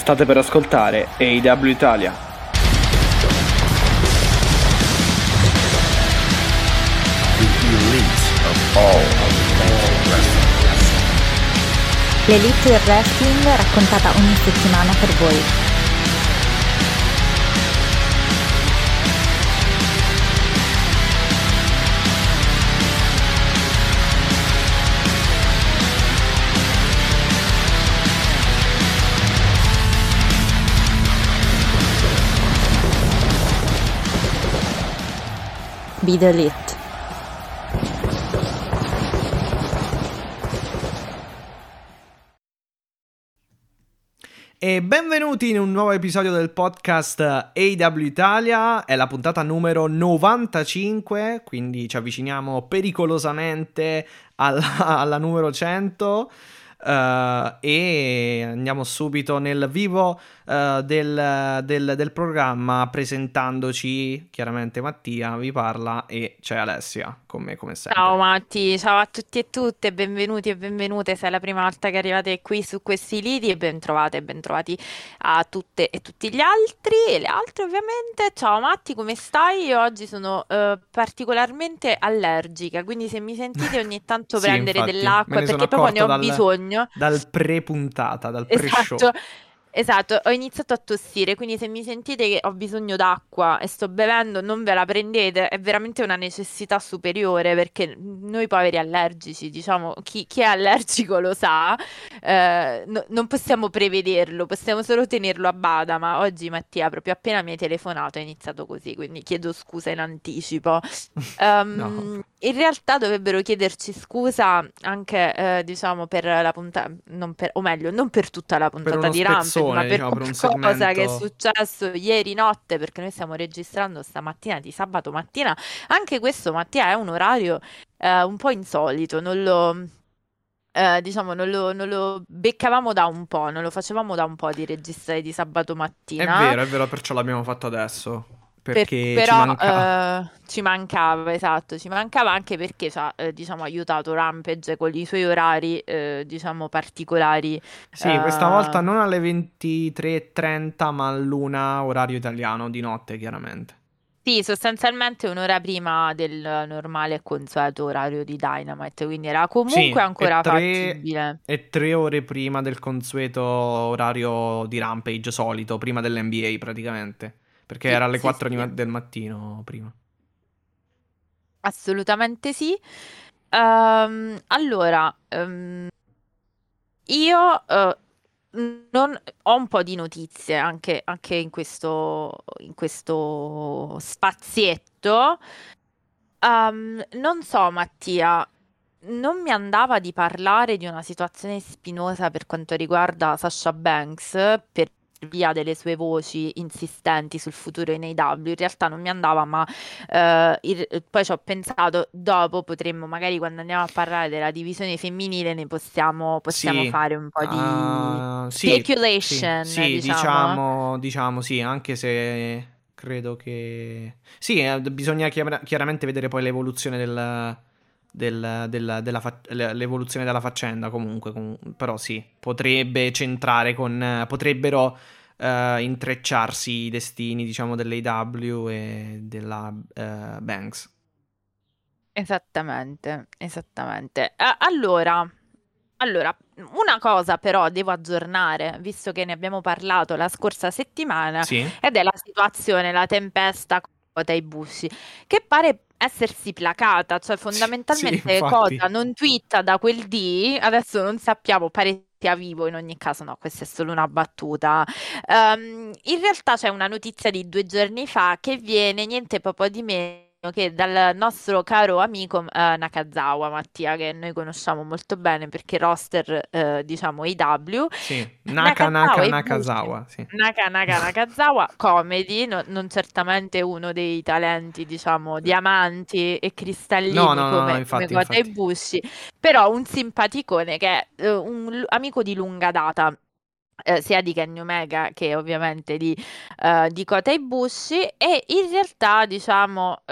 State per ascoltare AEW Italia. L'elite del wrestling raccontata ogni settimana per voi. Be the elite. E benvenuti in un nuovo episodio del podcast AEW Italia. È la puntata numero 95, quindi ci avviciniamo pericolosamente alla numero 100. E andiamo subito nel vivo del programma, presentandoci. Chiaramente Mattia vi parla e c'è Alessia con me come sempre. Ciao Matti, ciao a tutti e tutte, benvenuti e benvenute se è la prima volta che arrivate qui su questi lidi e bentrovate e bentrovati a tutte e tutti gli altri e le altre ovviamente. Ciao Matti, come stai? Io oggi sono particolarmente allergica, quindi se mi sentite ogni tanto Sì, prendere infatti, me dell'acqua ne è sono perché proprio ne accorto ho bisogno. dal pre-puntata, dal pre-show. Esatto, esatto, ho iniziato a tossire, quindi se mi sentite che ho bisogno d'acqua e sto bevendo, non ve la prendete, è veramente una necessità superiore perché noi poveri allergici, diciamo, chi è allergico lo sa, non possiamo prevederlo, possiamo solo tenerlo a bada, ma oggi Mattia, proprio appena mi hai telefonato, è iniziato così, quindi chiedo scusa in anticipo. No. In realtà dovrebbero chiederci scusa anche, diciamo, per la puntata, o meglio, non per tutta la Per puntata uno di Rampage, ma spezzone, per diciamo, per un qualcosa che è segmento. successo ieri notte, perché noi stiamo registrando stamattina di sabato mattina. Anche questo, Mattia, è un orario un po' insolito, diciamo, non lo beccavamo da un po', non lo facevamo da un po' di registrare di sabato mattina. È vero, perciò l'abbiamo fatto adesso. Per- Perché ci però manca. ci mancava, esatto, ci mancava anche perché ci ha, diciamo, aiutato Rampage con i suoi orari, diciamo, particolari. Sì, questa volta eh, non alle 23:30, ma all'una orario italiano, di notte, chiaramente. sì, sostanzialmente un'ora prima del normale e consueto orario di Dynamite, quindi era comunque Sì, ancora fattibile. e 3 ore prima del consueto orario di Rampage solito, prima dell'NBA praticamente. Perché Sì, era alle sì, 4 sì, del mattino prima. assolutamente sì. Allora, io non ho un po' di notizie anche in questo spazietto. Non so, Mattia, non mi andava di parlare di una situazione spinosa per quanto riguarda Sasha Banks per via delle sue voci insistenti sul futuro in AEW. In realtà non mi andava, ma poi ci ho pensato, dopo potremmo, magari quando andiamo a parlare della divisione femminile, ne possiamo Sì, fare un po' di sì, speculation, sì, diciamo. diciamo sì, anche se credo che. Sì, bisogna chiaramente vedere poi l'evoluzione l'evoluzione della faccenda comunque, però sì, potrebbe centrare potrebbero intrecciarsi i destini, diciamo, dell'AEW e della Banks. Esattamente, esattamente. Allora, una cosa però devo aggiornare, visto che ne abbiamo parlato la scorsa settimana, Sì? ed è la situazione, la tempesta Kota Ibushi, che pare essersi placata, cioè Sì, fondamentalmente infatti. Kota non twitta da quel dì, adesso non sappiamo, pare sia vivo in ogni caso, no, questa è solo una battuta. In realtà c'è una notizia di 2 giorni fa che viene niente poco di meno che dal nostro caro amico Nakazawa, Mattia, che noi conosciamo molto bene perché roster, diciamo, IW. Sì, Nakazawa e Bushi. Nakazawa, sì. Nakazawa, comedy, non certamente uno dei talenti, diciamo, diamanti e No, cristallini no, no, no, come infatti, Kota infatti. Ibushi, però un simpaticone che è un amico di lunga data, sia di Kenny Omega che ovviamente di Kota Ibushi, e in realtà, diciamo,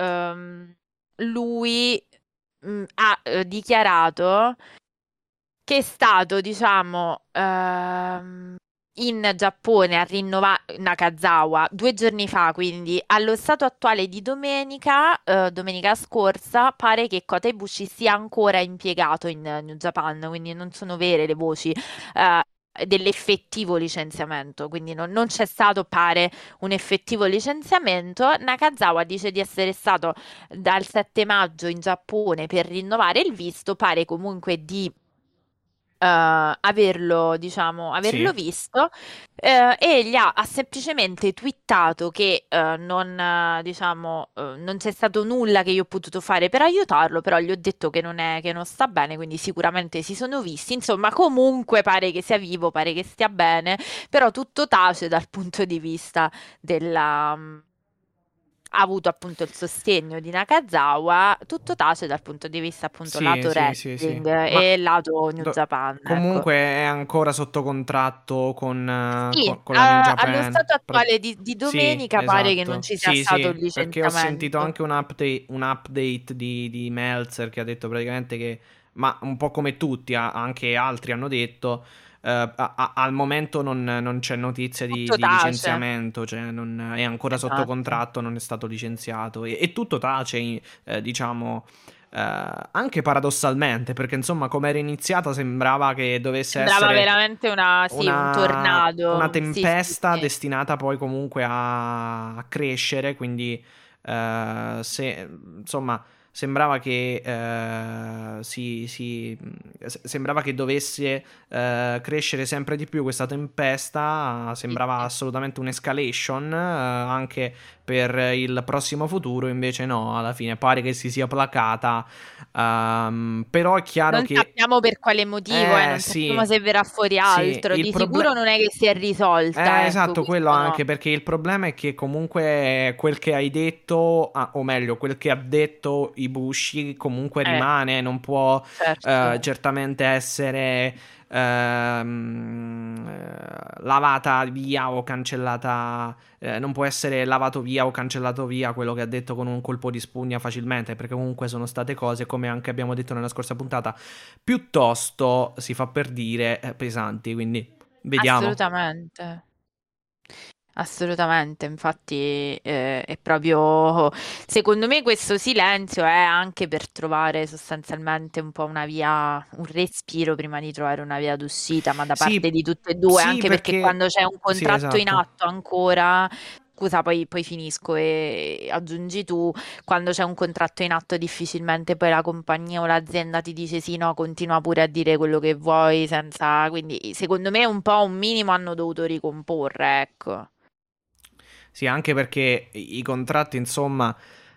lui ha dichiarato che è stato, diciamo, in Giappone a rinnovare Nakazawa 2 giorni fa, quindi allo stato attuale di domenica scorsa, pare che Kota Ibushi sia ancora impiegato in New Japan, quindi non sono vere le voci dell'effettivo licenziamento, quindi non c'è stato, pare, un effettivo licenziamento. Nakazawa dice di essere stato dal 7 maggio in Giappone per rinnovare il visto, pare comunque di averlo Sì. visto, e ha semplicemente twittato che non c'è stato nulla che io ho potuto fare per aiutarlo, però gli ho detto che non sta bene, quindi sicuramente si sono visti. Insomma, comunque pare che sia vivo, pare che stia bene, però tutto tace dal punto di vista della... Ha avuto appunto il sostegno di Nakazawa, tutto tace dal punto di vista appunto Sì, lato sì, sì, sì. wrestling Ma e lato New Japan, ecco. comunque è ancora sotto contratto Sì, con la New allo Japan. stato attuale di Sì, domenica pare che non esatto. ci sia Sì, stato il sì, perché ho sentito licenziamento. anche un update di Meltzer che ha detto praticamente che, ma un po' come tutti, anche altri hanno detto, al momento non c'è notizia Tutto di tace. licenziamento, cioè è ancora sotto Esatto. contratto, non è stato licenziato e tutto tace, diciamo, anche paradossalmente, perché insomma, come era iniziata sembrava che dovesse Sembrava essere veramente sì, un una tornado. Sì, sì, tempesta sì. destinata poi comunque a crescere, quindi insomma sembrava che sembrava che dovesse crescere sempre di più questa tempesta, Sì, sembrava sì. assolutamente un'escalation anche per il prossimo futuro, invece no, alla fine pare che si sia placata. Però è chiaro Non che sappiamo per quale motivo, non sappiamo sì, se verrà fuori sì, altro. Di sicuro non è che si è risolta, ecco, esatto, quello questo no. anche perché il problema è che comunque quel che hai detto, o meglio, quel che ha detto Ibushi comunque Eh, rimane, non può certo. certamente essere lavata via o cancellata, non può essere lavato via o cancellato via quello che ha detto con un colpo di spugna facilmente, perché comunque sono state cose, come anche abbiamo detto nella scorsa puntata, piuttosto, si fa per dire, pesanti, quindi vediamo. Assolutamente. Assolutamente, infatti è proprio, secondo me questo silenzio è anche per trovare sostanzialmente un po' una via, un respiro prima di trovare una via d'uscita, ma da parte Sì, di tutte e due, sì, anche perché quando perché... c'è un Sì, contratto in esatto. atto ancora, scusa, poi finisco e aggiungi tu, quando c'è un contratto in atto difficilmente poi la compagnia o l'azienda ti dice sì, no, continua pure a dire quello che vuoi senza, quindi secondo me un po' un minimo hanno dovuto ricomporre, ecco. Sì, anche perché i contratti, insomma,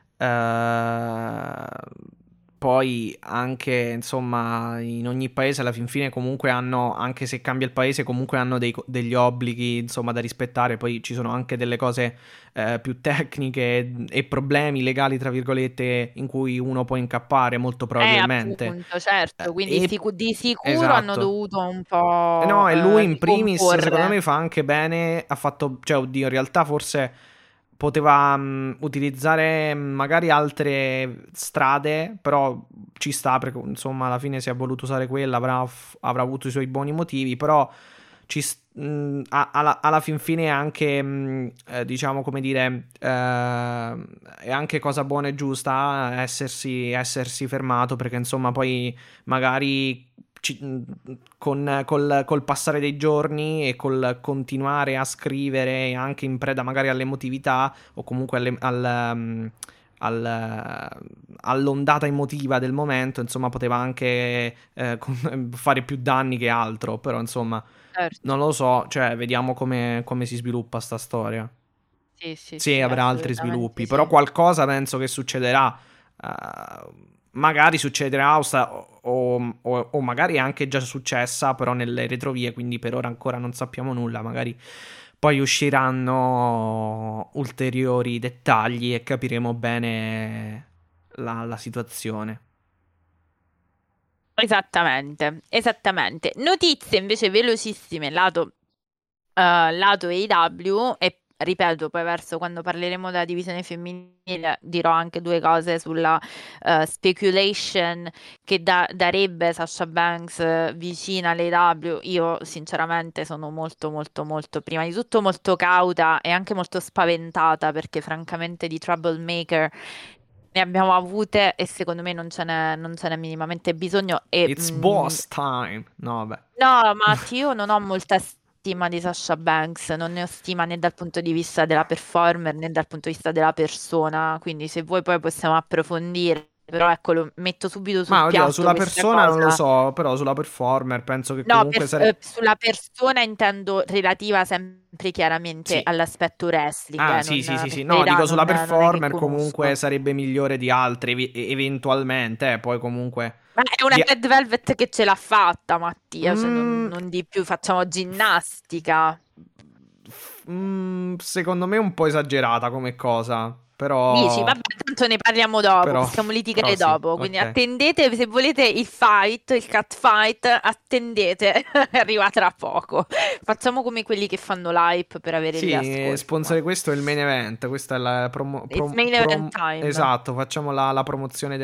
eh, poi anche, insomma, in ogni paese alla fin fine comunque hanno, anche se cambia il paese, comunque hanno degli obblighi, insomma, da rispettare. Poi ci sono anche delle cose più tecniche e problemi legali, tra virgolette, in cui uno può incappare molto probabilmente. Appunto, certo, quindi E di sicuro hanno esatto. dovuto un No, po' e lui in primis, secondo ricomporre. me, fa anche bene. Ha fatto, cioè, oddio, in realtà forse poteva utilizzare magari altre strade, però ci sta perché, insomma, alla fine si è voluto usare quella, avrà avuto i suoi buoni motivi, però alla fin fine è anche, diciamo, come dire, è anche cosa buona e giusta essersi fermato, perché, insomma, poi magari col passare dei giorni e col continuare a scrivere anche in preda magari all'emotività o comunque all'ondata emotiva del momento, insomma, poteva anche fare più danni che altro, però insomma, Certo, non lo so, cioè, vediamo come si sviluppa sta storia. sì, sì, Se sì, avrà altri assolutamente sviluppi, però sì. qualcosa penso che succederà. Magari succederà o magari è anche già successa, però nelle retrovie, quindi per ora ancora non sappiamo nulla. Magari poi usciranno ulteriori dettagli e capiremo bene la situazione. Esattamente, esattamente. Notizie invece velocissime lato AEW, ripeto, poi verso quando parleremo della divisione femminile dirò anche due cose sulla speculation che darebbe Sasha Banks vicina all'AEW. Io sinceramente sono molto molto molto, prima di tutto molto cauta e anche molto spaventata, perché francamente di troublemaker ne abbiamo avute e secondo me non ce n'è minimamente bisogno. It's boss time. No, vabbè. No, Matti, io non ho molta stima di Sasha Banks, non ne ho stima né dal punto di vista della performer né dal punto di vista della persona, quindi se vuoi poi possiamo approfondire, però ecco, lo metto subito sul Ma oddio, piatto sulla questa persona non lo cosa. so, però sulla performer penso che No, comunque sarebbe... sulla persona intendo relativa sempre chiaramente Sì. all'aspetto wrestling, Ah, non, sì, per no, carità, dico sulla non è che performer conosco. comunque sarebbe migliore di altri, eventualmente, poi comunque... Ma è una di- Red Velvet che ce l'ha fatta, Mattia, cioè Mm, non di più, facciamo ginnastica. secondo me è un po' esagerata come cosa, Dici, però... vabbè, tanto ne parliamo dopo, Però, possiamo litigare però sì, dopo, quindi ok. attendete, se volete il fight, il cat fight, attendete, arriva tra poco. Facciamo come quelli che fanno l'hype per avere gli Sì, ascolti. sponsor, questo è il main event, questa è la It's main event time. esatto, facciamo la promozione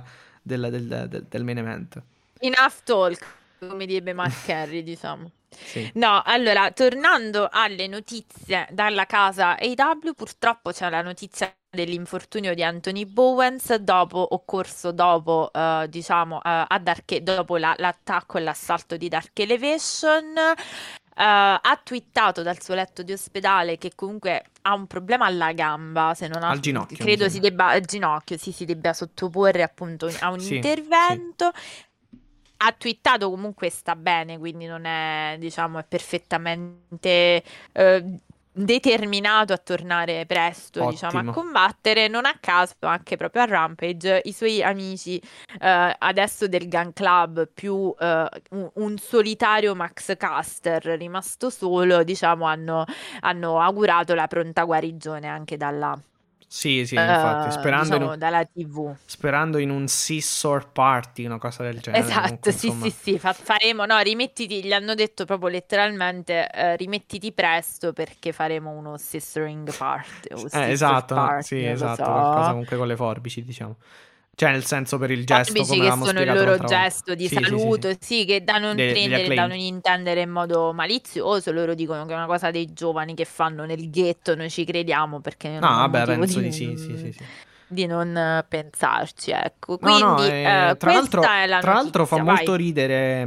del main event. Enough talk, come direbbe Mark Henry, diciamo. Sì. No, allora, tornando alle notizie dalla casa AEW, purtroppo c'è la notizia dell'infortunio di Anthony Bowens occorso dopo, diciamo, dopo l'attacco e l'assalto di Dark Elevation. Ha twittato dal suo letto di ospedale che comunque ha un problema alla gamba, se non Al ginocchio, credo mi si sembra. debba, al ginocchio, sì, si debba sottoporre appunto a un Sì, sì. intervento. Ha twittato comunque sta bene, quindi non è, diciamo, è perfettamente determinato a tornare presto, diciamo, a Ottimo. combattere. Non a caso, anche proprio a Rampage, i suoi amici adesso del Gun Club, più un solitario Max Caster rimasto solo, diciamo, hanno augurato la pronta guarigione anche Sì, infatti, diciamo, dalla TV. sperando in un Scissor Party, una cosa del genere. Esatto, Comunque, sì, insomma. sì, faremo, no, rimettiti, gli hanno detto proprio letteralmente, rimettiti presto perché faremo uno scissoring party, o scissor Esatto, no, party, sì, non lo esatto, so. qualcosa comunque con le forbici, diciamo. Cioè, nel senso per il gesto, Forbici come che avevamo sono il spiegato loro l'altra volta. gesto di Sì, saluto, sì, che da non Degli prendere, da acclaimed. non intendere in modo malizioso, loro dicono che è una cosa dei giovani che fanno nel ghetto, noi ci crediamo perché No, non ho vabbè, motivo penso di sì, sì. di non pensarci, ecco. No, Quindi questa è la tra l'altro fa notizia, molto vai. ridere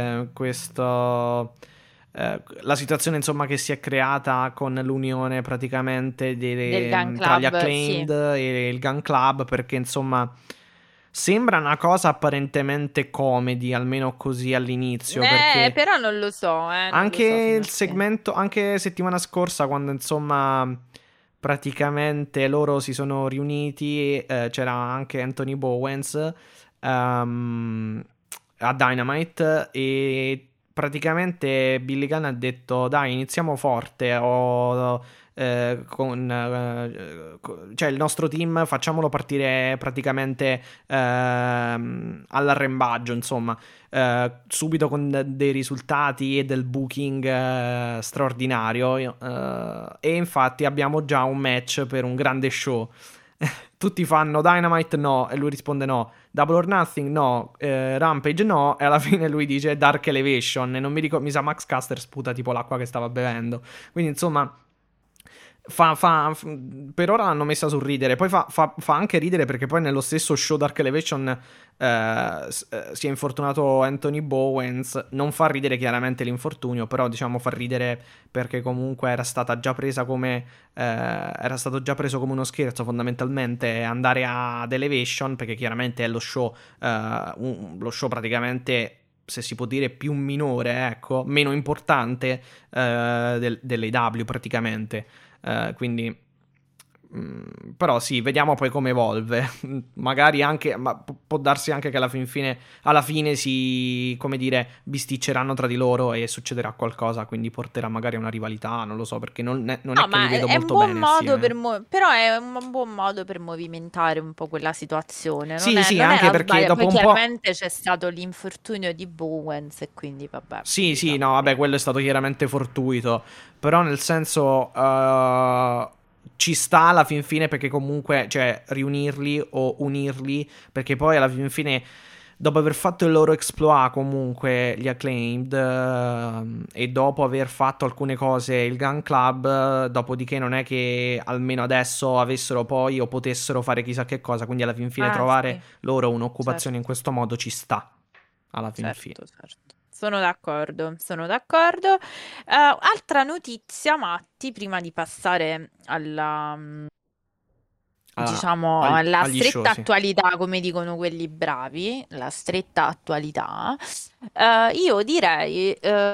questo, la situazione insomma che si è creata con l'unione praticamente Del Gun tra gli Club, sì. Acclaimed e il Gun Club, perché insomma sembra una cosa apparentemente comedy, almeno così all'inizio, perché Però non lo so, non lo so anche fino a il che. segmento, anche settimana scorsa, quando insomma praticamente loro si sono riuniti, c'era anche Anthony Bowens a Dynamite e praticamente Billy Gunn ha detto dai, iniziamo forte, cioè il nostro team facciamolo partire praticamente all'arrembaggio, insomma, subito con dei risultati e del booking straordinario, e infatti abbiamo già un match per un grande show. Tutti fanno Dynamite no, e lui risponde no, Double or Nothing no, Rampage no, e alla fine lui dice Dark Elevation, e non mi ricordo, mi sa Max Caster sputa tipo l'acqua che stava bevendo, quindi insomma per ora l'hanno messa sul ridere. Poi fa anche ridere perché poi nello stesso show Dark Elevation si è infortunato Anthony Bowens. Non fa ridere chiaramente l'infortunio, però diciamo fa ridere perché comunque era stata già presa come era stato già preso come uno scherzo fondamentalmente andare ad Elevation, perché chiaramente è lo show praticamente, se si può dire, più minore, ecco, meno importante dell'AEW praticamente. Quindi Però sì, vediamo poi come evolve. Magari anche, ma può darsi anche che alla fine si, come dire, bisticceranno tra di loro e succederà qualcosa, quindi porterà magari a una rivalità, non lo so, perché non è No, che li ma vedo è un molto buon bene modo assieme. però è un buon modo per movimentare un po' quella situazione. Sì, sì, Non anche era perché sbagliato. dopo Poi un po'. chiaramente c'è stato l'infortunio di Bowens e quindi vabbè, Sì, sì, diciamo no, che vabbè, quello è stato chiaramente fortuito. Però nel senso ci sta alla fin fine perché comunque, cioè, riunirli o unirli, perché poi alla fin fine, dopo aver fatto il loro exploit comunque, gli Acclaimed, e dopo aver fatto alcune cose il Gun Club, dopodiché non è che almeno adesso avessero poi o potessero fare chissà che cosa, quindi alla fin fine trovare sì, loro un'occupazione in certo. questo modo ci sta, alla fin fine. Certo, certo. Sono d'accordo, sono d'accordo. Altra notizia, Matti, prima di passare diciamo, alla Agli show, stretta sì. attualità, come dicono quelli bravi, la stretta attualità, io direi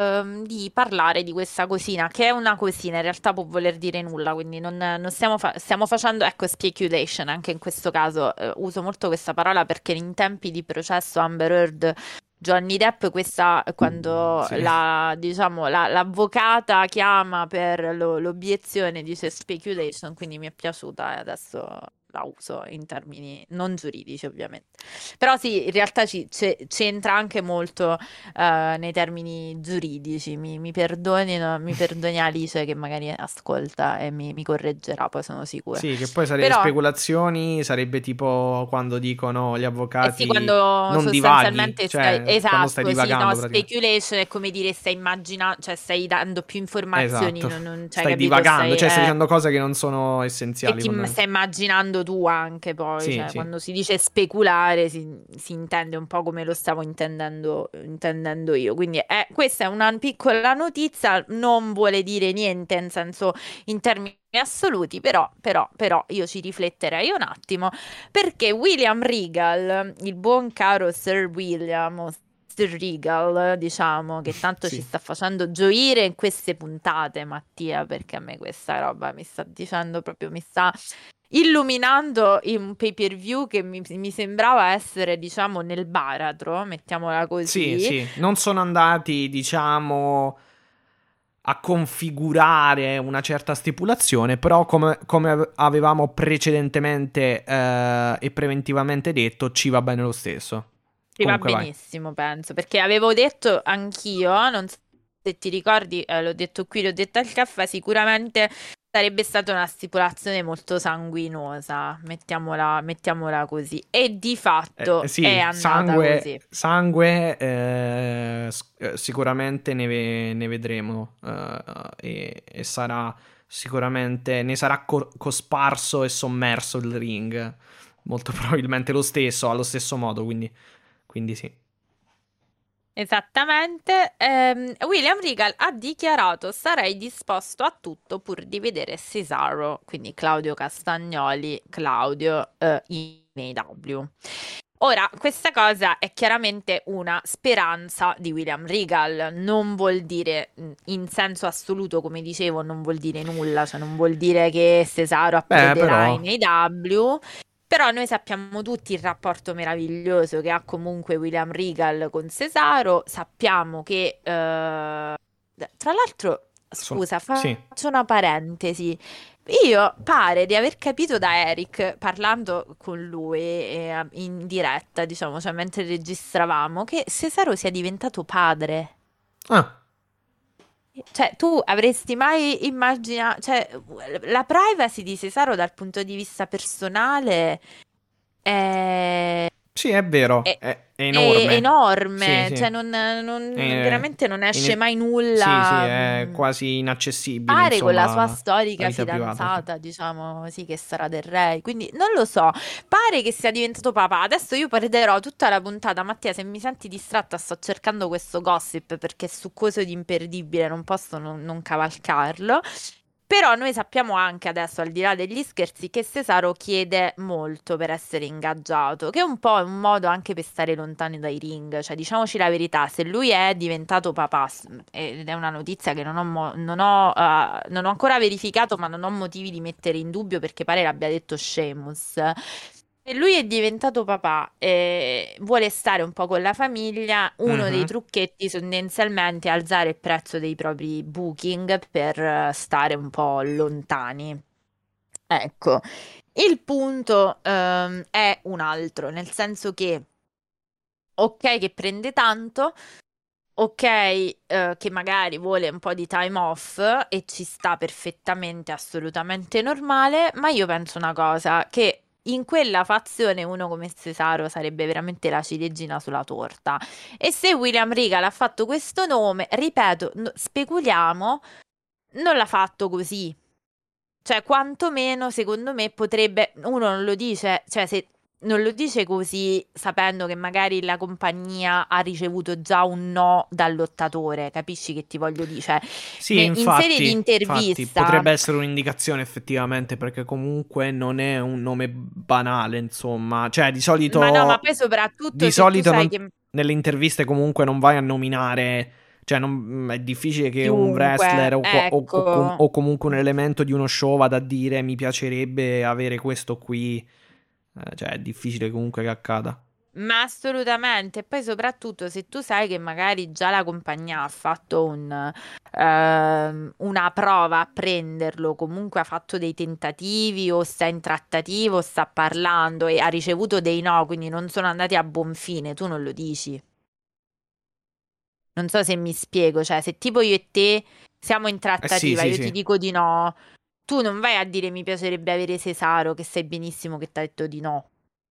di parlare di questa cosina, che è una cosina, in realtà può voler dire nulla, quindi non stiamo facendo, ecco, speculation, anche in questo caso uso molto questa parola perché in tempi di processo Amber Heard Johnny Depp, questa quando Sì. diciamo, l'avvocata chiama per l'obiezione dice speculation, quindi mi è piaciuta e adesso la uso in termini non giuridici ovviamente. Però sì, in realtà c'entra anche molto nei termini giuridici. Mi perdoni Alice che magari ascolta e mi correggerà, poi sono sicura. Sì, che poi Però speculazioni sarebbe tipo quando dicono gli eh sì, avvocati quando non divaghi, sostanzialmente cioè quando stai esatto, sì, no, divagando praticamente. speculation è come dire stai immaginando, cioè stai dando più informazioni, Esatto, cioè, stai capito, divagando, cioè stai dicendo cose che non sono essenziali stai fondamentalmente. immaginando tu anche poi, Sì, cioè sì. quando si dice speculare si intende un po' come lo stavo intendendo io, quindi questa è una piccola notizia, non vuole dire niente in senso in termini assoluti, però io ci rifletterei un attimo perché William Regal, il buon caro Sir William, o Sir Regal, diciamo, che tanto ci Sì. sta facendo gioire in queste puntate, Mattia, perché a me questa roba mi sta dicendo proprio, mi sta illuminando in un pay-per-view che mi sembrava essere, diciamo, nel baratro, mettiamola Sì, così. sì, non sono andati, diciamo, a configurare una certa stipulazione, però come avevamo precedentemente e preventivamente detto, ci va bene lo stesso. Ci va Comunque vai. benissimo, penso, perché avevo detto anch'io, non so se ti ricordi, l'ho detto qui, l'ho detto al caffè, sicuramente sarebbe stata una stipulazione molto sanguinosa, mettiamola così. E di fatto è Sì, andata sangue, così. sangue sicuramente ne vedremo e sarà sicuramente, ne sarà cosparso e sommerso il ring, molto probabilmente lo stesso, allo stesso modo, quindi sì. Esattamente. William Regal ha dichiarato: sarei disposto a tutto pur di vedere Cesaro, quindi Claudio Castagnoli, Claudio in AEW. Ora, questa cosa è chiaramente una speranza di William Regal, non vuol dire in senso assoluto, come dicevo, non vuol dire nulla, cioè non vuol dire che Cesaro Beh, approderà però, in AEW. Però noi sappiamo tutti il rapporto meraviglioso che ha comunque William Regal con Cesaro, sappiamo che, tra l'altro, scusa, sì. faccio una parentesi. Io pare di aver capito da Eric, parlando con lui in diretta, diciamo, cioè mentre registravamo, che Cesaro sia diventato padre. Ah, Cioè, tu avresti mai immaginato, cioè, la privacy di Cesaro dal punto di vista personale è, sì, è vero, è- è è enorme. Sì, enorme, sì. cioè È- veramente non esce in- mai sì, sì, nulla. è quasi inaccessibile, Pare con la insomma, sua la storica vita privata, sì. fidanzata, diciamo, sì, che sarà del re. Quindi non lo so, pare che sia diventato papà. Adesso io perderò tutta la puntata. Mattia, se mi senti distratta, sto cercando questo gossip perché è succoso ed imperdibile, non posso non cavalcarlo. Però noi sappiamo anche adesso, al di là degli scherzi, che Cesaro chiede molto per essere ingaggiato, che è un po' un modo anche per stare lontani dai ring. Cioè, diciamoci la verità, se lui è diventato papà, ed è una notizia che non ho ancora verificato, ma non ho motivi di mettere in dubbio perché pare l'abbia detto Sheamus. E lui è diventato papà e vuole stare un po' con la famiglia. Uno dei trucchetti tendenzialmente è alzare il prezzo dei propri booking per stare un po' lontani. Ecco, il punto è un altro, nel senso che ok che prende tanto, ok che magari vuole un po' di time off e ci sta perfettamente, assolutamente normale, ma io penso una cosa, che in quella fazione uno come Cesaro sarebbe veramente la ciliegina sulla torta. E se William Regal ha fatto questo nome, ripeto, speculiamo, non l'ha fatto così. Cioè, quantomeno, secondo me, potrebbe... Uno non lo dice, cioè, se non lo dice così, sapendo che magari la compagnia ha ricevuto già un no dal lottatore, capisci che ti voglio dire? Cioè, Sì, in serie di infatti intervista... potrebbe essere un'indicazione effettivamente, perché comunque non è un nome banale, insomma. Cioè, di solito... Ma no, ma poi soprattutto Di se tu solito sai che nelle interviste comunque non vai a nominare... Cioè, è difficile che un wrestler chiunque, ecco... o comunque un elemento di uno show vada a dire mi piacerebbe avere questo qui. Cioè, è difficile comunque che accada. Ma assolutamente, e poi soprattutto se tu sai che magari già la compagnia ha fatto una prova a prenderlo, comunque ha fatto dei tentativi o sta in trattativa o sta parlando e ha ricevuto dei no, quindi non sono andati a buon fine, tu non lo dici. Non so se mi spiego, cioè se tipo io e te siamo in Sì, trattativa, sì, io ti sì. dico di no, tu non vai a dire mi piacerebbe avere Cesaro, che sai benissimo che ti ha detto di no.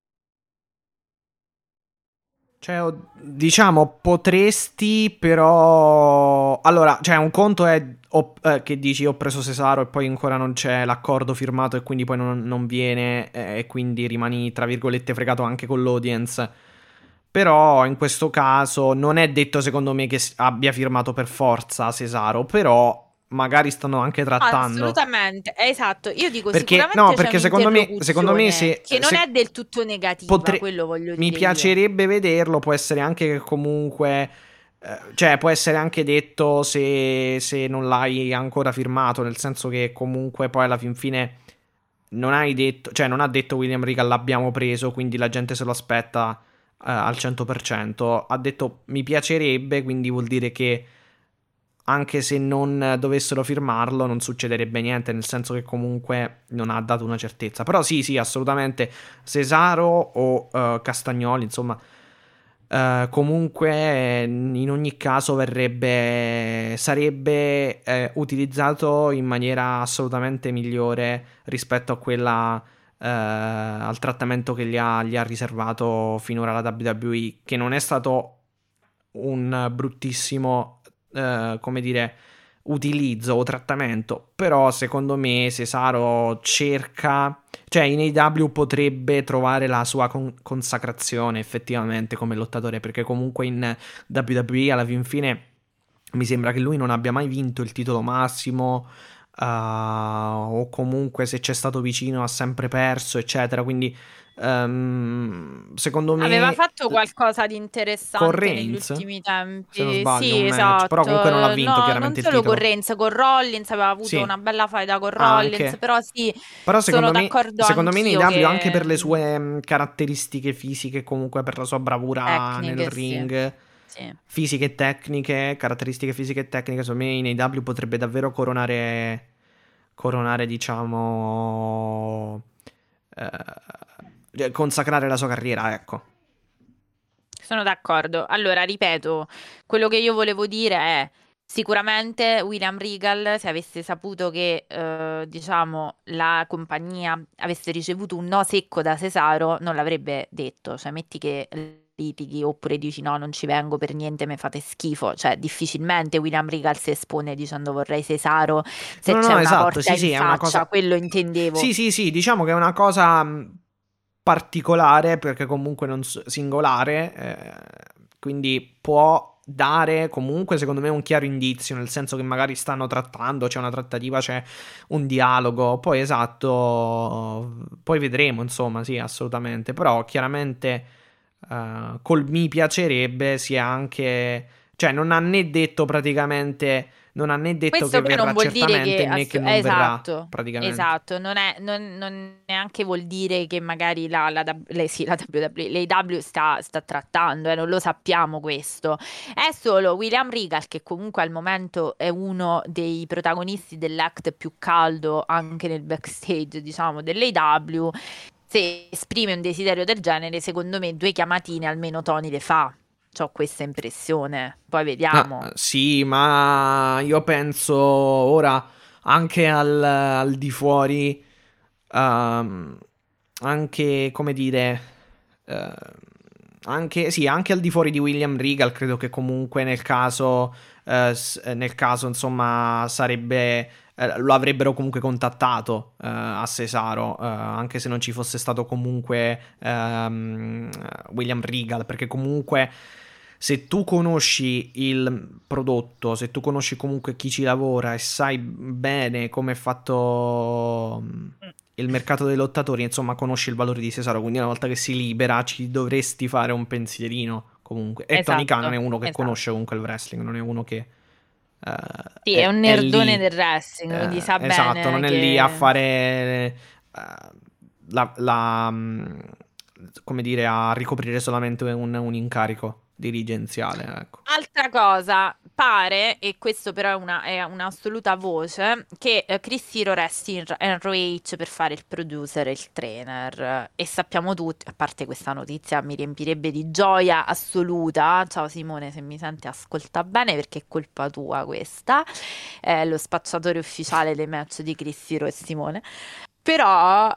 Cioè, diciamo, potresti, però... Allora, cioè, un conto è che dici ho preso Cesaro e poi ancora non c'è l'accordo firmato e quindi poi non viene e quindi rimani, tra virgolette, fregato anche con l'audience. Però in questo caso non è detto, secondo me, che abbia firmato per forza Cesaro, però magari stanno anche trattando. Assolutamente, esatto. Io dico Perché, no, sicuramente c'è perché secondo me un'interlocuzione se, che non è del tutto negativa, quello voglio mi dire io. piacerebbe vederlo, può essere anche che comunque, cioè può essere anche detto se non l'hai ancora firmato, nel senso che comunque poi alla fin fine non hai detto, cioè non ha detto William Regal l'abbiamo preso, quindi la gente se lo aspetta al 100%, ha detto mi piacerebbe, quindi vuol dire che anche se non dovessero firmarlo non succederebbe niente, nel senso che comunque non ha dato una certezza. Però sì, sì, assolutamente Cesaro o Castagnoli, insomma, comunque in ogni caso sarebbe utilizzato in maniera assolutamente migliore rispetto a quella al trattamento che gli ha riservato finora la WWE, che non è stato un bruttissimo, come dire, utilizzo o trattamento, però secondo me Cesaro cerca, cioè in AEW potrebbe trovare la sua consacrazione effettivamente come lottatore, perché comunque in WWE alla fin fine mi sembra che lui non abbia mai vinto il titolo massimo, o comunque se c'è stato vicino ha sempre perso, eccetera, quindi secondo Aveva me fatto qualcosa di con interessante negli Reigns, ultimi se non tempi. sbaglio, un Sì, match, però esatto. comunque non l'ha vinto No, non chiaramente il solo con titolo. Reigns, con Rollins aveva avuto Sì, una bella faida con Rollins, anche. però sì, Però sono secondo me, d'accordo secondo me in anch'io AEW, anche che per le sue caratteristiche fisiche, comunque per la sua bravura nel tecniche, sì. ring, Sì. fisiche e tecniche, caratteristiche fisiche e tecniche, secondo me in AEW potrebbe davvero coronare, diciamo, consacrare la sua carriera, ecco. Sono d'accordo. Allora, ripeto, quello che io volevo dire è sicuramente William Regal, se avesse saputo che, diciamo, la compagnia avesse ricevuto un no secco da Cesaro, non l'avrebbe detto. Cioè, metti che litighi oppure dici no, non ci vengo per niente, mi fate schifo. Cioè, difficilmente William Regal si espone dicendo vorrei Cesaro No, se no, c'è no, una esatto, porta sì, in sì, è una faccia, cosa... quello intendevo. Sì, sì, sì, diciamo che è una cosa particolare, perché comunque non singolare, quindi può dare comunque secondo me un chiaro indizio, nel senso che magari stanno trattando, c'è una trattativa, c'è un dialogo, poi poi vedremo, insomma, sì, assolutamente, però chiaramente mi piacerebbe sia anche, cioè non ha né detto praticamente, non ha né detto Questo che però verrà non vuol dire certamente che né che non verrà esatto, praticamente. esatto, non neanche vuol dire che magari la l'AEW sta trattando, non lo sappiamo questo. È solo William Regal, che comunque al momento è uno dei protagonisti dell'act più caldo anche nel backstage, diciamo, dell'AEW. Se esprime un desiderio del genere, secondo me due chiamatine almeno Tony le fa. C'ho questa impressione. Poi vediamo. Sì, ma io penso ora anche al di fuori, ehm, anche come dire, ehm, anche, sì, anche al di fuori di William Regal, credo che comunque nel caso, insomma, lo avrebbero comunque contattato a Cesaro, anche se non ci fosse stato comunque William Regal, perché comunque se tu conosci il prodotto, se tu conosci comunque chi ci lavora e sai bene come è fatto il mercato dei lottatori, insomma, conosci il valore di Cesaro, quindi una volta che si libera ci dovresti fare un pensierino comunque. E Tony Khan non è Esatto, uno che esatto. conosce comunque il wrestling, non è uno che Sì, è un è nerdone lì. del wrestling, quindi sa Esatto, bene non è lì a che... fare come dire, a ricoprire solamente un incarico dirigenziale, ecco. Altra cosa, pare, e questo però è un'assoluta voce, che Chris Hero resti in ROH per fare il producer e il trainer. E sappiamo tutti, a parte questa notizia mi riempirebbe di gioia assoluta. Ciao Simone, se mi senti ascolta bene perché è colpa tua questa. È lo spacciatore ufficiale dei match di Chris Hero e Simone. Però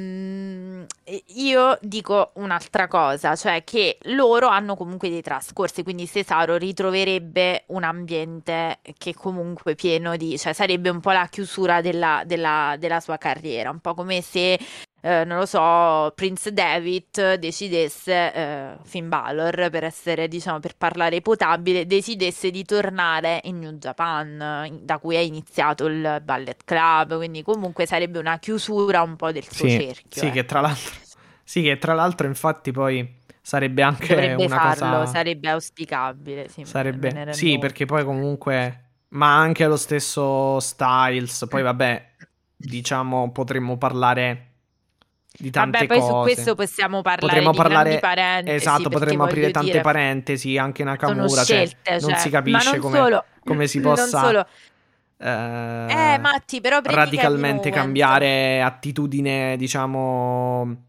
io dico un'altra cosa, cioè che loro hanno comunque dei trascorsi, quindi Cesaro ritroverebbe un ambiente che comunque pieno di, cioè sarebbe un po' la chiusura della sua carriera, un po' come se non lo so, Prince David decidesse, Finn Balor, per essere, diciamo, per parlare potabile, decidesse di tornare in New Japan, da cui è iniziato il Ballet Club, quindi comunque sarebbe una chiusura un po' del suo Sì, cerchio, sì, che ecco. tra l'altro, sì, che tra l'altro, infatti, poi sarebbe anche Dovrebbe una farlo, cosa. sarebbe auspicabile, sì, me Sarebbe, ne sì, rendo perché conto. poi comunque, ma anche lo stesso Styles, poi vabbè, diciamo, potremmo parlare di Vabbè, tante poi su questo cose. possiamo parlare Potremmo di grandi parlare, parentesi, esatto, perché potremmo aprire voglio tante dire, parentesi, anche sono Nakamura, cioè, scelte, non cioè, si ma capisce non solo, come si non possa solo. Matti, però prendi Kevin radicalmente Owens. cambiare attitudine, diciamo,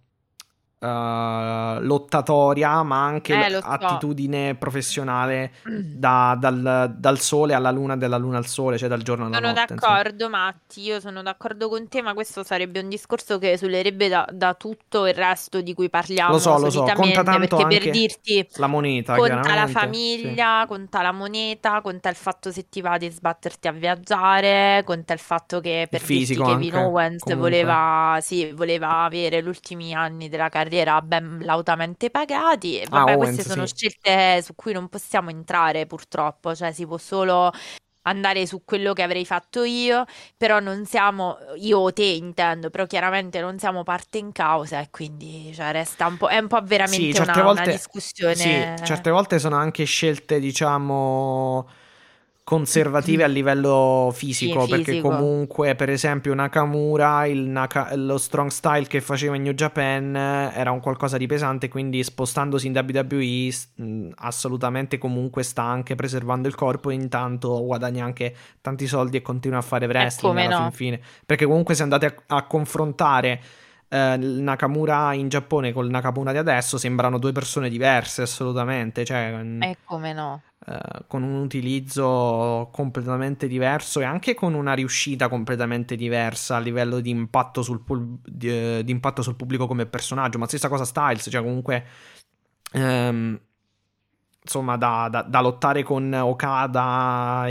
lottatoria, ma anche Lo so. attitudine professionale dal sole alla luna, dalla luna al sole, cioè dal giorno alla Sono notte, insomma. d'accordo, Matti, io sono d'accordo con te, ma questo sarebbe un discorso che esulerebbe da tutto il resto di cui parliamo Lo so, conta solitamente, tanto perché per anche dirti, la moneta, conta la chiaramente, sì. famiglia, conta la moneta, conta il fatto se ti va di sbatterti a viaggiare, conta il fatto che Il per dirti fisico Kevin anche, Owens comunque. voleva, sì, voleva avere gli ultimi anni della carriera ben lautamente pagati, e Ah, vabbè, queste Owens, sono sì. scelte su cui non possiamo entrare purtroppo, cioè si può solo andare su quello che avrei fatto io, però non siamo, io o te intendo, però chiaramente non siamo parte in causa e quindi cioè, resta un po', è un po' Sì, veramente certe una volte, sì, discussione. certe volte sono anche scelte, diciamo, conservative a livello Sì, fisico, perché fisico. comunque, per esempio, Nakamura, lo strong style che faceva in New Japan era un qualcosa di pesante, quindi spostandosi in WWE, assolutamente comunque sta anche preservando il corpo e intanto guadagna anche tanti soldi e continua a fare E wrestling come alla fin no? fine. Perché comunque se andate a confrontare il Nakamura in Giappone col Nakamura di adesso sembrano due persone diverse assolutamente, cioè E come no? con un utilizzo completamente diverso e anche con una riuscita completamente diversa a livello di impatto di impatto sul pubblico come personaggio, ma stessa cosa Styles, cioè comunque ehm, insomma da lottare con Okada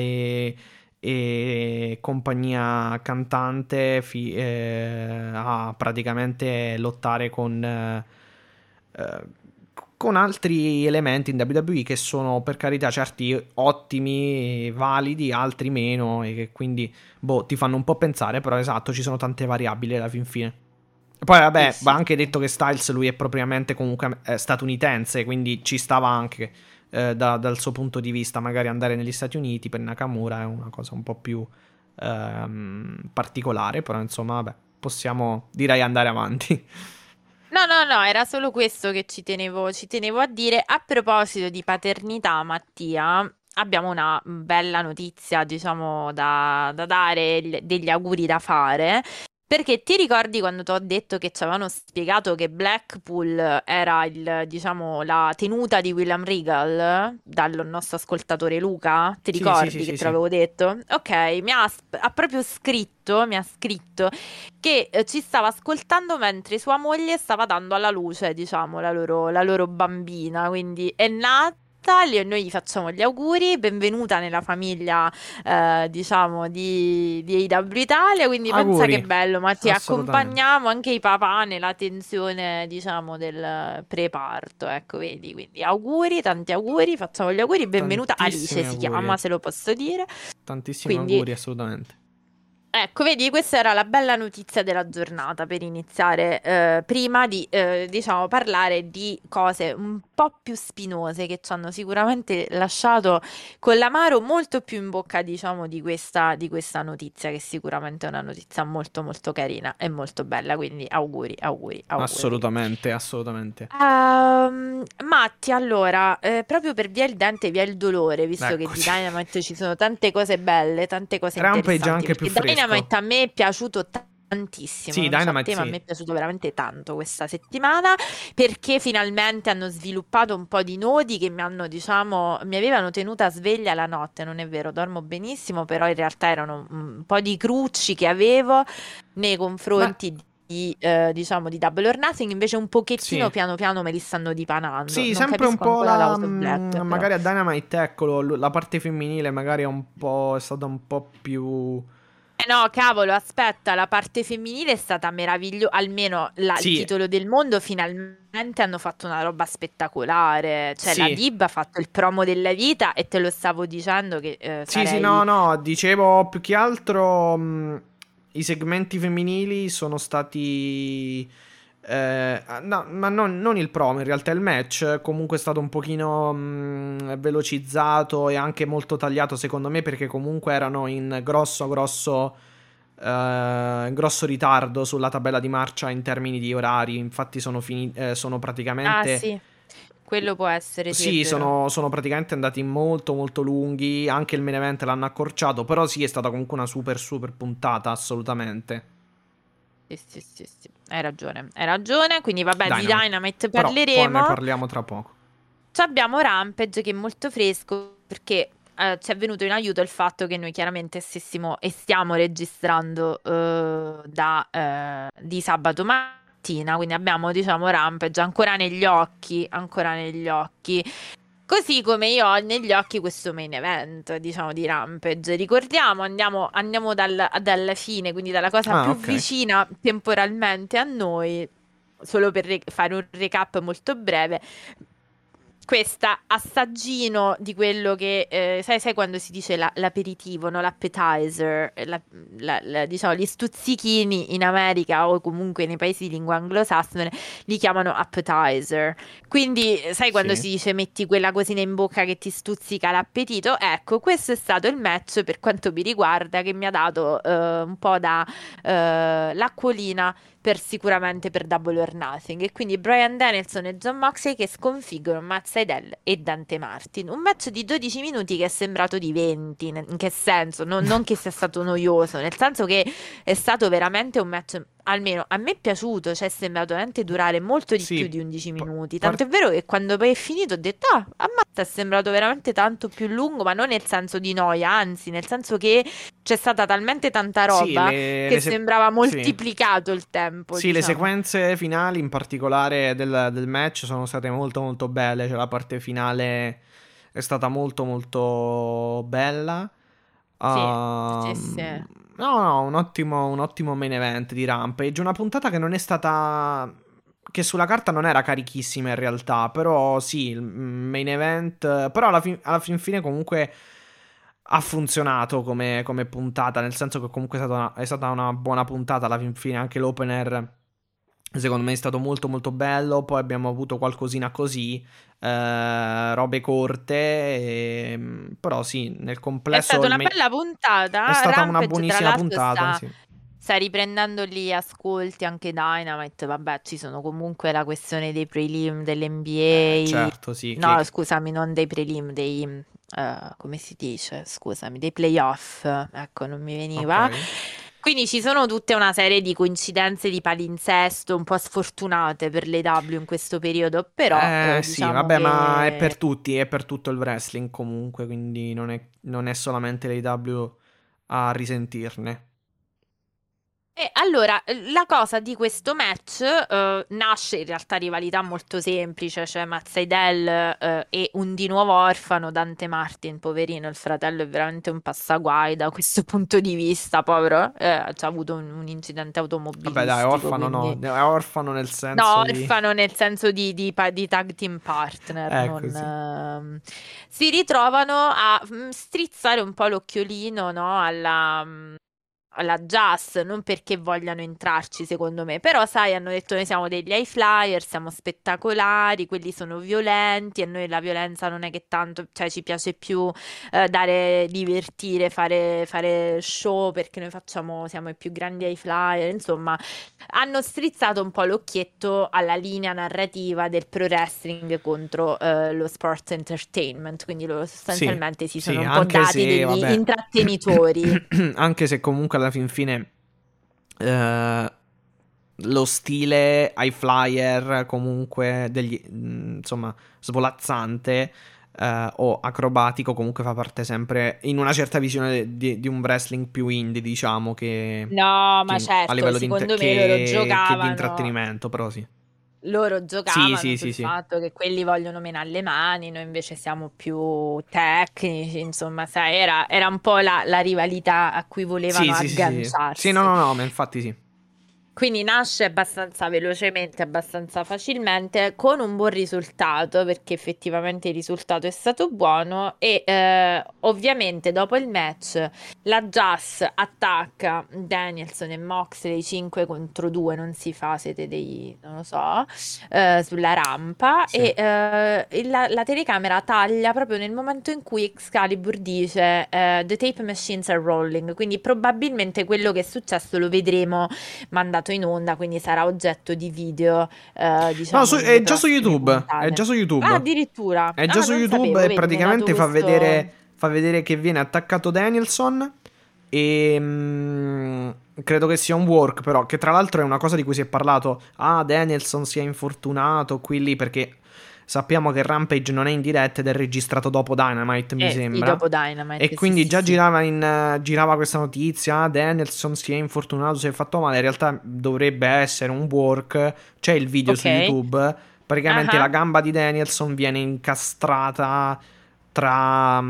e compagnia cantante a praticamente lottare eh, con altri elementi in WWE che sono, per carità, certi ottimi, validi, altri meno, e che quindi ti fanno un po' pensare, però esatto, ci sono tante variabili alla fin fine. E poi vabbè, Sì. va anche detto che Styles lui è propriamente comunque statunitense, quindi ci stava anche dal suo punto di vista magari andare negli Stati Uniti. Per Nakamura è una cosa un po' più particolare, però insomma vabbè, possiamo direi andare avanti. No, era solo questo che ci tenevo a dire. A proposito di paternità, Mattia, abbiamo una bella notizia, diciamo, da dare, degli auguri da fare. Perché ti ricordi quando ti ho detto che ci avevano spiegato che Blackpool era diciamo, la tenuta di William Regal dal nostro ascoltatore Luca? Ti Sì, sì, ricordi sì, che sì, te sì. l'avevo detto? Ok, ha proprio scritto, mi ha scritto che ci stava ascoltando mentre sua moglie stava dando alla luce, diciamo, la loro bambina. Quindi è nata. E noi gli facciamo gli auguri, benvenuta nella famiglia diciamo di AW Italia, quindi pensa che Auguri, bello, ma ti assolutamente. accompagniamo anche i papà nella tensione diciamo del preparto, ecco vedi, quindi auguri, tanti auguri, facciamo gli auguri, benvenuta Alice Tantissimi si auguri, chiama, se lo posso dire, tantissimi quindi auguri, assolutamente. ecco, vedi, questa era la bella notizia della giornata per iniziare, prima di, diciamo, parlare di cose un po' più spinose che ci hanno sicuramente lasciato con l'amaro molto più in bocca, diciamo, di questa notizia, che sicuramente è una notizia molto molto carina e molto bella, quindi auguri, auguri, auguri. Assolutamente, assolutamente. Matti, allora, proprio per via il dente, via il dolore, visto che di Eccoci. Dynamite ci sono tante cose belle, tante cose Rampage è interessanti, anche più perché fresco. Dynamite a me è piaciuto tantissimo, Sì, non so a Dynamite te, ma a me sì. è piaciuto veramente tanto questa settimana, perché finalmente hanno sviluppato un po' di nodi che mi hanno, diciamo, mi avevano tenuta sveglia la notte, non è vero, dormo benissimo, però in realtà erano un po' di crucci che avevo nei Beh, confronti diciamo di Double or Nothing, invece un pochettino sì. piano piano me li stanno dipanando. Sì, Non sempre un capisco po' ancora la House of Black, però. magari a Dynamite, eccolo, la parte femminile magari è stata un po' più... No, cavolo, aspetta, la parte femminile è stata meravigliosa, almeno il Sì, titolo del mondo finalmente hanno fatto una roba spettacolare, cioè la sì. Dib ha fatto il promo della vita e te lo stavo dicendo che Sì, sì, no, sarei. no, dicevo più che altro i segmenti femminili sono stati... no, ma non il promo, in realtà il match comunque è stato un pochino velocizzato e anche molto tagliato secondo me, perché comunque erano in grosso ritardo sulla tabella di marcia in termini di orari. Infatti sono Ah, praticamente... sì, quello può essere, sì, è Sì, vero. sono praticamente andati molto molto lunghi. Anche il main event l'hanno accorciato. Però sì, è stata comunque una super super puntata, assolutamente. Sì, hai ragione, quindi vabbè, di Dynamite. Dynamite Però poi ne parleremo. parliamo tra poco. Ci abbiamo Rampage che è molto fresco perché ci è venuto in aiuto il fatto che noi chiaramente stessimo e stiamo registrando di sabato mattina, quindi abbiamo diciamo Rampage ancora negli occhi, ancora negli occhi. Così come io ho negli occhi questo main event, diciamo, di Rampage. Ricordiamo, andiamo dalla fine, quindi dalla cosa Ah, più ok. vicina temporalmente a noi, solo per fare un recap molto breve. Questa assaggino di quello che sai quando si dice l'aperitivo, no? L'appetizer, diciamo gli stuzzichini in America o comunque nei paesi di lingua anglosassone li chiamano appetizer. Quindi sai quando Sì. si dice metti quella cosina in bocca che ti stuzzica l'appetito? Ecco, questo è stato il match per quanto mi riguarda che mi ha dato un po' da l'acquolina sicuramente per Double or Nothing, e quindi Bryan Danielson e Jon Moxley che sconfiggono Matt Sydal e Dante Martin, un match di 12 minuti che è sembrato di 20. In che senso? Non che sia stato noioso, nel senso che è stato veramente un match, almeno a me è piaciuto, cioè è sembrato veramente durare molto di più Sì. di 11 pa- minuti, par- tanto è vero che quando poi è finito ho detto a Matt è sembrato veramente tanto più lungo, ma non nel senso di noia, anzi nel senso che c'è stata talmente tanta sì, roba che sembrava sì. moltiplicato il tempo, Sì, le diciamo. sequenze finali, in particolare del match, sono state molto molto belle. Cioè, la parte finale è stata molto molto bella. Sì, sì, sì. No, no, un ottimo main event di Rampage. Una puntata che non è stata che sulla carta non era carichissima in realtà, però sì, il main event, però alla fin fine comunque ha funzionato come puntata, nel senso che comunque è stata una buona puntata alla fin fine, anche l'opener secondo me è stato molto molto bello, poi abbiamo avuto qualcosina così, robe corte, però sì, nel È complesso stata una bella puntata. è stata una Rampage, tra buonissima l'altro, puntata, sì. sta riprendendo gli ascolti anche Dynamite. Vabbè, ci sono comunque la questione dei prelim dell'NBA. Certo, sì, No, che scusami, non dei prelim, come si dice? Scusami, dei playoff. Ecco, non mi veniva. ok. Quindi ci sono tutta una serie di coincidenze di palinsesto un po' sfortunate per le W in questo periodo, però Sì, diciamo vabbè, ma è per che... tutti, è per tutto il wrestling comunque, quindi non è solamente l'AEW a risentirne. E allora, la cosa di questo match nasce in realtà rivalità molto semplice, cioè Matt Sydal e un di nuovo orfano Dante Martin, poverino, il fratello è veramente un passaguai da questo punto di vista, povero, c'ha avuto un incidente Vabbè, dai, automobilistico, orfano no, quindi... è orfano nel No, senso di... orfano nel senso di tag team partner, Ecco, non, sì. si ritrovano a strizzare un po' l'occhiolino, no, alla Jazz, non perché vogliano entrarci, secondo me, però sai, hanno detto noi siamo degli high flyer, siamo spettacolari, quelli sono violenti e noi la violenza non è che tanto, cioè ci piace più dare, divertire, fare show perché noi siamo i più grandi high flyer, insomma, hanno strizzato un po' l'occhietto alla linea narrativa del pro wrestling contro lo sports entertainment, quindi loro Sì, sostanzialmente si sì, sono un po' anche dati se, degli vabbè, intrattenitori. anche se comunque alla fin fine eh, lo stile high flyer comunque insomma, svolazzante o acrobatico comunque fa parte sempre in una certa visione di un wrestling più indie, diciamo, No, ma a certo, livello secondo me che di intrattenimento, però sì. loro Sì, giocavano sì, sul sì, sì. fatto che quelli vogliono meno alle mani, noi invece siamo più tecnici, insomma, sai, era un po' la rivalità a cui volevano Sì, sì, sì, sì. Sì, no, agganciarsi. no, no, ma infatti sì. Quindi nasce abbastanza velocemente, abbastanza facilmente, con un buon risultato, perché effettivamente il risultato è stato buono e ovviamente dopo il match la Jazz attacca Danielson e Moxley 5 contro 2, non si fa, siete dei, non lo so, sulla rampa Sì. e la telecamera taglia proprio nel momento in cui Excalibur dice The tape machines are rolling, quindi probabilmente quello che è successo lo vedremo mandato in onda, quindi sarà oggetto di video, No, diciamo, nelle è già su prossime YouTube. È puntate. già su Ah, YouTube. addirittura. È già Ah, su non YouTube sapevo, e vedi, mi hai dato praticamente questo... fa vedere che viene attaccato Danielson. E credo che sia un work, però. Che tra l'altro è una cosa di cui si è parlato. Ah, Danielson si è infortunato qui lì. Perché sappiamo che Rampage non è in diretta ed è registrato dopo Dynamite, mi Sì, sembra. dopo E Dynamite, sì, quindi sì, già sì. girava questa notizia. Ah, Danielson si è infortunato, si è fatto male. In realtà dovrebbe essere un work. C'è il video su Ok. YouTube. Praticamente la Ah. gamba di Danielson viene incastrata tra,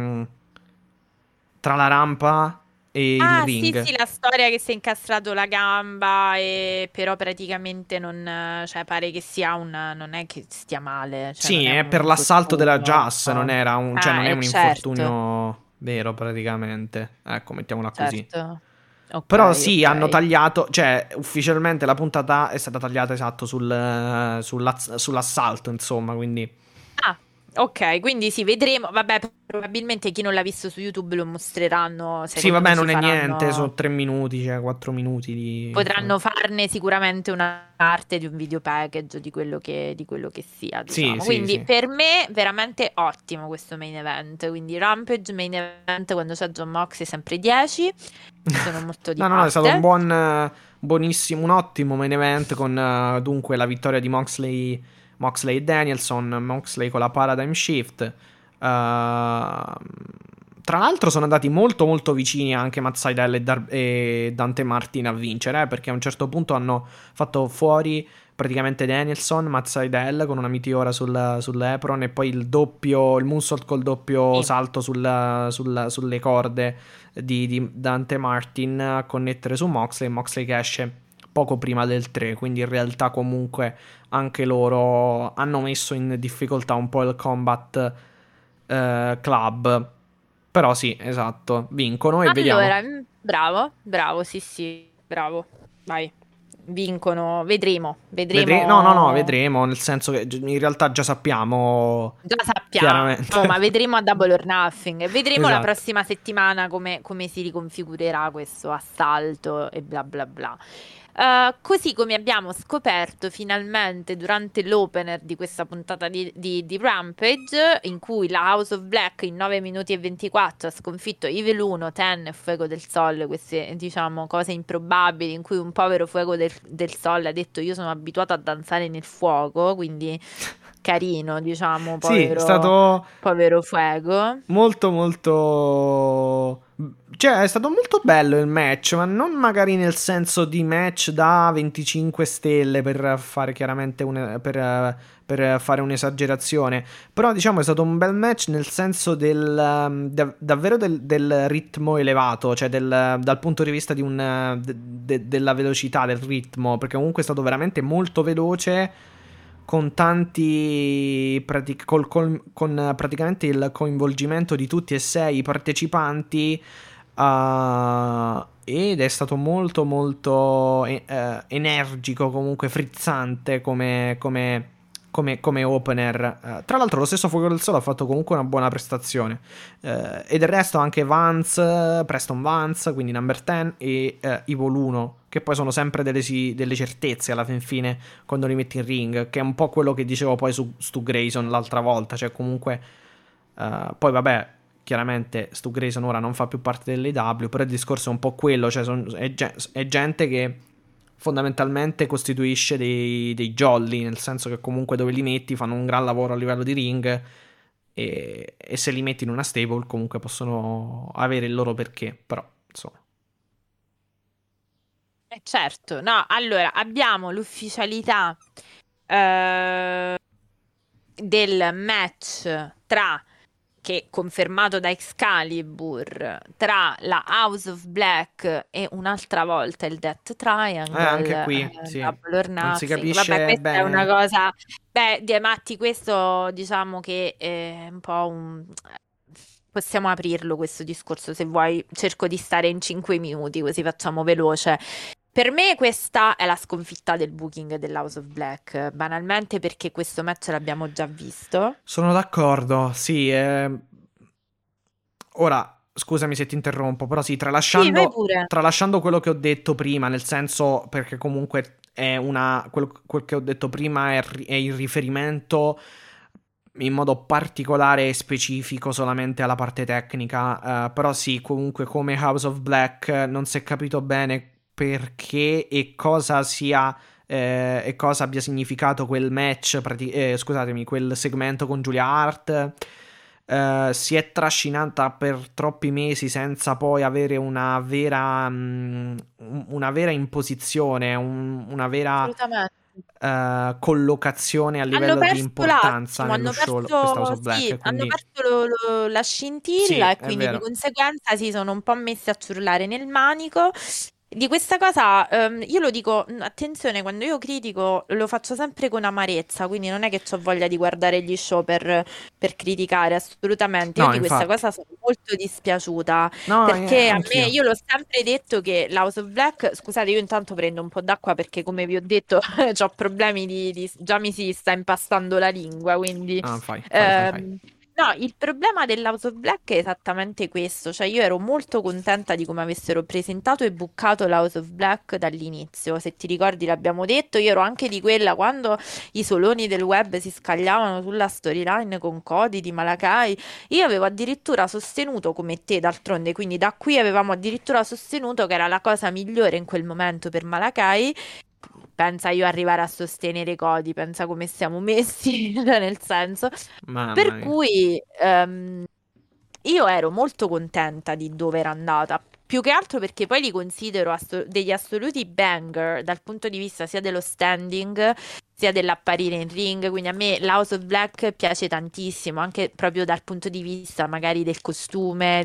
tra la rampa e il Ah, sì, ring. sì, la storia che si è incastrato la gamba e però praticamente non, cioè pare che sia non è che stia male, cioè non Sì, è è un per l'assalto della infortunio. Jazz, non era cioè non è un Certo, infortunio vero praticamente. Ecco, mettiamola così. certo. Ok, Però sì, hanno ok. tagliato, cioè ufficialmente la puntata è stata tagliata esatto sull'assalto, insomma, quindi... Ah, ok, quindi sì, vedremo. Vabbè, probabilmente chi non l'ha visto su YouTube lo mostreranno. Sì, Secondo vabbè, me ci non è niente, sono faranno. 3 minuti, cioè 4 minuti di... Potranno farne sicuramente una parte di un video package di quello che sia, Sì, diciamo. sì, Quindi sì. per me veramente ottimo questo main event. Quindi Rampage main event quando c'è John Moxley sempre 10. Sono molto di No, no, no, è stato un parte. buonissimo, un ottimo main event con dunque la vittoria di Moxley e Danielson, Moxley con la Paradigm Shift. Tra l'altro sono andati molto molto vicini anche Matt Sydal e Dante Martin a vincere, perché a un certo punto hanno fatto fuori praticamente Danielson, Matt Sydal con una meteora sull'apron e poi il moonsault col doppio Sì. salto sulle corde di Dante Martin a connettere su Moxley che esce poco prima del 3, quindi in realtà comunque anche loro hanno messo in difficoltà un po' il Combat Club. Però sì, esatto, vincono e vediamo. Allora, bravo, sì, bravo. Vai, vincono, vedremo. No, vedremo, nel senso che in realtà già sappiamo Già sappiamo, chiaramente. ma vedremo a Double or Nothing. Vedremo la Esatto. prossima settimana come si riconfigurerà questo assalto e bla bla bla. Così come abbiamo scoperto finalmente durante l'opener di questa puntata di Rampage, in cui la House of Black in 9 minuti e 24 ha sconfitto Evil 1, Ten e Fuego del Sol, queste diciamo cose improbabili, in cui un povero Fuego del Sol ha detto io sono abituato a danzare nel fuoco, quindi carino, diciamo, Sì, è stato povero Fuego. molto. Cioè, è stato molto bello il match, ma non magari nel senso di match da 25 stelle per fare chiaramente per fare un'esagerazione. Però, diciamo, è stato un bel match nel senso davvero del ritmo elevato, cioè dal punto di vista della velocità del ritmo, perché comunque è stato veramente molto veloce, con tanti con praticamente il coinvolgimento di tutti e 6 i partecipanti, ed è stato molto molto energico, comunque frizzante come opener. Tra l'altro lo stesso Fuoco del Sole ha fatto comunque una buona prestazione, e del resto anche Preston Vance, quindi Number 10 e Evil 1, che poi sono sempre delle certezze alla fin fine quando li metti in ring, che è un po' quello che dicevo poi su Stu Grayson l'altra volta, cioè comunque poi vabbè, chiaramente Stu Grayson ora non fa più parte dell'AEW, però il discorso è un po' quello, cioè è gente che fondamentalmente costituisce dei jolly, nel senso che comunque dove li metti fanno un gran lavoro a livello di ring, e se li metti in una stable comunque possono avere il loro perché, però insomma. Certo, no, allora abbiamo l'ufficialità del match che confermato da Excalibur, tra la House of Black e un'altra volta il Death Triangle, Anche qui, sì, Double or non si Nothing. capisce Vabbè, questa è una bene. cosa. Beh, Matti, questo diciamo che è un po' un. Possiamo aprirlo questo discorso se vuoi. Cerco di stare in 5 minuti, così facciamo veloce. Per me questa è la sconfitta del booking dell'House of Black, banalmente perché questo match l'abbiamo già visto. Sono d'accordo, sì. Ora, scusami se ti interrompo, però sì, Sì, vai pure. tralasciando quello che ho detto prima, nel senso, perché comunque quel che ho detto prima è il riferimento in modo particolare e specifico solamente alla parte tecnica, però sì, comunque come House of Black non si è capito bene perché e cosa sia e cosa abbia significato quel match, scusatemi, quel segmento con Julia Hart. Si è trascinata per troppi mesi senza poi avere una vera imposizione, una vera Assolutamente. collocazione a Hanno livello di perso importanza l'attimo, nello hanno show, questa House perso, of sì, Black, hanno quindi perso la scintilla sì, e è quindi di vero. conseguenza si sono un po' messi a ciurlare nel manico. Di questa cosa, io lo dico, attenzione, quando io critico lo faccio sempre con amarezza, quindi non è che ho voglia di guardare gli show per criticare, assolutamente. Io No, di questa infatti. cosa sono molto dispiaciuta, No, perché a me, anch'io. io l'ho sempre detto che l'House of Black, scusate, io intanto prendo un po' d'acqua perché come vi ho detto ho problemi già mi si sta impastando la lingua, quindi. Ah, fai. ehm, No, il problema dell'House of Black è esattamente questo, cioè io ero molto contenta di come avessero presentato e bookato l'House of Black dall'inizio, se ti ricordi l'abbiamo detto, io ero anche di quella quando i soloni del web si scagliavano sulla storyline con Cody di Malakai, io avevo addirittura sostenuto come te d'altronde, quindi da qui avevamo addirittura sostenuto che era la cosa migliore in quel momento per Malakai. Pensa io arrivare a sostenere Cody, pensa come siamo messi, cioè, nel senso. Mamma Per mia. cui io ero molto contenta di dove era andata, più che altro perché poi li considero degli assoluti banger dal punto di vista sia dello standing sia dell'apparire in ring, quindi a me l'House of Black piace tantissimo, anche proprio dal punto di vista magari del costume,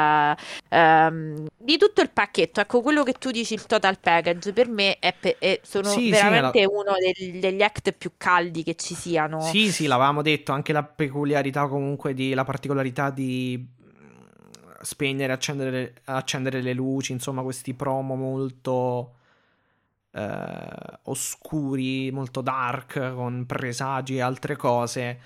di tutto il pacchetto. Ecco, quello che tu dici, il total package, per me sono Sì, sì, veramente uno degli act più caldi che ci siano. sì, sì, l'avevamo detto, anche la peculiarità comunque la particolarità di spegnere e accendere le luci, insomma, questi promo molto oscuri, molto dark, con presagi e altre cose.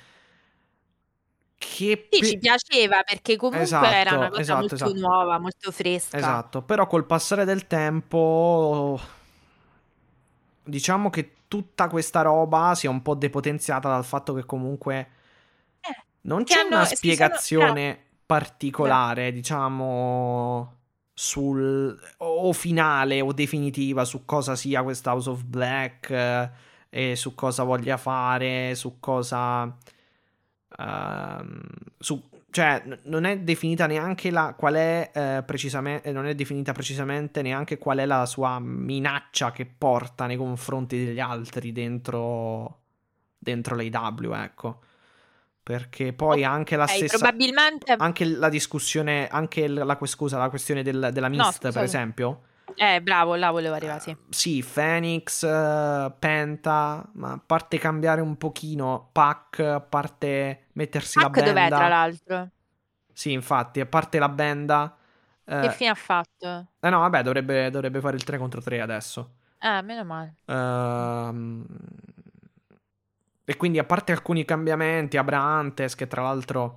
Sì, ci piaceva perché comunque era una Esatto, cosa esatto, molto esatto. nuova, molto fresca. Esatto, però col passare del tempo diciamo che tutta questa roba si è un po' depotenziata dal fatto che comunque non Che c'è una si sono, bravo, spiegazione bravo. particolare, diciamo, o finale o definitiva su cosa sia questa House of Black, e su cosa voglia fare, su cosa ehm, cioè non è definita neanche qual è precisamente, non è definita precisamente neanche qual è la sua minaccia che porta nei confronti degli altri dentro l'AEW, ecco. Perché poi anche la Ok, stessa, probabilmente. anche la discussione, anche scusa, la questione della No, Mist, per scusa. esempio. Bravo, là volevo arrivare, sì. Sì, Phoenix, Penta, ma a parte cambiare un pochino Pac, a parte mettersi la Hack dov'è, tra benda. l'altro? Sì, infatti, a parte la benda. Che Eh, fine ha fatto? no, vabbè, dovrebbe fare il 3 contro 3 adesso. Meno male. Ehm, e quindi, a parte alcuni cambiamenti, Abrantes, che tra l'altro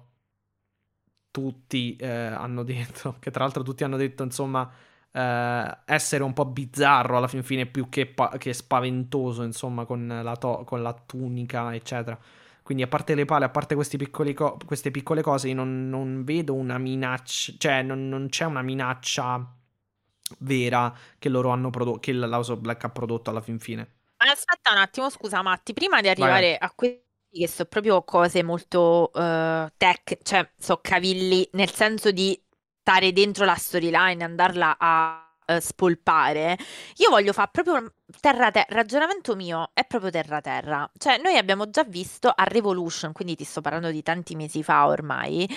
tutti hanno detto, insomma, essere un po' bizzarro alla fin fine, più che spaventoso, insomma, con con la tunica, eccetera. Quindi, a parte le pale, a parte queste piccole cose, io non vedo una minaccia, cioè non c'è una minaccia vera che loro hanno prodotto, che l'House of Black ha prodotto alla fin fine. Aspetta un attimo, scusa Matti, prima di Vai, vai. arrivare a questi che sono proprio cose molto cioè so cavilli, nel senso di stare dentro la storyline, andarla a spolpare, io voglio fare proprio ragionamento mio è proprio terra-terra. Cioè noi abbiamo già visto a Revolution, quindi ti sto parlando di tanti mesi fa ormai,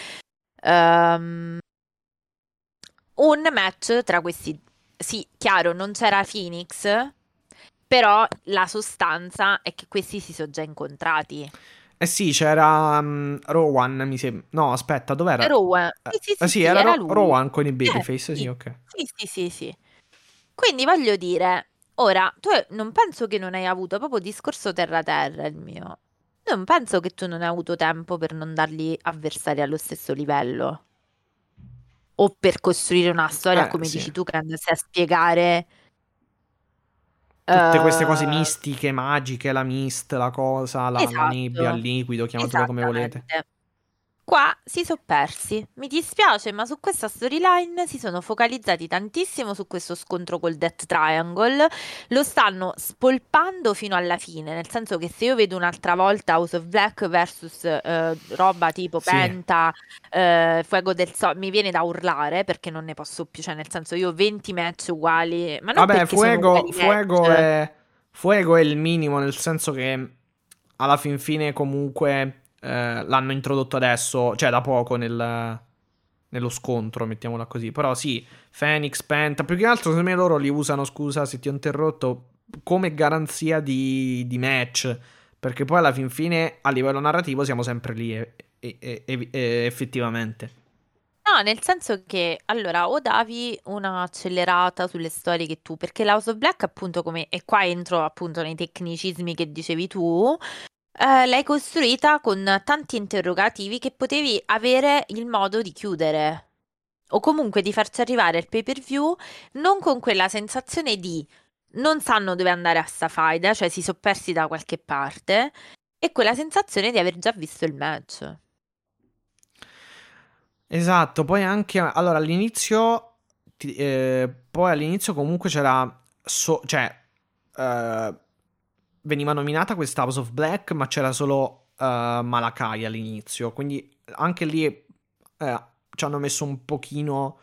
ehm, un match tra questi. Sì, chiaro, non c'era Phoenix, però la sostanza è che questi si sono già incontrati. Eh sì, c'era Rowan, mi sembra. No, aspetta, dov'era? Rowan, sì, sì, sì, Sì, sì, era era lui. Rowan con i Babyface, sì, Sì, ok. sì, sì, sì, sì. Quindi voglio dire, ora, tu non penso che non hai avuto proprio discorso terra-terra il mio. Non penso che tu non hai avuto tempo per non dargli avversari allo stesso livello. O per costruire una storia, come Sì. dici tu, che andasse a spiegare. Tutte queste cose eh, mistiche, magiche, la mist, la cosa, la nebbia, il esatto, liquido, chiamatelo come volete. esattamente. Qua si sono persi. Mi dispiace, ma su questa storyline si sono focalizzati tantissimo su questo scontro col Death Triangle. Lo stanno spolpando fino alla fine, nel senso che se io vedo un'altra volta House of Black versus roba tipo Sì. Penta, Fuego del Sol, mi viene da urlare perché non ne posso più. Cioè, nel senso, io ho 20 match uguali, ma non Vabbè, perché sono uguali match. Fuego è il minimo, nel senso che alla fin fine comunque l'hanno introdotto adesso, cioè da poco nello scontro, mettiamola così. Però sì, Phoenix, Penta, più che altro secondo me loro li usano, scusa se ti ho interrotto, come garanzia di match, perché poi alla fin fine a livello narrativo siamo sempre lì, effettivamente. No, nel senso che allora o davi una accelerata sulle storie che tu, perché l'House of Black, appunto, come, e qua entro appunto nei tecnicismi che dicevi tu, l'hai costruita con tanti interrogativi che potevi avere il modo di chiudere. O comunque di farci arrivare il pay-per-view non con quella sensazione di non sanno dove andare a sta faida, cioè si sono persi da qualche parte, e quella sensazione di aver già visto il match. Esatto, poi anche allora all'inizio poi all'inizio comunque c'era cioè eh, veniva nominata questa House of Black, ma c'era solo Malakai all'inizio, quindi anche lì ci hanno messo un pochino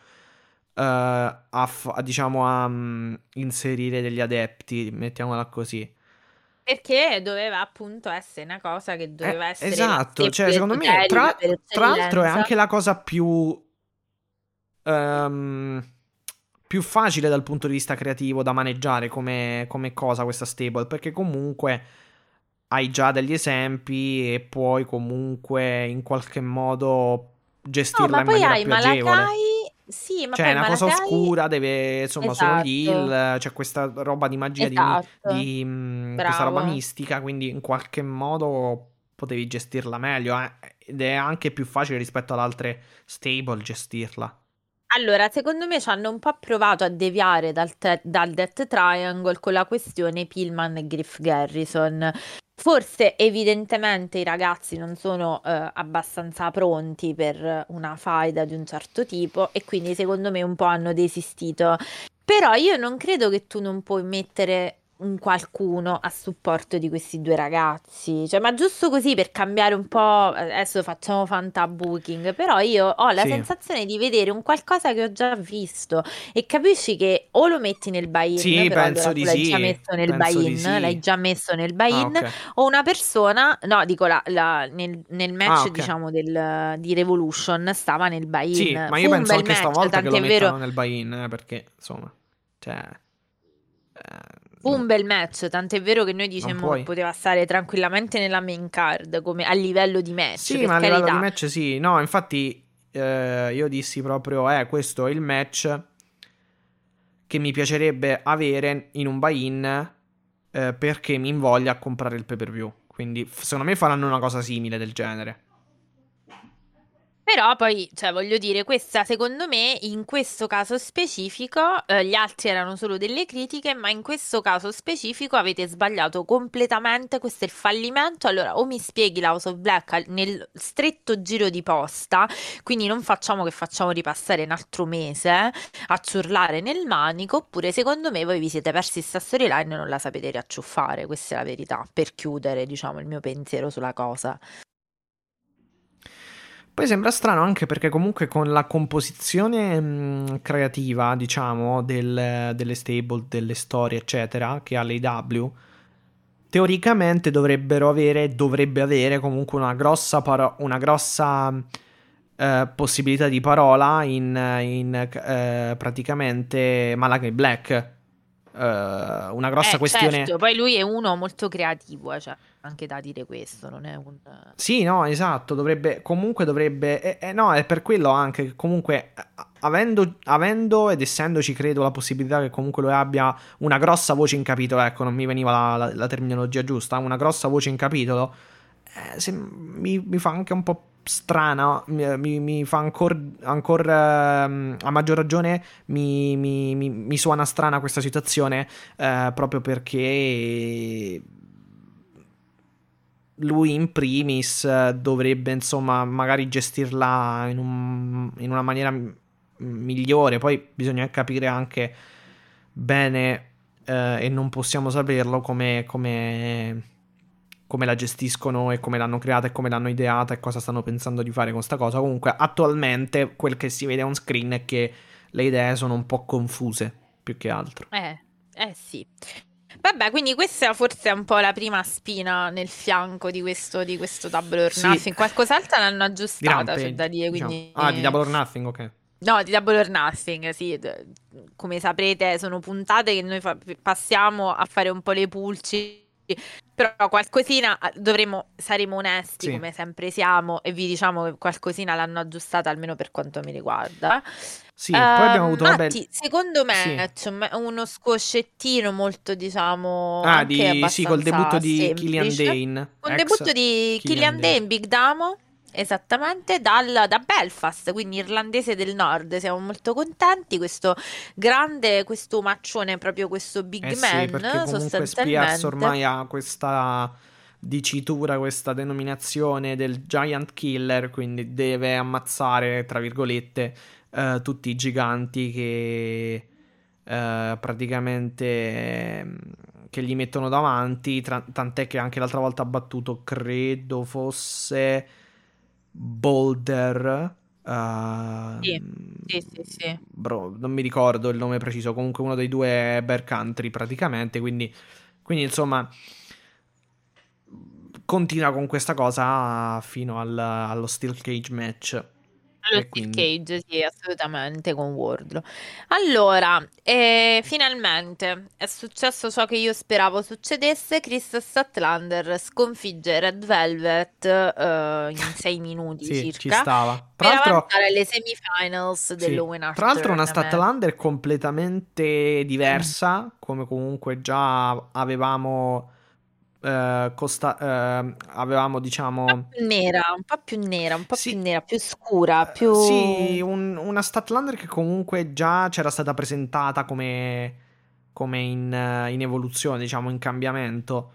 diciamo a inserire degli adepti, mettiamola così. Perché doveva appunto essere una cosa che doveva essere Esatto, cioè secondo me esoterica per tra l'altro è eccellenza. anche la cosa ehm, più facile dal punto di vista creativo da maneggiare come cosa questa stable, perché comunque hai già degli esempi e puoi comunque in qualche modo No, gestirla ma in poi maniera hai più agevole. Malakai, sì, ma Cioè, è poi una cosa Malakai, oscura, deve, insomma, sono gli esatto, heal, c'è questa roba di magia, esatto, questa roba bravo. mistica, quindi in qualche modo potevi gestirla meglio, ed è anche più facile rispetto ad altre stable gestirla. Allora, secondo me ci hanno un po' provato a deviare dal Death Triangle con la questione Pillman e Griff Garrison. Forse, evidentemente, i ragazzi non sono abbastanza pronti per una faida di un certo tipo e quindi secondo me un po' hanno desistito. Però io non credo che tu non puoi mettere un qualcuno a supporto di questi due ragazzi, cioè, ma giusto così per cambiare un po', adesso facciamo fantabooking, però io ho la Sì, sensazione di vedere un qualcosa che ho già visto e capisci che o lo metti nel buy-in, sì, però allora tu l'hai già messo nel penso di buy-in, l'hai sì. già messo nel Ah, buy-in, ok. o una persona, no, dico nel Ah, match, ok. diciamo, di Revolution stava nel Sì, buy-in. ma io Fu un penso bel anche match, stavolta che lo tant'è vero. mettano nel buy-in, perché, insomma, cioè, Fu un bel match, tant'è vero che noi non dicemmo che puoi. poteva stare tranquillamente nella main card, come a livello di match, Sì, per ma a livello di carità. match sì. No, infatti io dissi proprio, questo è il match che mi piacerebbe avere in un buy-in perché mi invoglia a comprare il pay-per-view. Quindi secondo me faranno una cosa simile del genere. Però poi, cioè, voglio dire, questa secondo me, in questo caso specifico, gli altri erano solo delle critiche, ma in questo caso specifico avete sbagliato completamente, questo è il fallimento. Allora, o mi spieghi la House of Black nel stretto giro di posta, quindi non facciamo che facciamo ripassare un altro mese a ciurlare nel manico, oppure secondo me voi vi siete persi sta storyline e non la sapete riacciuffare, questa è la verità, per chiudere, diciamo, il mio pensiero sulla cosa. Poi sembra strano anche perché comunque con la composizione creativa, diciamo, delle stable, delle storie, eccetera, che ha l'AEW, teoricamente dovrebbe avere comunque una grossa possibilità di parola in praticamente Malachi Black. Una grossa questione. Certo, poi lui è uno molto creativo, cioè anche da dire questo, non è un... Sì, no, esatto, no, è per quello anche che comunque, avendo ed essendoci, credo, la possibilità che comunque lui abbia una grossa voce in capitolo, ecco, non mi veniva la terminologia giusta, una grossa voce in capitolo, mi fa anche un po' strana, mi fa ancora, a maggior ragione, mi suona strana questa situazione, proprio perché lui in primis dovrebbe insomma magari gestirla in una maniera migliore. Poi bisogna capire anche bene e non possiamo saperlo come la gestiscono e come l'hanno creata e come l'hanno ideata e cosa stanno pensando di fare con sta cosa. Comunque attualmente quel che si vede on screen è che le idee sono un po' confuse più che altro. Sì. Vabbè, quindi questa forse è un po' la prima spina nel fianco di questo Double or Sì, Nothing. Qualcos'altro l'hanno di aggiustata, c'è da Rampage, dire, diciamo. quindi... Ah, di Double or Nothing, ok. No, di Double or Nothing, sì. Come saprete, sono puntate che noi passiamo a fare un po' le pulci. Però qualcosina saremo onesti Sì. come sempre siamo e vi diciamo che qualcosina l'hanno aggiustata almeno per quanto mi riguarda. Sì, poi abbiamo avuto, vabbè, Matti, secondo sì. me c'è uno scoscettino molto, diciamo, anche Sì, col debutto abbastanza di Killian semplice. Dane, Un ex debutto di Killian Killian Dane. Dane, Big Damo, esattamente, da Belfast, quindi irlandese del nord. Siamo molto contenti. Questo maccione, proprio questo Eh big sì, perché man, comunque Spears sostanzialmente. ormai ha questa dicitura, questa denominazione del Giant Killer, quindi deve ammazzare, tra virgolette, tutti i giganti che praticamente che gli mettono davanti, tant'è che anche l'altra volta ha battuto, credo fosse Boulder. Sì, sì, sì, sì. Bro, non mi ricordo il nome preciso. Comunque uno dei due è Bear Country praticamente. Quindi insomma, continua con questa cosa fino allo Steel Cage match. Lo E Steel quindi Cage, sì, assolutamente con Wardlow. Allora, finalmente è successo ciò che io speravo succedesse. Chris Statlander sconfigge Red Velvet in 6 minuti sì, ci circa stava. Tra per l'altro, avanzare alle semifinals sì. dell'Owen Tra l'altro una Tournament. Statlander completamente diversa, come comunque già avevamo avevamo, diciamo, Un po' più nera, un po' più sì, nera, più scura, più... sì, una Statlander che comunque già c'era stata presentata come in evoluzione, diciamo, in cambiamento,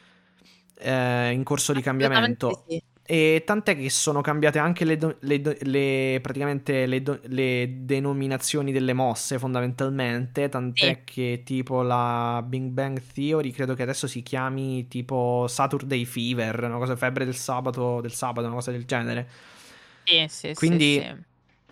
in corso di Assolutamente cambiamento. sì. E tant'è che sono cambiate anche praticamente le denominazioni delle mosse, fondamentalmente. Sì, Tant'è che tipo la Big Bang Theory credo che adesso si chiami tipo Saturday Fever, una cosa, febbre del sabato, una cosa del genere. sì, sì, sì, Quindi, sì.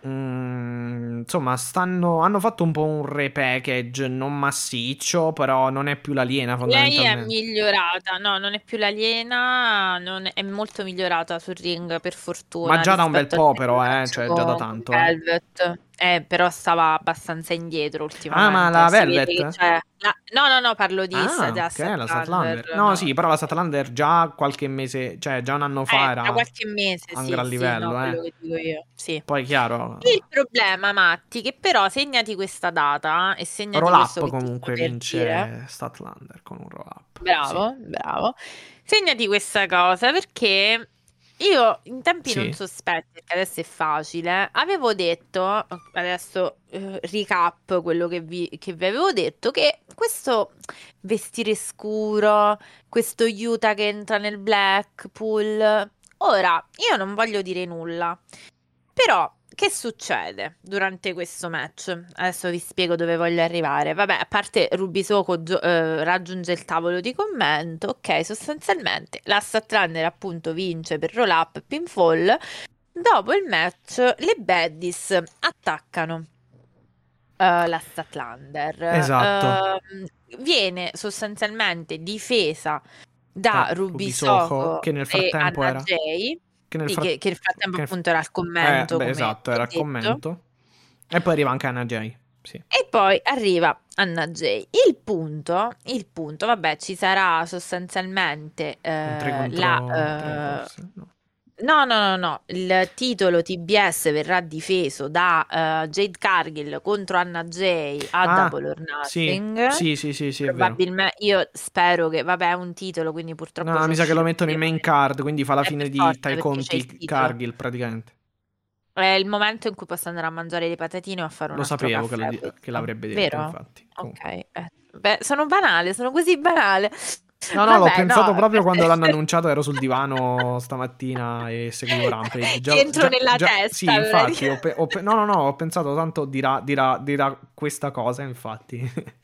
insomma, hanno fatto un po' un repackage non massiccio, però non è più l'aliena Lei è fondamentalmente. migliorata, no, non è più l'aliena, è molto migliorata sul ring per Ma fortuna già da un bel rispetto al po', primo però, match cioè già da con tanto, eh. Velvet. Però stava abbastanza indietro Ah, ma ultimamente. la Si vede che Velvet? c'è. No, no, no, parlo di Ah, da ok, la Statlander. Statlander. No, No. sì, però la Statlander già qualche mese, cioè già un anno fa Da era qualche mese, a un sì, gran sì, no, livello, eh. quello che dico io, sì. Poi, Il chiaro, problema, Matti, che però segnati questa data e segnati roll questo up che ti sto comunque per dire. vince Statlander con un roll up. Sì, Bravo, bravo. Segnati questa cosa perché io in tempi non sì, sospetti, perché adesso è facile, avevo detto, adesso recap quello che vi avevo detto, che questo vestire scuro, questo Utah che entra nel Blackpool, ora io non voglio dire nulla, però che succede durante questo match? Adesso vi spiego dove voglio arrivare. Vabbè, a parte Rubisoko raggiunge il tavolo di commento, ok, sostanzialmente la Statlander appunto vince per roll up pinfall. Dopo il match le Baddies attaccano la Statlander. esatto. Viene sostanzialmente difesa da Da Rubisoco, Rubisoko che nel e frattempo Anna era... Jay. Che nel Sì, frattempo... che nel frattempo appunto era al commento, beh, come esatto, ho era a detto. commento. E poi arriva anche Anna Jay, sì. E poi arriva Anna Jay. Il punto, vabbè, ci sarà sostanzialmente Un 3 contro 3 forse, no. No, no, no, no. Il titolo TBS verrà difeso da Jade Cargill contro Anna Jay a Ah, Double or sì, Nothing. sì, sì, sì, sì, è vero. Probabilmente, io spero che, vabbè, è un titolo, quindi purtroppo No, c'ho mi sa che lo scelto mettono in main card, quindi fa la per fine di forza Tai perché c'è il Conti titolo. Cargill praticamente. È il momento in cui posso andare a mangiare le patatine o a fare un Lo altro sapevo caffè, che questo. l'avrebbe detto, Vero? infatti. Ok. Comunque. Beh, sono banale, sono così banale. No, no, l'ho Vabbè, pensato no. proprio quando l'hanno annunciato, ero sul divano stamattina e seguivo Rampage. Ti entro nella Sì, testa, infatti, praticamente. no, no, no, ho pensato tanto dirà questa cosa, infatti.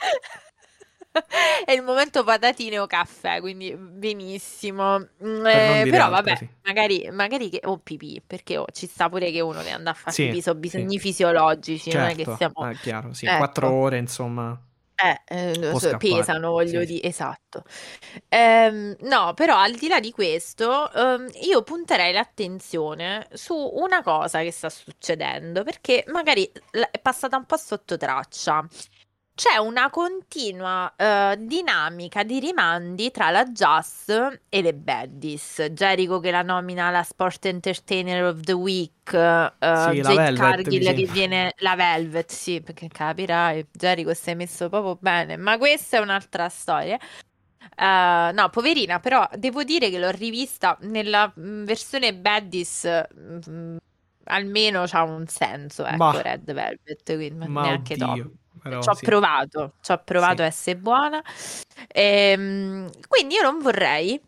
È il momento patatine o caffè, quindi benissimo. Per non dire Però altro, vabbè, sì. magari che... o pipì, perché ci sta pure che uno deve andare a fare Sì, pipì, sono sì, bisogni fisiologici, non è che certo, siamo... è chiaro, sì. 4 Ecco. ore, insomma, può scappare. Pesano, voglio Sì, sì. dire, esatto. No, però al di là di questo, io punterei l'attenzione su una cosa che sta succedendo, perché magari è passata un po' sotto traccia. C'è una continua dinamica di rimandi tra la Jazz e le Baddies. Jericho che la nomina la Sport Entertainer of the Week, Sì, la Jade Velvet, mi Cargill che sembra. viene la Velvet, sì, perché capirai, Jericho si è messo proprio bene, ma questa è un'altra storia. No, poverina, però devo dire che l'ho rivista nella versione Baddies, almeno c'ha un senso, ecco, Bah, Red Velvet, quindi ma neanche troppo. oddio, però sì. Ci ho provato Sì. a essere buona. Quindi io non vorrei,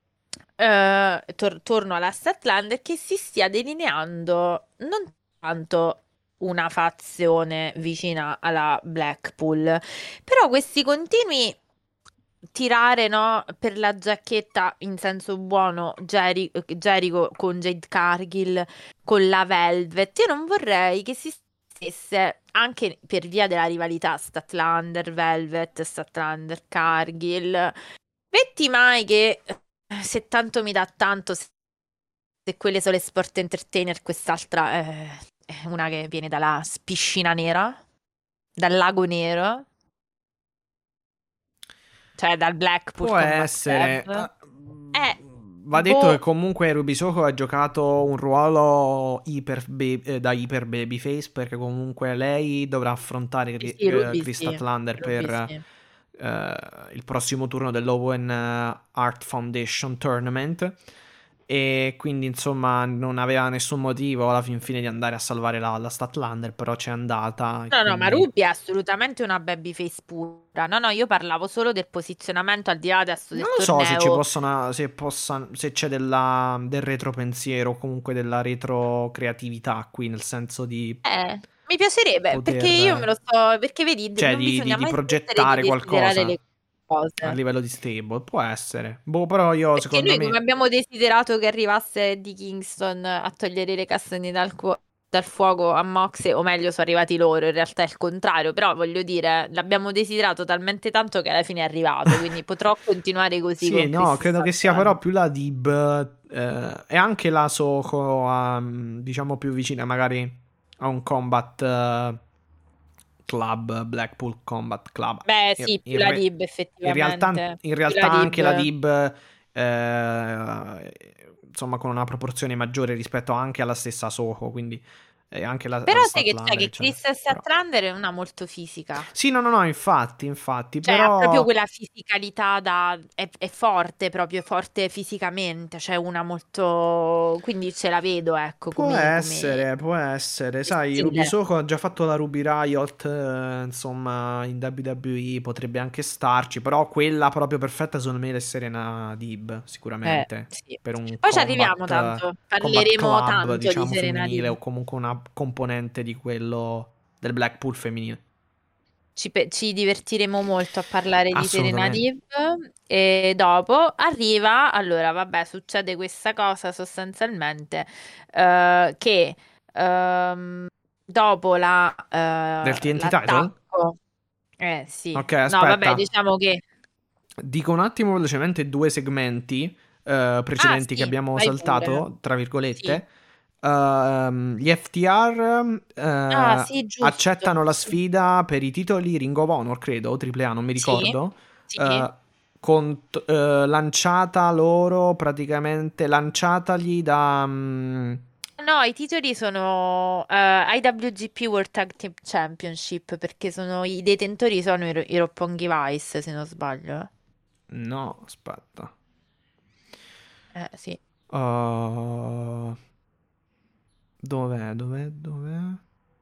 torno alla Statlander, che si stia delineando non tanto una fazione vicina alla Blackpool, però questi continui tirare, no, per la giacchetta in senso buono Jericho con Jade Cargill, con la Velvet. Io non vorrei che si stesse anche per via della rivalità Statlander Velvet, Statlander Cargill. Metti mai che Se tanto mi dà tanto, se quelle sono le sport entertainer, quest'altra è una che viene dalla piscina nera, dal lago nero, cioè dal Blackpool Può Combat essere. Club. Va detto che Boh, comunque Ruby Soho ha giocato un ruolo da iper babyface, perché comunque lei dovrà affrontare sì, sì, Ruby Krista sì, Statlander Ruby per sì. il prossimo turno dell'Owen Art Foundation Tournament. E quindi insomma non aveva nessun motivo alla fin fine di andare a salvare la Statlander, però c'è andata e No, no, ma quindi... Ruby è assolutamente una babyface pura. No, no, io parlavo solo del posizionamento al di là adesso Non del lo so se ci torneo. possano, se c'è del retropensiero o comunque della retrocreatività qui, nel senso di Mi piacerebbe, perché poter, io me lo so, perché vedi, cioè non bisogna di mai smettere di progettare desiderare qualcosa le a cose. livello di stable. Può essere. Boh, però io, Perché secondo noi come me... abbiamo desiderato che arrivasse Eddie Kingston a togliere le castagne dal fuoco a Moxe, o meglio, sono arrivati loro, in realtà è il contrario, però voglio dire, l'abbiamo desiderato talmente tanto che alla fine è arrivato, quindi potrò continuare così Sì, con no, Chris credo che sia però Statlander. più la Dib e anche la Soho, diciamo più vicina magari a un combat club, Blackpool Combat Club. Beh, In, sì, più in la re- Dib effettivamente, in più realtà la anche la Dib. Dib, insomma, con una proporzione maggiore rispetto anche alla stessa Soho, quindi anche Però la sai che c'è Statlander, che eccetera. Chris Però... Statlander è una molto fisica. Sì, no, no, no, infatti, Cioè, ha proprio però... quella fisicalità è forte, proprio forte fisicamente, cioè una molto... Quindi ce la vedo, ecco, come Può essere. Sai, Ruby stile. Soho ha già fatto la Ruby Riot, insomma, in WWE potrebbe anche starci, però quella proprio perfetta secondo me è Serena Dib, sicuramente, Sì. per un Poi ci arriviamo tanto, combat parleremo club, tanto di diciamo, Serena femminile Deeb. o comunque una componente di quello del Blackpool femminile. Ci divertiremo molto a parlare di Serena Assolutamente. Deeb e dopo arriva, allora vabbè, succede questa cosa sostanzialmente che dopo Del TNT title? l'attacco, sì, Ok, no vabbè, aspetta. diciamo che, Dico un attimo velocemente due segmenti ah precedenti che sì, abbiamo vai pure, saltato, tra sì, virgolette. Gli FTR ah sì, giusto, accettano la sì, sfida per i titoli Ring of Honor, credo, o AAA, non mi sì, ricordo. sì. eh, lanciata loro, praticamente lanciatagli da... No, i titoli sono IWGP World Tag Team Championship perché i detentori sono i Roppongi Vice, se non sbaglio. no, aspetta. Sì. Uh, dov'è?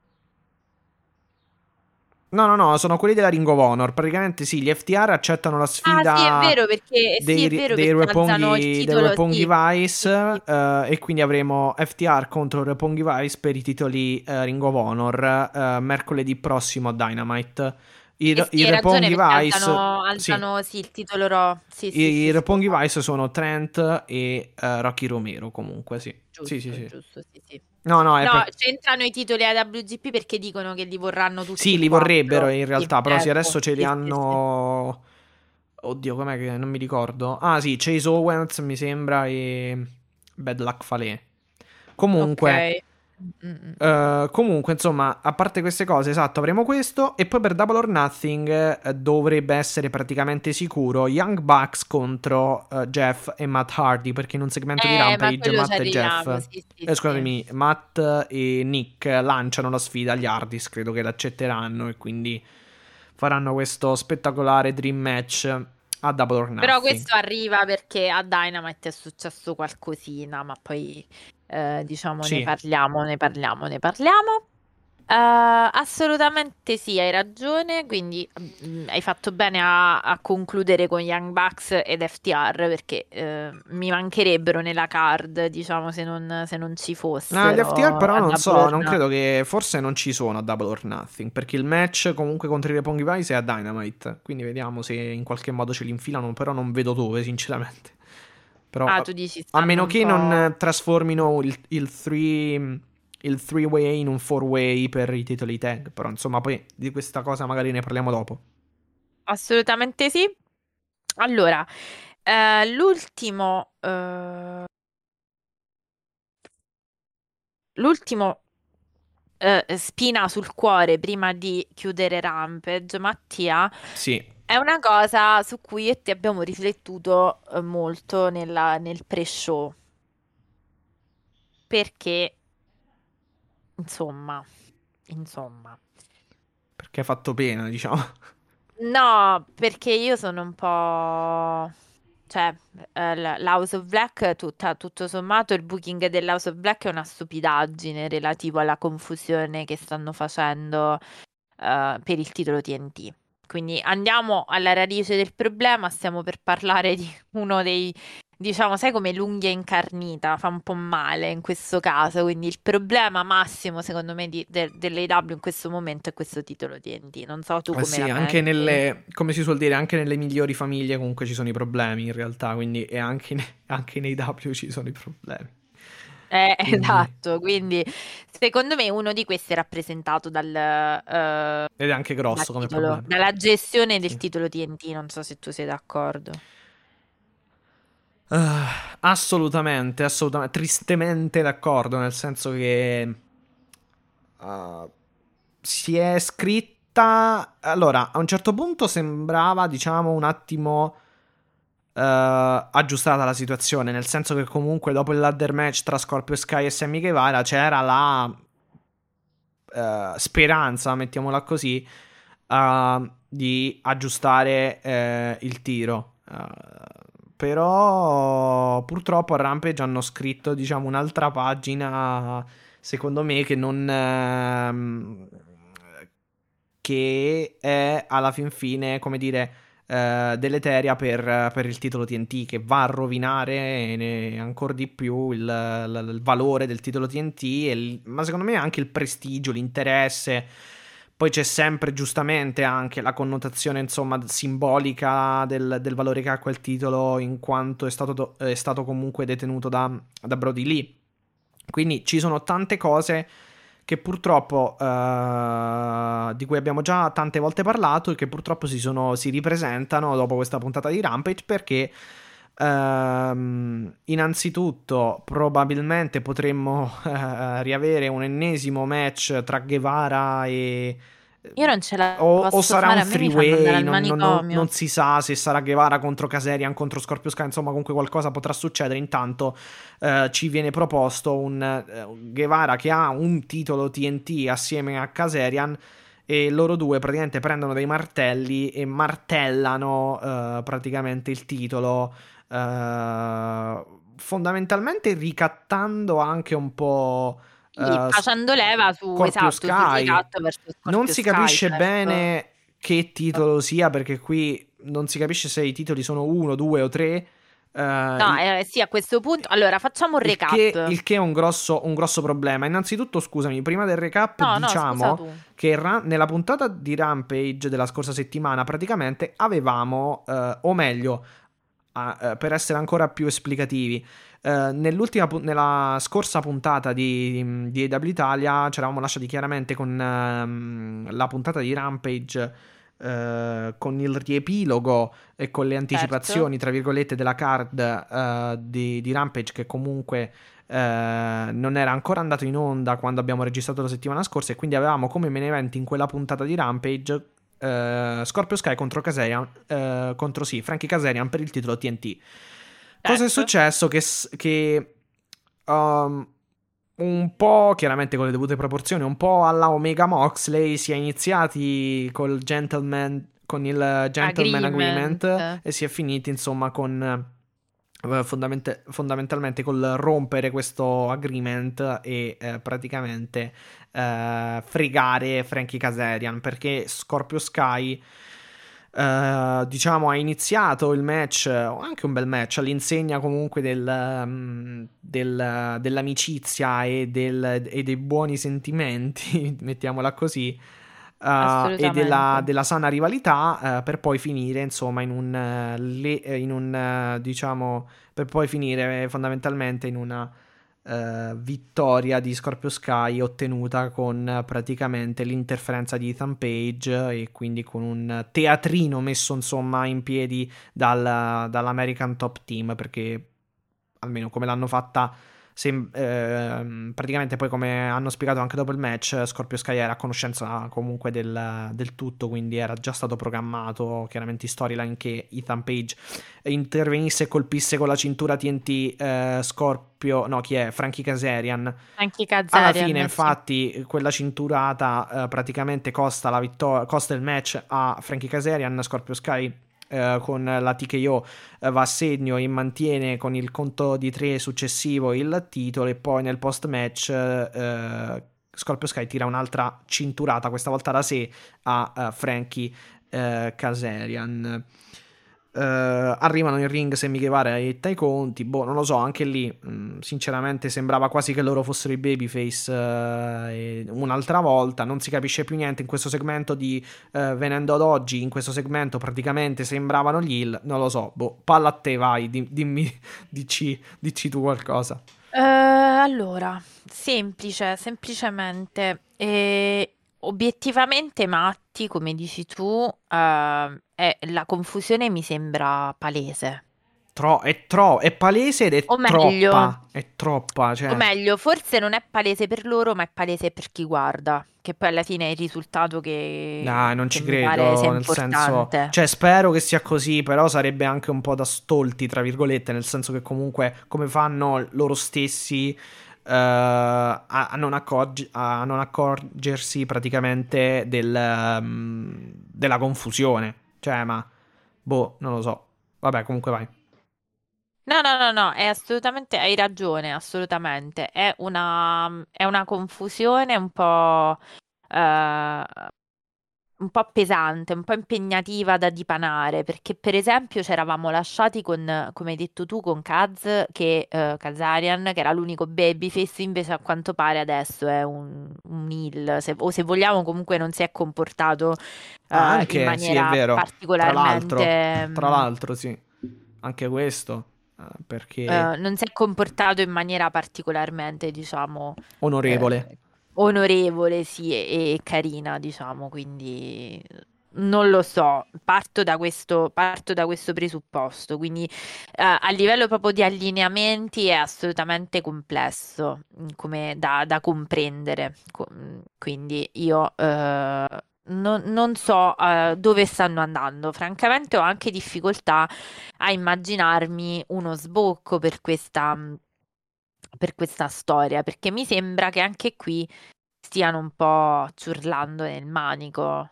No, no, no, sono quelli della Ring of Honor. Praticamente sì, gli FTR accettano la Ah, sì, è sfida vero perché, sì, è vero dei perché alzano il titolo, Roppongi sì, sì, Vice sì. e quindi avremo FTR contro Roppongi Vice per i titoli Ring of Honor mercoledì prossimo a Dynamite. Sì, sì, I hai ragione Roppongi perché Vice, sì, alzano, sì, il titolo Raw. Sì, sì, i sì, Roppongi scusa. Vice sono Trent e Rocky Romero comunque, sì. Sì, sì, Giusto, sì. giusto, sì, sì. No, no, è No, per... c'entrano i titoli AWGP perché dicono che li vorranno tutti Sì, e li vorrebbero quattro. in Sì, realtà, però sì, ecco, adesso ce li sì, sì, sì. hanno... Oddio, com'è che non mi ricordo? Ah sì, Chase Owens mi sembra e Bad Luck Fale. Ok. Comunque, Mm. comunque, insomma, a parte queste cose, esatto, avremo questo. E poi per Double or Nothing dovrebbe essere praticamente sicuro Young Bucks contro Jeff e Matt Hardy, perché in un segmento di Ma Rampage quello ci Matt e arriviamo, Jeff... sì, sì, sì. scusatemi, Matt e Nick lanciano la sfida agli Hardys, credo che l'accetteranno e quindi faranno questo spettacolare dream match a Double or Però Nothing. questo arriva perché a Dynamite è successo qualcosina, ma poi diciamo Sì. ne parliamo. Assolutamente sì, hai ragione, quindi hai fatto bene a concludere con Young Bucks ed FTR perché mi mancherebbero nella card, diciamo, se non ci Ah, gli FTR fossero però a non Double so, or non credo Nothing. che... Forse non ci sono a Double or Nothing, perché il match comunque contro i Roppongi Vice è a Dynamite, quindi vediamo se in qualche modo ce li infilano, però non vedo dove, sinceramente. Però, Ah, tu dici a stanno meno un che non po'... trasformino il three-way in un four-way per i titoli tag, però insomma poi di questa cosa magari ne parliamo dopo. Assolutamente sì. Allora, L'ultimo, l'ultimo spina sul cuore prima di chiudere Rampage, Mattia, Sì, è una cosa su cui io e te abbiamo riflettuto molto nel pre-show, perché, insomma, insomma. perché ha fatto pena, diciamo. No, perché io sono un po'. Cioè, l'House of Black, tutto sommato, il booking dell'House of Black è una stupidaggine relativo alla confusione che stanno facendo per il titolo TNT. Quindi andiamo alla radice del problema, stiamo per parlare di uno dei, diciamo, sai come l'unghia incarnita, fa un po' male in questo caso, quindi il problema massimo secondo me dell'AEW in questo momento è questo titolo TNT, non so tu come Sì, la anche pensi. come si suol dire, anche nelle migliori famiglie comunque ci sono i problemi in realtà, quindi e anche nei W ci sono i problemi. Quindi, Esatto, quindi secondo me uno di questi è rappresentato ed è anche dal grosso come titolo, problema. dalla gestione del Sì. titolo TNT, non so se tu sei d'accordo. Assolutamente, assolutamente, tristemente d'accordo, nel senso che si è scritta. Allora, a un certo punto sembrava, diciamo, un attimo aggiustata la situazione, nel senso che comunque dopo il ladder match tra Scorpio Sky e Sammy Guevara c'era la speranza, mettiamola così, di aggiustare il tiro. Però purtroppo a Rampage hanno scritto, diciamo, un'altra pagina, secondo me, che è alla fin fine, come dire, deleteria per il titolo TNT, che va a rovinare ancora di più il valore del titolo TNT, ma secondo me anche il prestigio, l'interesse. Poi c'è sempre giustamente anche la connotazione, insomma, simbolica del valore che ha quel titolo, in quanto è stato comunque detenuto da Brody Lee. Quindi ci sono tante cose che purtroppo di cui abbiamo già tante volte parlato e che purtroppo si ripresentano dopo questa puntata di Rampage, perché innanzitutto probabilmente potremmo riavere un ennesimo match tra Guevara e Io non ce la o posso sarà fare, un a me mi fanno andare three-way, al non manicomio. si sa se sarà Guevara contro Kasarian contro Scorpio Sky, insomma comunque qualcosa potrà succedere. Intanto ci viene proposto un Guevara che ha un titolo TNT assieme a Kasarian, e loro due praticamente prendono dei martelli e martellano praticamente il titolo, fondamentalmente ricattando anche un po' Sì, facendo leva su, Scorpio esatto, sul Sky. ricatto verso Non Scorpio si Sky, capisce certo. bene che titolo sia, perché qui non si capisce se i titoli sono uno, due o tre. No, Il, sì, a questo punto, allora facciamo un recap. il che è un grosso problema. Innanzitutto, scusami, prima del recap, No, no, scusa diciamo tu. che nella puntata di Rampage della scorsa settimana, praticamente avevamo, o meglio, per essere ancora più esplicativi, nella scorsa puntata di AW Italia ci eravamo lasciati chiaramente con la puntata di Rampage, con il riepilogo e con le Certo. anticipazioni, tra virgolette, della card di Rampage, che comunque non era ancora andato in onda quando abbiamo registrato la settimana scorsa, e quindi avevamo come main event in quella puntata di Rampage Scorpio Sky contro Kazarian, contro sì, Frankie Kazarian per il titolo TNT. Cosa è Certo. successo? Che un po', chiaramente con le dovute proporzioni, un po' alla Omega Moxley, si è iniziati con il Gentleman Agreement. Agreement, e si è finiti insomma con fondamentalmente col rompere questo agreement e praticamente fregare Frankie Kazarian, perché Scorpio Sky diciamo ha iniziato il match, anche un bel match, all'insegna comunque dell'amicizia e dei buoni sentimenti, mettiamola così, e Assolutamente. della sana rivalità, per poi finire insomma diciamo, per poi finire fondamentalmente in una vittoria di Scorpio Sky ottenuta con praticamente l'interferenza di Ethan Page e quindi con un teatrino messo insomma in piedi dall'American Top Team, perché almeno come l'hanno fatta praticamente poi, come hanno spiegato anche dopo il match, Scorpio Sky era a conoscenza comunque del tutto, quindi era già stato programmato chiaramente in storyline che Ethan Page intervenisse e colpisse con la cintura TNT Scorpio, no, chi è? Frankie Kazarian. Anche Alla Kazarian, fine sì. infatti quella cinturata praticamente costa il match a Frankie Kazarian. Scorpio Sky con la TKO va a segno e mantiene con il conto di 3 successivo il titolo, e poi nel post match Scorpio Sky tira un'altra cinturata, questa volta da sé, a Frankie Kazarian. Arrivano in ring Sammy Guevara e Tai Conti. Non lo so, anche lì sinceramente sembrava quasi che loro fossero i babyface un'altra volta. Non si capisce più niente in questo segmento venendo ad oggi. In questo segmento praticamente sembravano gli heel. Non lo so, palla a te, vai, dimmi, dici tu qualcosa. Allora, semplicemente, obiettivamente Matti, come dici tu, la confusione mi sembra palese. È palese ed è O meglio, troppa, cioè. o meglio, forse non è palese per loro, ma è palese per chi guarda, che poi alla fine è il risultato che Non ci mi pare sia credo, nel senso, importante. cioè spero che sia così, però sarebbe anche un po' da stolti, tra virgolette, nel senso che comunque come fanno loro stessi a non accorgersi praticamente della confusione, cioè, ma non lo so, vabbè, comunque vai. No, è assolutamente, hai ragione, assolutamente. È una confusione un po' pesante, un po' impegnativa da dipanare, perché per esempio ci eravamo lasciati con, come hai detto tu, con Kazarian, che era l'unico babyface, invece a quanto pare adesso è un heel, o se vogliamo comunque non si è comportato in Anche, sì, è maniera vero, tra particolarmente... l'altro, sì, anche questo, perché non si è comportato in maniera particolarmente, diciamo, onorevole. onorevole, sì, e carina, diciamo, quindi non lo so, parto da questo presupposto, quindi a livello proprio di allineamenti è assolutamente complesso, come da comprendere. Quindi io non so dove stanno andando. Francamente ho anche difficoltà a immaginarmi uno sbocco per questa storia, perché mi sembra che anche qui stiano un po' ciurlando nel manico.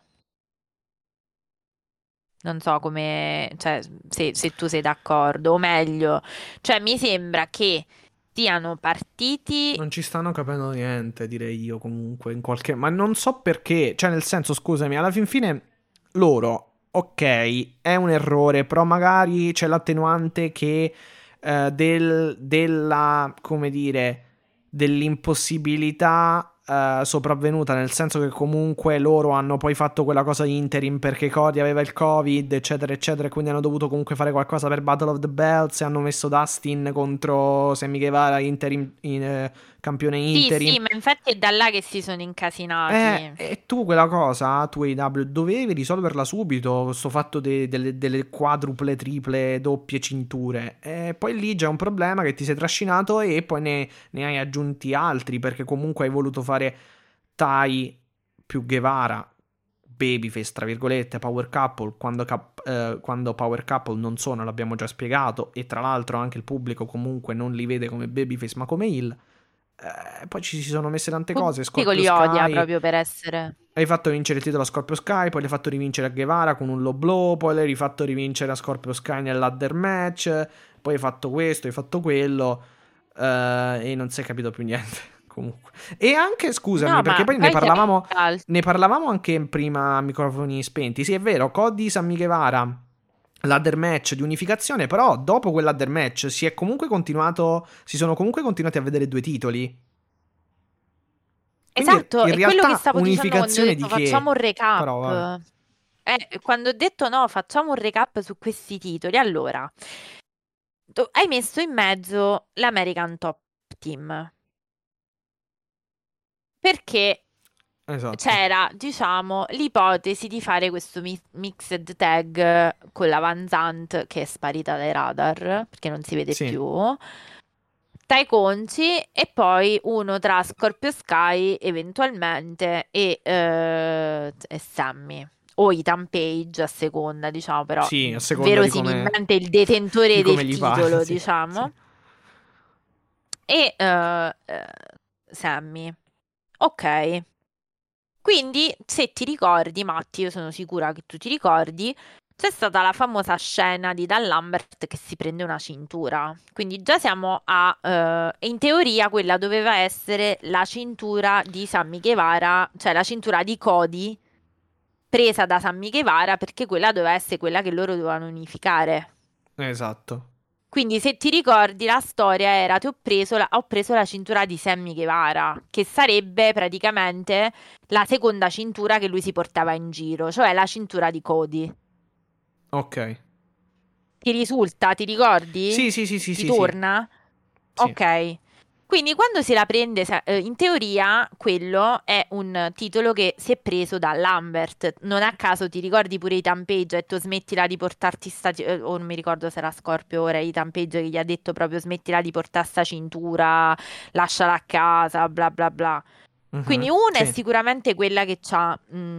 Non so come, cioè, se tu sei d'accordo, o meglio, cioè mi sembra che siano partiti. Non ci stanno capendo niente, direi io, comunque, in qualche... Ma non so perché, cioè, nel senso, scusami, alla fin fine loro, ok, è un errore, però magari c'è l'attenuante che della, come dire, dell'impossibilità sopravvenuta, nel senso che comunque loro hanno poi fatto quella cosa di interim perché Cody aveva il Covid, eccetera, eccetera, e quindi hanno dovuto comunque fare qualcosa per Battle of the Belts e hanno messo Dustin contro Sammy Guevara interim, campione Sì, interim. sì, ma infatti è da là che si sono incasinati. E tu quella cosa, tu AEW, dovevi risolverla subito, questo fatto delle quadruple, triple, doppie cinture. E poi lì c'è un problema che ti sei trascinato e poi ne hai aggiunti altri, perché comunque hai voluto fare Tai più Guevara, babyface, tra virgolette, power couple, quando power couple non sono, l'abbiamo già spiegato, e tra l'altro anche il pubblico comunque non li vede come babyface ma come heel. Poi ci si sono messe tante Il cose. pubblico Scorpio li odia Sky, proprio per essere. hai fatto vincere il titolo a Scorpio Sky, poi l'hai fatto rivincere a Guevara con un low blow, poi l'hai rifatto rivincere a Scorpio Sky nel ladder match, poi hai fatto questo, hai fatto quello, e non si è capito più niente. Comunque. E anche, scusami, No, perché ma poi poi c'è altro. ne parlavamo anche prima a microfoni spenti. Sì, è vero, Cody Sammy Guevara, ladder match di unificazione, però dopo quel ladder match si sono comunque continuati a vedere due titoli. Quindi Esatto, in è quello che realtà stavo dicendo quando ho unificazione di detto facciamo un che? Però vabbè. recap. Quando ho detto no, facciamo un recap su questi titoli. Allora, hai messo in mezzo l'American Top Team. Perché Esatto. c'era, diciamo, l'ipotesi di fare questo mixed tag con la Van Zandt che è sparita dai radar perché non si vede Sì. più. Tai Conci e poi uno tra Scorpio Sky eventualmente e Sammy o Ethan Page a seconda, diciamo, però Sì, a seconda di come, verosimilmente il detentore di come del gli pare, titolo, sì, diciamo, sì. e Sammy. Ok. Quindi, se ti ricordi, Matti, io sono sicura che tu ti ricordi, c'è stata la famosa scena di Dan Lambert che si prende una cintura. Quindi già siamo a... in teoria quella doveva essere la cintura di Sammy Guevara, cioè la cintura di Cody presa da Sammy Guevara perché quella doveva essere quella che loro dovevano unificare. Esatto. Quindi se ti ricordi la storia era ho preso la cintura di Sammy Guevara, che sarebbe praticamente la seconda cintura che lui si portava in giro, cioè la cintura di Cody. Ok. Ti risulta? Ti ricordi? Sì, sì, Ti sì. torna? Sì. Ok. Quindi quando se la prende, in teoria quello è un titolo che si è preso da Lambert. Non a caso ti ricordi pure Ethan Page ha detto smettila di portarti o non mi ricordo se era Scorpio ora Ethan Page che gli ha detto proprio smettila di portare sta cintura, lasciala a casa, bla bla bla. Quindi una è Sì. sicuramente quella che c'ha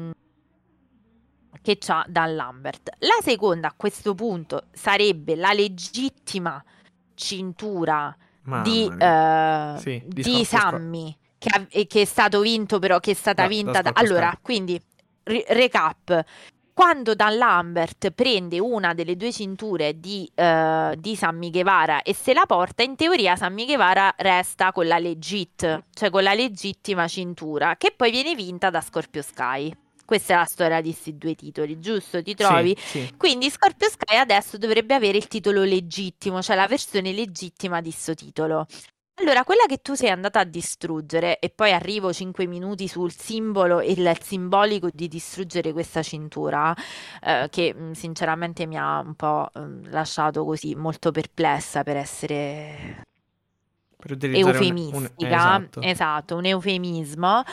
Dan Lambert. La seconda a questo punto sarebbe la legittima cintura di, Mamma mia. Sì, di di Scorpio Sky. Sammy che è stato vinto però che è stata Da vinta Scorpio allora Sky. quindi recap quando Dan Lambert prende una delle due cinture di Sammy Guevara e se la porta in teoria Sammy Guevara resta con la legit cioè con la legittima cintura che poi viene vinta da Scorpio Sky. Questa è la storia di questi due titoli, giusto? Ti trovi? Sì. Quindi Scorpio Sky adesso dovrebbe avere il titolo legittimo, cioè la versione legittima di sto titolo. Allora, quella che tu sei andata a distruggere, e poi arrivo 5 minuti sul simbolo e il simbolico di distruggere questa cintura, che sinceramente mi ha un po' lasciato così molto perplessa per essere Per utilizzare eufemistica, esatto, un eufemismo.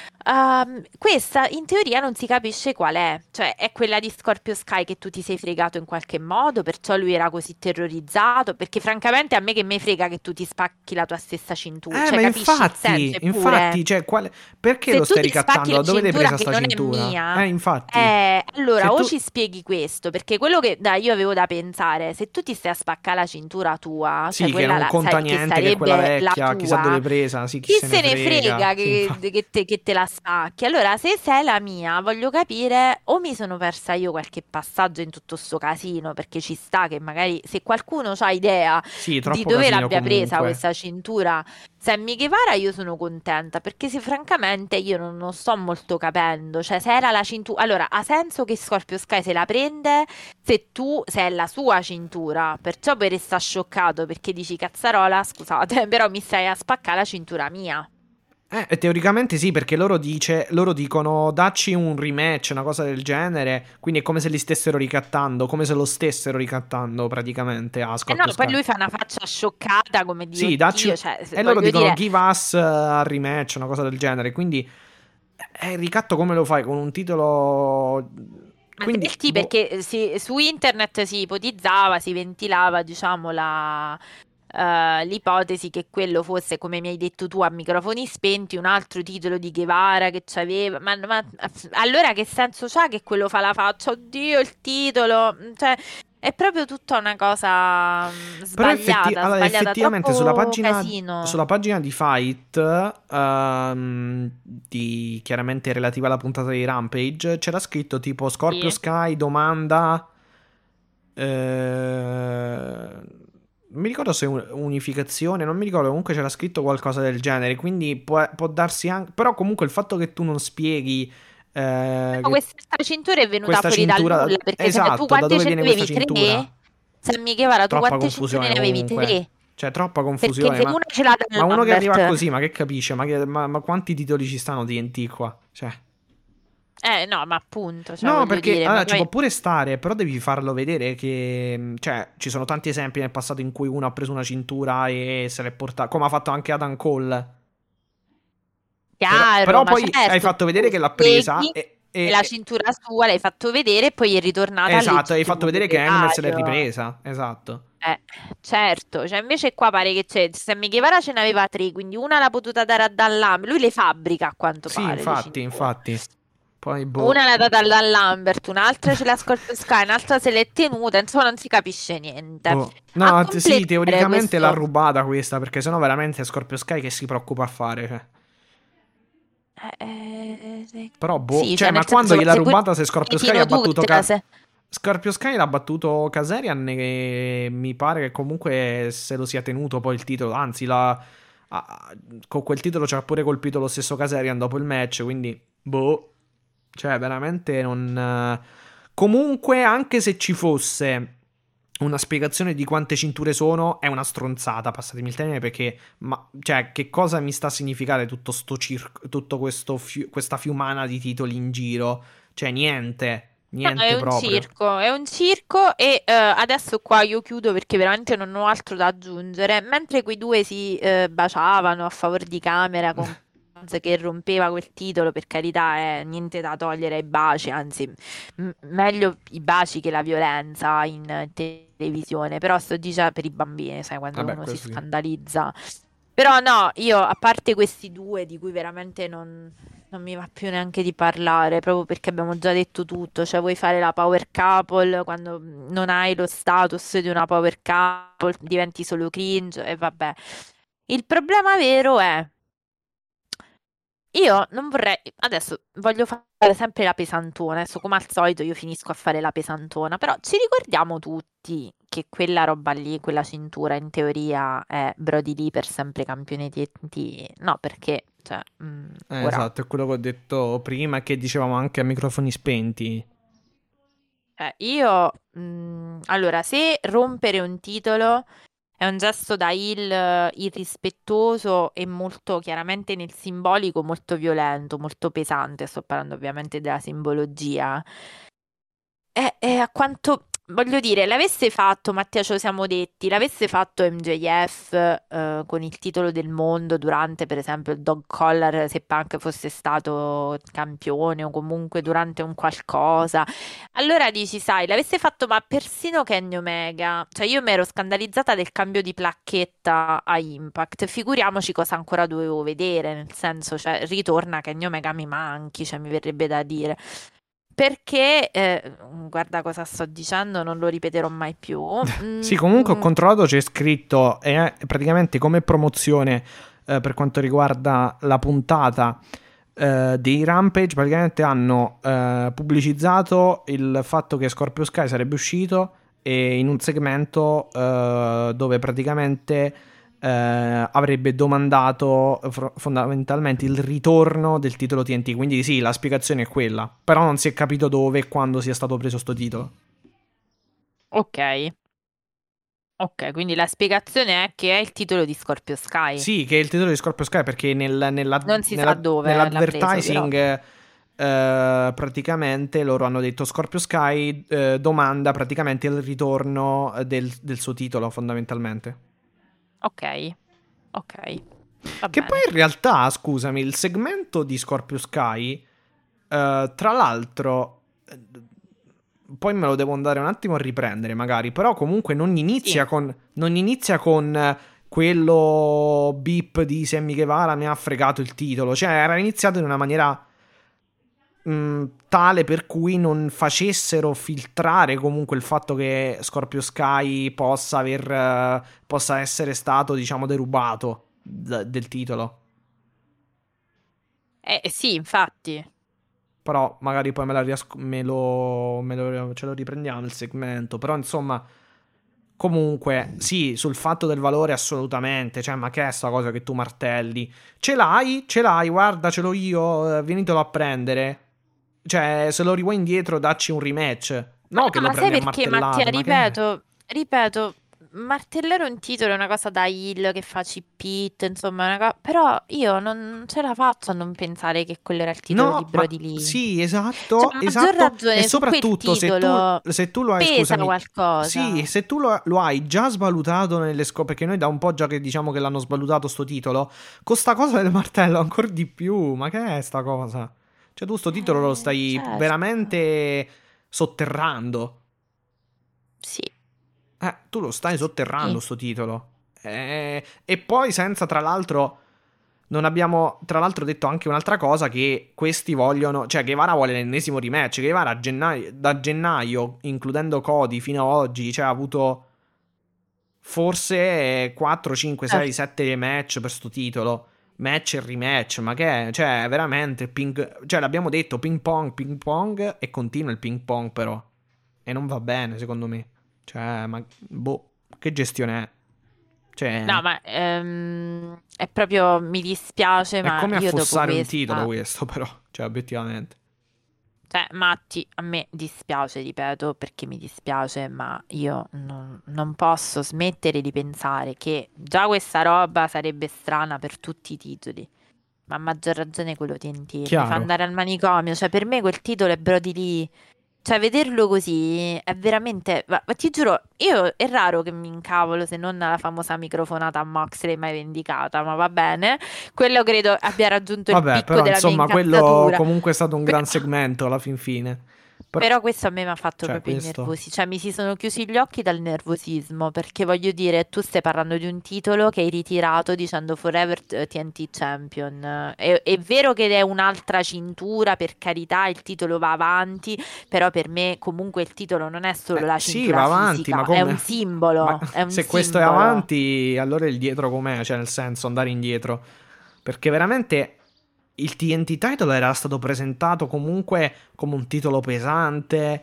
Questa in teoria non si capisce qual è, cioè è quella di Scorpio Sky che tu ti sei fregato in qualche modo, perciò lui era così terrorizzato, perché francamente a me che me frega che tu ti spacchi la tua stessa cintura, cioè ma capisci il senso, infatti, cioè, perché se lo tu stai ti spacchi ricattando? la Da dove l'hai cintura presa che sta non è cintura? mia, Infatti. allora Se o tu... ci spieghi questo, perché quello che io avevo da pensare, se tu ti stai a spaccare la cintura tua, Sì, cioè che quella non conta che niente, che è quella sarebbe la vecchia, chissà dove tua, l'hai presa, sì, chi chi se ne se ne frega. frega Sì, infatti. che te la spacchi? Allora, se sei la mia, voglio capire, o mi sono persa io qualche passaggio in tutto sto casino, perché ci sta che magari se qualcuno ha idea Sì, di troppo dove casino l'abbia presa comunque. questa cintura Sammy Guevara, io sono contenta, perché se francamente io non sto molto capendo, cioè se era la cintura, allora ha senso che Scorpio Sky se la prende se è la sua cintura, perciò poi resta scioccato perché dici cazzarola, scusate, però mi stai a spaccare la cintura mia. Teoricamente sì, perché loro dicono dacci un rematch, una cosa del genere, quindi è come se li stessero ricattando, come se lo stessero ricattando praticamente a E no, Scorpio poi Sky. lui fa una faccia scioccata come di Sì, dacci... oddio, cioè, E loro voglio dicono dire, give us a rematch, una cosa del genere, quindi il ricatto come lo fai con un titolo... ma Quindi, senti perché su internet si ipotizzava, si ventilava, diciamo, l'ipotesi che quello fosse, come mi hai detto tu, a microfoni spenti, un altro titolo di Guevara che c'aveva. Ma allora che senso c'ha che quello fa la faccia? Oddio, il titolo! Cioè, è proprio tutta una cosa Però sbagliata, effettivamente troppo casino. sulla pagina di Fight, chiaramente relativa alla puntata di Rampage, c'era scritto tipo Scorpio Sì. Sky domanda... non mi ricordo se unificazione, non mi ricordo, comunque c'era scritto qualcosa del genere, quindi può darsi anche... Però comunque il fatto che tu non spieghi... Questa cintura è venuta questa fuori dal cintura... nulla perché tu Esatto, da quante dove ce ne viene questa avevi? cintura? Tre? Sammy Guevara, tu Troppa quante cinture confusione ne avevi? comunque. Tre? Cioè, troppa Perché confusione. se una ce l'ha da Ma uno che arriva Lambert. così, ma che capisce? Ma quanti titoli ci stanno TNT qua? Cioè, No, ma appunto, cioè, No, voglio perché dire, allora, ma ci può poi... pure stare, però devi farlo vedere che, cioè, ci sono tanti esempi nel passato in cui uno ha preso una cintura e se l'è portata, come ha fatto anche Adam Cole. Chiaro, Però ma poi hai certo, fatto vedere tu che l'ha presa spieghi che e- la e- cintura sua l'hai fatto vedere e poi è ritornata al esatto, hai fatto legittimo vedere che Hangman se l'è proprietario. ripresa. Esatto. Eh, certo, cioè invece qua pare che c'è, Sammy Guevara ce n'aveva tre, quindi una l'ha potuta dare a Dan Lambert, lui le fabbrica a quanto Sì, pare le infatti, cinture. infatti. Poi, boh. Una l'ha data a Dan Lambert, un'altra ce l'ha Scorpio Sky, un'altra se l'è tenuta, insomma non si capisce niente. Boh. A No, sì, completare teoricamente l'ha questo... rubata questa, perché sennò veramente è Scorpio Sky che si preoccupa a fare, cioè. Però, boh. sì, Cioè, cioè ma nel quando senso gliel'ha se pure rubata se Scorpio Sky Tino ha tu che battuto te la sei... Scorpio Sky l'ha battuto Kazarian e mi pare che comunque se lo sia tenuto poi il titolo, anzi con quel titolo ci ha pure colpito lo stesso Kazarian dopo il match, quindi boh, cioè veramente non... Comunque anche se ci fosse una spiegazione di quante cinture sono è una stronzata, passatemi il termine, perché cioè che cosa mi sta a significare tutto sto circo, tutto questo questa fiumana di titoli in giro? Cioè niente. No, Niente proprio. è un circo e adesso qua io chiudo perché veramente non ho altro da aggiungere. Mentre quei due si baciavano a favore di camera con Coz che rompeva quel titolo, per carità, niente da togliere ai baci, anzi, meglio i baci che la violenza in televisione. Però sto dicendo per i bambini, sai, quando Vabbè, uno si questo sì. scandalizza. Però no, io a parte questi due di cui veramente non mi va più neanche di parlare, proprio perché abbiamo già detto tutto, cioè vuoi fare la power couple quando non hai lo status di una power couple, diventi solo cringe e vabbè. Il problema vero è io non vorrei, adesso voglio fare sempre la pesantona, adesso come al solito io finisco a fare la pesantona, però ci ricordiamo tutti che quella roba lì, quella cintura in teoria è Brody Lee per sempre campione TNT, no perché, cioè, ora, Esatto, è quello che ho detto prima e che dicevamo anche a microfoni spenti. io, allora, se rompere un titolo è un gesto da heel irrispettoso e molto chiaramente nel simbolico, molto violento, molto pesante. Sto parlando ovviamente della simbologia. A quanto voglio dire, l'avesse fatto, Mattia, ce lo siamo detti, l'avesse fatto MJF con il titolo del mondo durante, per esempio, il Dog Collar, se Punk fosse stato campione o comunque durante un qualcosa. Allora dici, sai, l'avesse fatto, ma persino Kenny Omega, cioè io mi ero scandalizzata del cambio di placchetta a Impact, figuriamoci cosa ancora dovevo vedere, nel senso, cioè, ritorna Kenny Omega mi manchi, cioè mi verrebbe da dire. Perché, guarda cosa sto dicendo, non lo ripeterò mai più. Sì, comunque ho controllato, c'è scritto, praticamente come promozione per quanto riguarda la puntata dei Rampage, praticamente hanno pubblicizzato il fatto che Scorpio Sky sarebbe uscito e in un segmento dove praticamente avrebbe domandato fondamentalmente il ritorno del titolo TNT. Quindi sì, la spiegazione è quella, però non si è capito dove e quando sia stato preso sto titolo. Ok, ok, quindi la spiegazione è che è il titolo di Scorpio Sky. Sì, che è il titolo di Scorpio Sky perché Non si sa dove l'ha preso, però. nell'advertising praticamente loro hanno detto Scorpio Sky domanda praticamente il ritorno del suo titolo fondamentalmente. Ok, ok, va Che poi bene. in realtà, scusami, il segmento di Scorpio Sky, tra l'altro, poi me lo devo andare un attimo a riprendere magari, però comunque Sì. non inizia con quello beep di Sammy Guevara mi ha fregato il titolo, cioè era iniziato in una maniera tale per cui non facessero filtrare comunque il fatto che Scorpio Sky possa essere stato, diciamo, derubato del titolo. Sì, infatti. Però magari poi ce lo riprendiamo il segmento. Però insomma, comunque, sì, sul fatto del valore assolutamente. Cioè, ma che è sta cosa che tu martelli? Ce l'hai, guarda, ce l'ho io, venitelo a prendere. Cioè, se lo rivuoi indietro, dacci un rematch. Ma No, che no, lo ma sai prendi a perché, Mattia? martellate, ma che è? Ripeto, martellare un titolo è una cosa da heel che fa Pit, insomma, però io non ce la faccio a non pensare che quello era il titolo di No, ma Brody Lee. sì, Cioè, esatto, a maggior esatto. E ragione su quel soprattutto titolo se tu lo hai, pesa scusami, sì, qualcosa. se tu lo hai già svalutato nelle scopre, perché noi da un po' già che diciamo che l'hanno svalutato sto titolo, con sta cosa del martello ancora di più, ma che è sta cosa? Cioè tu sto titolo lo stai Certo, veramente sotterrando. sì, Tu lo stai sotterrando sì. sto titolo. E poi senza, tra l'altro, non abbiamo, tra l'altro, detto anche un'altra cosa, che questi vogliono, cioè Guevara vuole l'ennesimo rematch. Guevara da gennaio, includendo Cody, fino ad oggi, cioè ha avuto forse 4, 5, 6, Certo. 7 match per sto titolo. Match e rematch, ma che è? Cioè, veramente, cioè l'abbiamo detto, ping pong, e continua il ping pong però. E non va bene, secondo me. Cioè, ma boh, che gestione è? No, Cioè, ma è proprio, mi dispiace, è ma come io dopo affossare un titolo questa, questo, però. Cioè, obiettivamente. cioè, Matti, a me dispiace, ripeto, perché mi dispiace, ma io non posso smettere di pensare che già questa roba sarebbe strana per tutti i titoli. Ma a maggior ragione quello TNT mi fa Chiaro. andare al manicomio. Cioè, per me quel titolo è Brody Lee. Cioè, vederlo così è veramente. Ma ti giuro, io è raro che mi incavolo se non alla famosa microfonata a Moxley mai vendicata, ma va bene. Quello credo abbia raggiunto il Vabbè, picco però, della mia insomma, quello incazzatura. comunque è stato un Però, gran segmento alla fin fine. Però, però questo a me mi ha fatto cioè, proprio questo. innervosire, cioè mi si sono chiusi gli occhi dal nervosismo, perché voglio dire, tu stai parlando di un titolo che hai ritirato dicendo Forever TNT Champion. È vero che è un'altra cintura, per carità, il titolo va avanti, però per me comunque il titolo non è solo la Sì, va cintura avanti, ma fisica, è un come? Ma simbolo, è un se questo è simbolo. avanti, allora il dietro com'è? Cioè, nel senso, andare indietro. Perché veramente il TNT title era stato presentato comunque come un titolo pesante.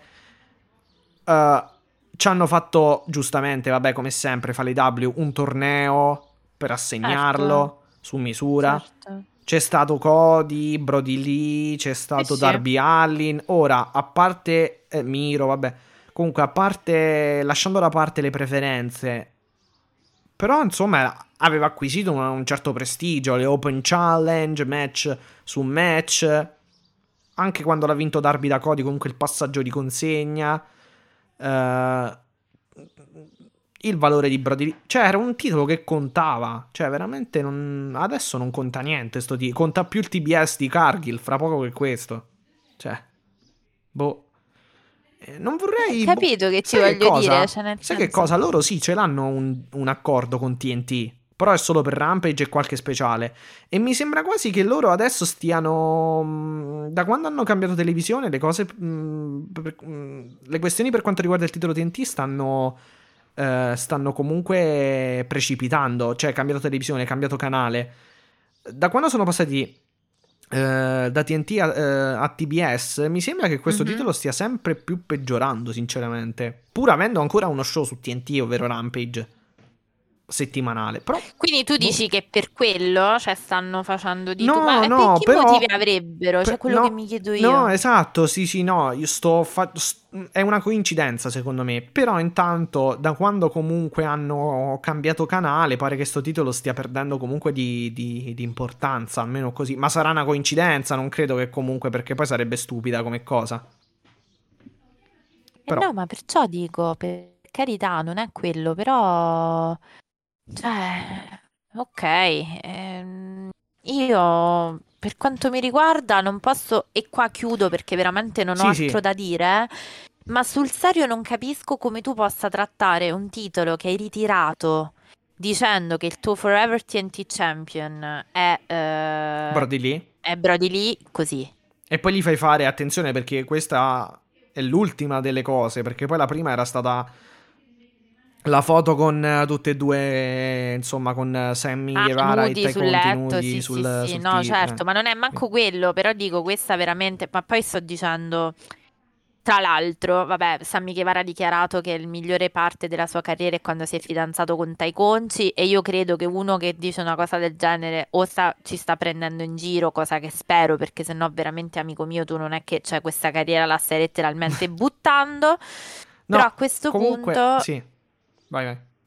Ci hanno fatto, giustamente, vabbè, come sempre, fa l'AEW, un torneo per Certo, assegnarlo su misura. certo. C'è stato Cody, Brody Lee, c'è Sì, stato sì. Darby Allin. Ora, a parte Miro, vabbè. Comunque, a parte, lasciando da parte le preferenze, però, insomma, aveva acquisito un certo prestigio. Le Open Challenge, match su match. Anche quando l'ha vinto Darby da Cody, comunque il passaggio di consegna. eh, il valore di Brody Lee. Cioè, era un titolo che contava. Cioè, veramente adesso non conta niente sto titolo. Conta più il TBS di Cargill, fra poco che questo. Cioè, boh. Non vorrei. Capito che ti Sai che voglio dire, cosa? cioè nel Sai che senso. cosa? Loro sì, ce l'hanno un accordo con TNT. Però è solo per Rampage e qualche speciale. E mi sembra quasi che loro adesso stiano. Da quando hanno cambiato televisione, le cose. Le questioni per quanto riguarda il titolo TNT stanno comunque precipitando. Cioè, cambiato televisione, cambiato canale. Da quando sono passati da TNT a TBS, mi sembra che questo Mhm. titolo stia sempre più peggiorando, sinceramente. Pur avendo ancora uno show su TNT, ovvero Rampage, settimanale. Però, Quindi tu boh. dici che per quello, cioè, stanno facendo di tu, ma No, per no, che motivi però. avrebbero? Cioè, quello che No, mi chiedo no, io. esatto, sì, sì, no, io è una coincidenza secondo me, però intanto da quando comunque hanno cambiato canale pare che sto titolo stia perdendo comunque di importanza, almeno così, ma sarà una coincidenza, non credo che comunque, perché poi sarebbe stupida come cosa, Eh però, no, ma perciò dico, per carità, non è quello, però, cioè, ok, io per quanto mi riguarda non posso, e qua chiudo perché veramente non ho sì, altro sì, da dire, ma sul serio non capisco come tu possa trattare un titolo che hai ritirato dicendo che il tuo Forever TNT Champion Brody Lee, è Brody Lee così. e poi gli fai fare attenzione perché questa è l'ultima delle cose, perché poi la prima era stata la foto con tutte e due, insomma, con Sammy Ah, Guevara e nudi Tai sul Conti letto, nudi sì, sì, sul, sì, sul no, t- certo, ma non è manco quello, però dico questa veramente, ma poi sto dicendo, tra l'altro, vabbè, Sammy Guevara ha dichiarato che il migliore parte della sua carriera è quando si è fidanzato con Tai Conci e io credo che uno che dice una cosa del genere ci sta prendendo in giro, cosa che spero, perché sennò veramente amico mio tu non è che cioè, questa carriera la stai letteralmente buttando, però No, a questo comunque, punto. sì. Vai, vai.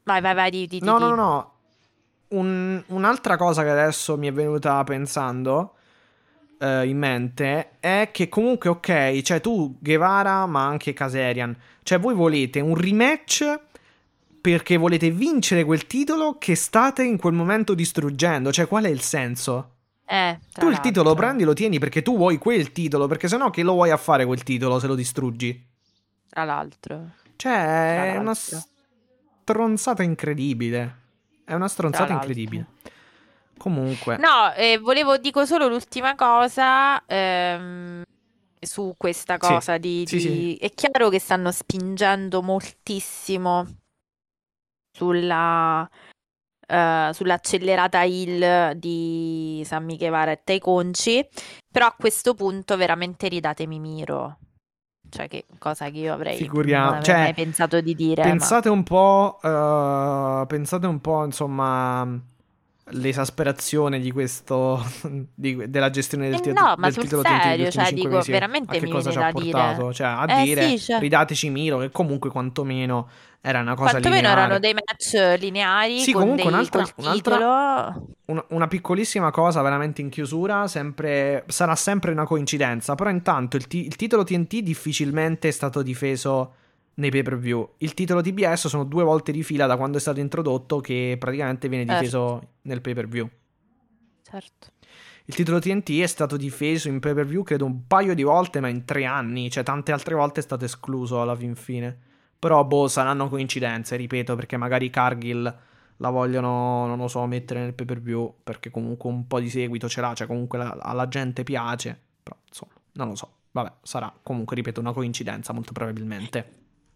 Vai, di. No. Un'altra cosa che adesso mi è venuta pensando in mente è che comunque, ok, cioè tu Guevara ma anche Kazarian, cioè voi volete un rematch perché volete vincere quel titolo che state in quel momento distruggendo. Cioè, qual è il senso? Tra Tu il titolo l'altro. prendi, lo tieni perché tu vuoi quel titolo, perché sennò che lo vuoi a fare quel titolo se lo distruggi? Tra l'altro. Cioè, è una Tra stronzata incredibile. È una stronzata l'altro. incredibile. Comunque, No, dico solo l'ultima cosa su questa sì, cosa sì. È chiaro che stanno spingendo moltissimo sulla, sull'accelerata hill di Sammy Guevara e Tai Conci, però a questo punto veramente ridatemi Miro. Cioè, che cosa che io non avrei Cioè, mai pensato di dire, ma... pensate un po', insomma, l'esasperazione di questo, della gestione No, ma del sul titolo TNT negli serio, ultimi cioè 5 dico, mesi. A veramente che mi cosa viene ci ha da dire. portato? Cioè, a Sì, dire, cioè, ridateci Milo, che comunque quantomeno era una cosa quantomeno erano lineare. dei match lineari Sì, con comunque col titolo. una piccolissima cosa veramente in chiusura, sarà sempre una coincidenza, però intanto il titolo TNT difficilmente è stato difeso nei pay-per-view. Il titolo TBS sono 2 volte di fila da quando è stato introdotto che praticamente viene Certo, difeso nel pay-per-view. certo. Il titolo TNT è stato difeso in pay-per-view credo un paio di volte, ma in 3 anni, cioè tante altre volte è stato escluso alla fin fine. Però boh, saranno coincidenze, ripeto, perché magari Cargill la vogliono, non lo so, mettere nel pay-per-view, perché comunque un po' di seguito ce l'ha, cioè comunque alla gente piace. Però insomma, non lo so. Vabbè, sarà comunque, ripeto, una coincidenza molto probabilmente.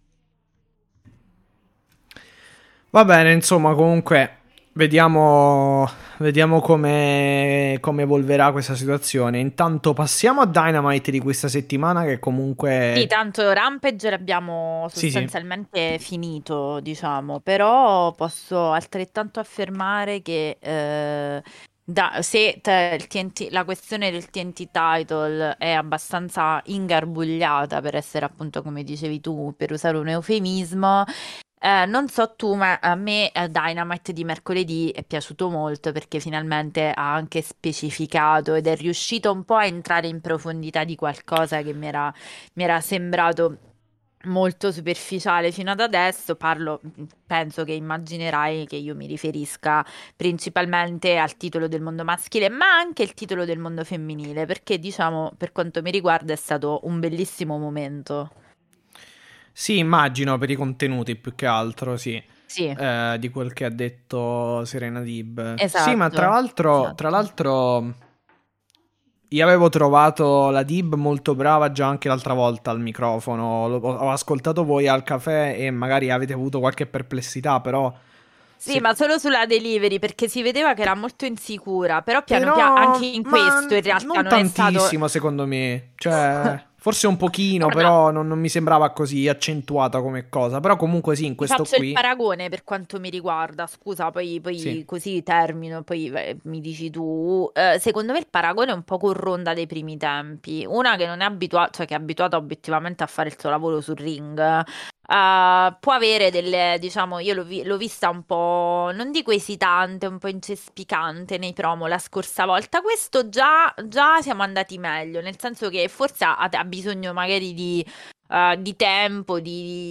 Va bene, insomma, comunque vediamo come evolverà questa situazione. Intanto passiamo a Dynamite di questa settimana che Sì, comunque... tanto Rampage l'abbiamo Sì. sostanzialmente finito, diciamo, però posso altrettanto affermare che se il la questione del TNT title è abbastanza ingarbugliata, per essere appunto come dicevi tu, per usare un eufemismo, non so tu, ma a me Dynamite di mercoledì è piaciuto molto perché finalmente ha anche specificato ed è riuscito un po' a entrare in profondità di qualcosa che mi era sembrato molto superficiale fino ad adesso. Penso che immaginerai che io mi riferisca principalmente al titolo del mondo maschile, ma anche il titolo del mondo femminile, perché diciamo, per quanto mi riguarda, è stato un bellissimo momento. Sì, immagino per i contenuti più che altro, sì. Sì, Di quel che ha detto Serena Dib. Sì, ma esatto, tra esatto. l'altro io avevo trovato la Dib molto brava già anche l'altra volta al microfono. Ho ascoltato voi al caffè e magari avete avuto qualche perplessità, però... Sì, se- ma solo sulla delivery perché si vedeva che era molto insicura, però piano piano anche Però, in ma questo in realtà non non è stato... tantissimo secondo me. Cioè, forse un pochino, Guarda, però non mi sembrava così accentuata come cosa. Però comunque sì, in ti questo faccio il qui... paragone per quanto mi riguarda, scusa, Sì. poi così termino, poi mi dici tu. Secondo me il paragone è un po' con Ronda dei primi tempi, una che non è abituata, cioè che è abituata obiettivamente a fare il suo lavoro sul ring. Può avere delle, diciamo, io l'ho vista un po', non dico esitante, un po' incespicante nei promo la scorsa volta. Questo già siamo andati meglio, nel senso che forse ha bisogno magari di tempo,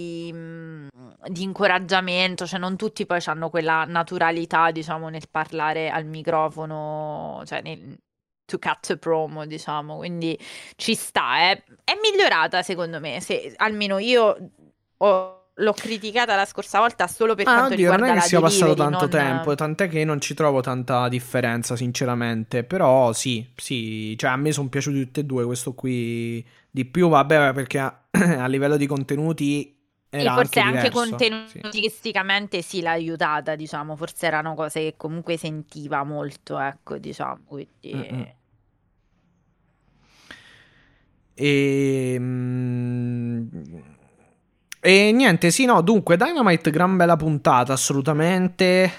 di incoraggiamento, cioè non tutti poi hanno quella naturalità, diciamo, nel parlare al microfono, cioè to cut a promo, diciamo, quindi ci sta, eh. È migliorata secondo me, se, almeno io l'ho criticata la scorsa volta solo per Ma quanto oddio, non è riguarda che la sia passato delivery, tanto tempo, non... tant'è che non ci trovo tanta differenza, sinceramente. Però sì, cioè a me sono piaciuti tutti e due, questo qui di più, vabbè, perché a livello di contenuti Sì, era forse anche anche diverso. Sì. contenutisticamente sì, l'ha aiutata, diciamo, forse erano cose che comunque sentiva molto, ecco, diciamo, Mm-mm. quindi... E... E niente, sì, no, dunque, Dynamite, gran bella puntata, assolutamente.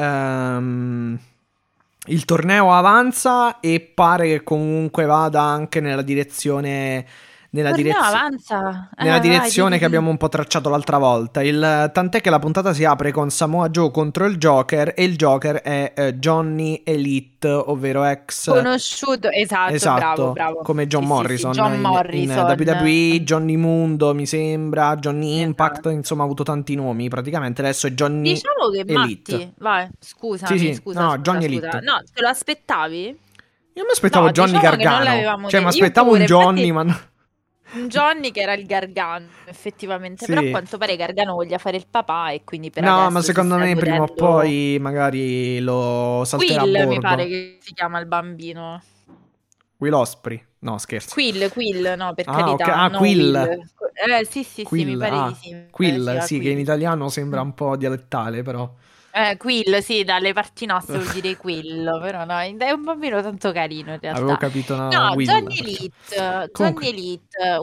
Il torneo avanza e pare che comunque vada anche nella direzione nella Torneo direzione. avanza. Nella Vai, direzione dimmi. che abbiamo un po' tracciato l'altra volta. Tant'è che la puntata si apre con Samoa Joe contro il Joker e il Joker è Johnny Elite, ovvero ex Conosciuto, esatto, bravo, esatto, bravo. come John Sì, sì, sì, Morrison John in Morrison. WWE, Johnny Mundo mi sembra, Johnny Impact, Esatto. insomma ha avuto tanti nomi praticamente, adesso è Johnny Diciamo che Elite. Matti, vai, Sì, scusami, sì, scusa, no, scusa, Johnny scusa. Elite. No, te lo aspettavi? Io mi aspettavo No, Johnny diciamo che non Gargano, l'avevamo cioè mi detto. Io aspettavo un pure, Johnny, infatti ma un Johnny che era il Gargano, effettivamente, però a sì. quanto pare Gargano voglia fare il papà e quindi per No, ma adesso si secondo sta me prima o godendo poi magari lo salterà a Quill, mi pare bordo. che si chiama il bambino. Will Osprey. No, scherzo. Quill, no, per Ah, ok. carità, Ah, no Will. Quill. Sì, sì, sì, mi Quill. pare di Ah, sì, mi pare Quill, sia sì, che in Quill. italiano sembra Mm. un po' dialettale, però. Quill, sì, dalle parti nostre vuol dire Quill, però no, è un bambino tanto carino in Avevo realtà. capito una No, Will. Johnny Comunque, Elite,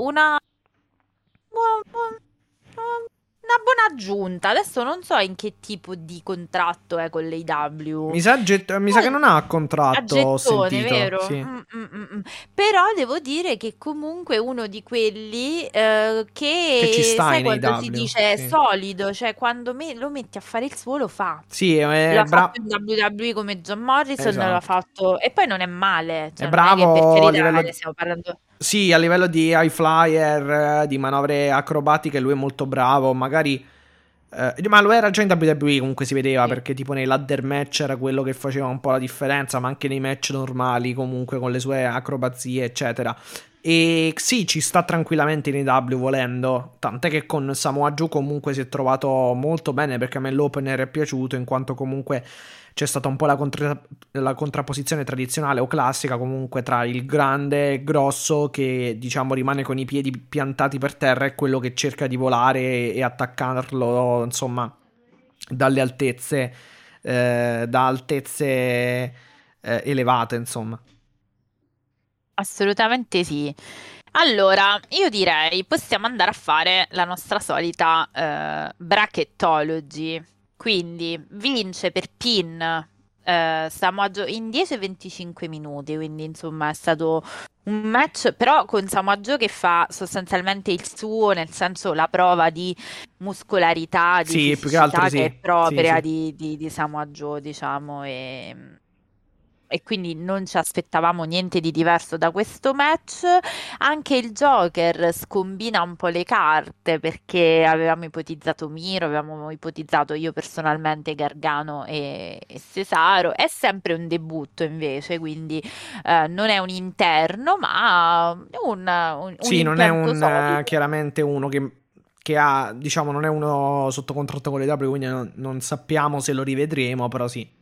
bu- bu- una buona aggiunta. Adesso non so in che tipo di contratto è con l'AEW. mi sa che non ha A contratto, ho gettone, sentito. vero? Sì. Però devo dire che comunque è uno di quelli Che ci che, sta sai in quando si AEW. dice è Sì. solido, cioè quando lo metti a fare il suo lo fa. Sì, Lo è ha fatto in WWE come John Morrison, lo ha Esatto. fatto... E poi non è male, È cioè non è che per bravo a carità livello. ne stiamo parlando... Sì, a livello di high flyer, di manovre acrobatiche, lui è molto bravo. Magari. Ma lo era già in WWE, comunque si vedeva, Sì. perché tipo nei ladder match era quello che faceva un po' la differenza, ma anche nei match normali, comunque con le sue acrobazie, eccetera. E sì, ci sta tranquillamente in AEW volendo. Tant'è che con Samoa Joe comunque si è trovato molto bene, perché a me l'opener è piaciuto, in quanto comunque c'è stata un po' la contrapposizione tradizionale o classica comunque tra il grande e grosso che diciamo rimane con i piedi piantati per terra e quello che cerca di volare e attaccarlo insomma dalle altezze da altezze elevate insomma. Assolutamente sì. Allora, io direi possiamo andare a fare la nostra solita bracketology. Quindi vince per pin Samoa Joe in 10-25 minuti, quindi insomma è stato un match, però con Samoa Joe che fa sostanzialmente il suo, nel senso la prova di muscolarità, di Sì, più che altro fisicità che è sì. Sì, propria sì. di Samoa Joe, diciamo, e quindi non ci aspettavamo niente di diverso da questo match. Anche il Joker scombina un po' le carte perché avevamo ipotizzato Miro, avevamo ipotizzato io personalmente Gargano e Cesaro. È sempre un debutto invece, quindi non è un interno, ma un Sì, non è impianto solido. chiaramente uno che ha, diciamo, non è uno sotto contratto con le W, quindi non sappiamo se lo rivedremo, però sì.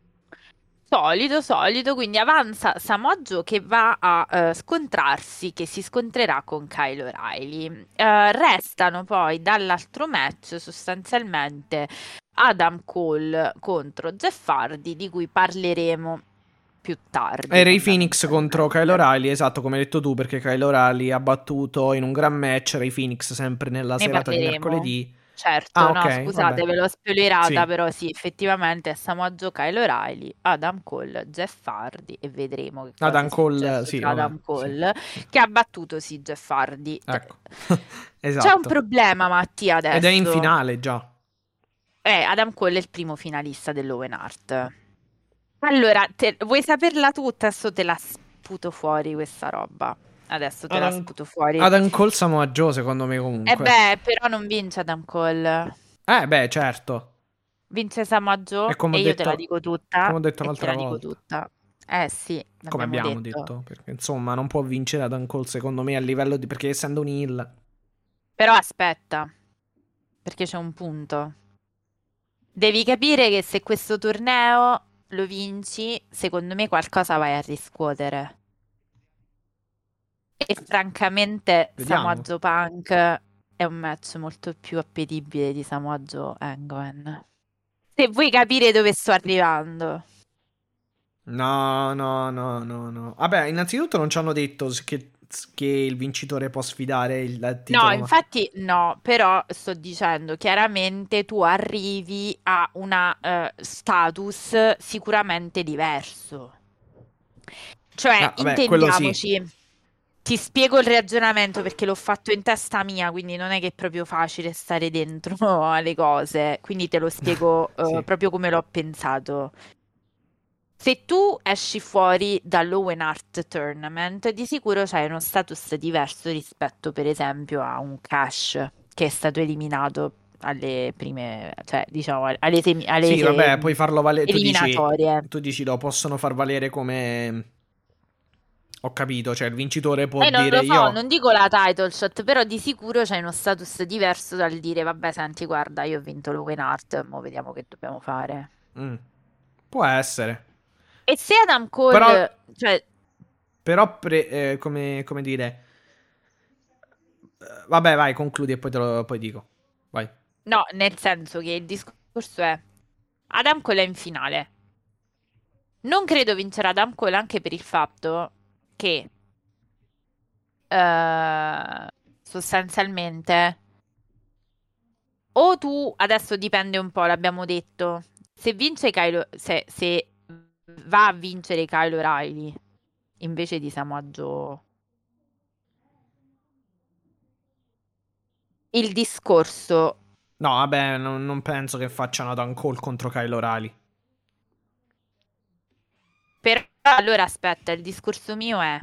Solido, quindi avanza Samoa Joe che va a scontrarsi, che si scontrerà con Kyle O'Reilly. Restano poi dall'altro match sostanzialmente Adam Cole contro Jeff Hardy, di cui parleremo più tardi E Ray Phoenix contro Kyle fondamentalmente. O'Reilly, esatto, come hai detto tu, perché Kyle O'Reilly ha battuto in un gran match Ray Phoenix sempre nella Ne serata di parleremo. mercoledì. Ah, Certo, no, ok, scusate, vabbè. ve l'ho spoilerata, Sì. però sì, effettivamente è Samoa Joe, Kyle O'Reilly, Adam Cole, Jeff Hardy e vedremo che cosa Adam è Cole, successo sì, tra vabbè, Adam sì, Cole, sì. che ha battuto sì Jeff Hardy. Ecco. C'è un Esatto. problema, Mattia, Ed è in adesso. finale già. Adam Cole è il primo finalista dell'Owen Hart. Allora, vuoi saperla tutta? Adesso te la sputo fuori questa roba. Adesso te la Adam, sputo fuori. Adam Cole Samoa Joe, secondo me E comunque. beh, però non vince Adam Cole. Beh, certo. Vince Samoa E Joe e io te la dico come tutta ho detto e te l'altra la dico volta. tutta. Eh sì, Come l'abbiamo abbiamo detto. detto, perché insomma non può vincere Adam Cole secondo me a livello di. Perché essendo un heel. Però aspetta, perché c'è un punto. Devi capire che se questo torneo lo vinci, secondo me qualcosa vai a riscuotere. E francamente Samoa Vediamo. Joe Punk è un match molto più appetibile di Samoa Joe Hangman. Se vuoi capire dove sto arrivando. No, no, no, no, no. Vabbè, innanzitutto non ci hanno detto che il vincitore può sfidare il No, titolo. infatti no, però sto dicendo chiaramente tu arrivi a una status sicuramente diverso. Cioè, Vabbè, quello sì. intendiamoci, Ti spiego il ragionamento perché l'ho fatto in testa mia, quindi non è che è proprio facile stare dentro alle cose, quindi te lo spiego Sì. proprio come l'ho pensato. Se tu esci fuori dall'Owen Art Tournament, di sicuro c'hai uno status diverso rispetto, per esempio, a un Cash che è stato eliminato alle prime, cioè diciamo Sì, vabbè, puoi farlo valere. eliminatorie. Tu dici lo possono far valere come. Ho capito, cioè il vincitore può Non dire lo so, io. non dico la title shot, però di sicuro c'hai uno status diverso dal dire, vabbè, senti, guarda, io ho vinto l'Open Art, mo vediamo che dobbiamo fare. Mm, può essere. E se Adam Però, Cole, cioè, come dire. Vabbè, vai, concludi e poi dico. Vai. no, nel senso che il discorso è, Adam Cole è in finale. Non credo vincerà Adam Cole anche per il fatto che sostanzialmente o tu adesso dipende un po', l'abbiamo detto. Se vince se va a vincere Kyle O'Reilly invece di Samoa Joe, il discorso. No, vabbè, non penso che facciano Adam Cole contro Kyle O'Reilly. Però allora aspetta, il discorso mio è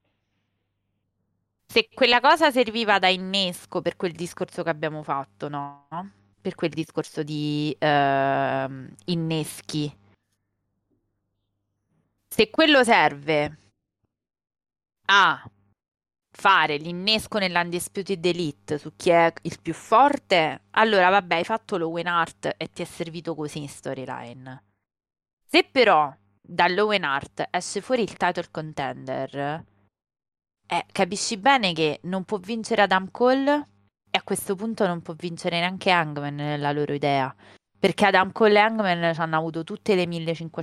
se quella cosa serviva da innesco per quel discorso che abbiamo fatto, no? Per quel discorso di inneschi. Se quello serve a fare l'innesco nell'Undisputed Elite su chi è il più forte, allora vabbè, hai fatto l'Owen Art e ti è servito così in storyline. Se però dall'Owen Art esce fuori il title contender, capisci bene che non può vincere Adam Cole e a questo punto non può vincere neanche Hangman nella loro idea. Perché Adam Cole e Hangman ci hanno avuto tutte le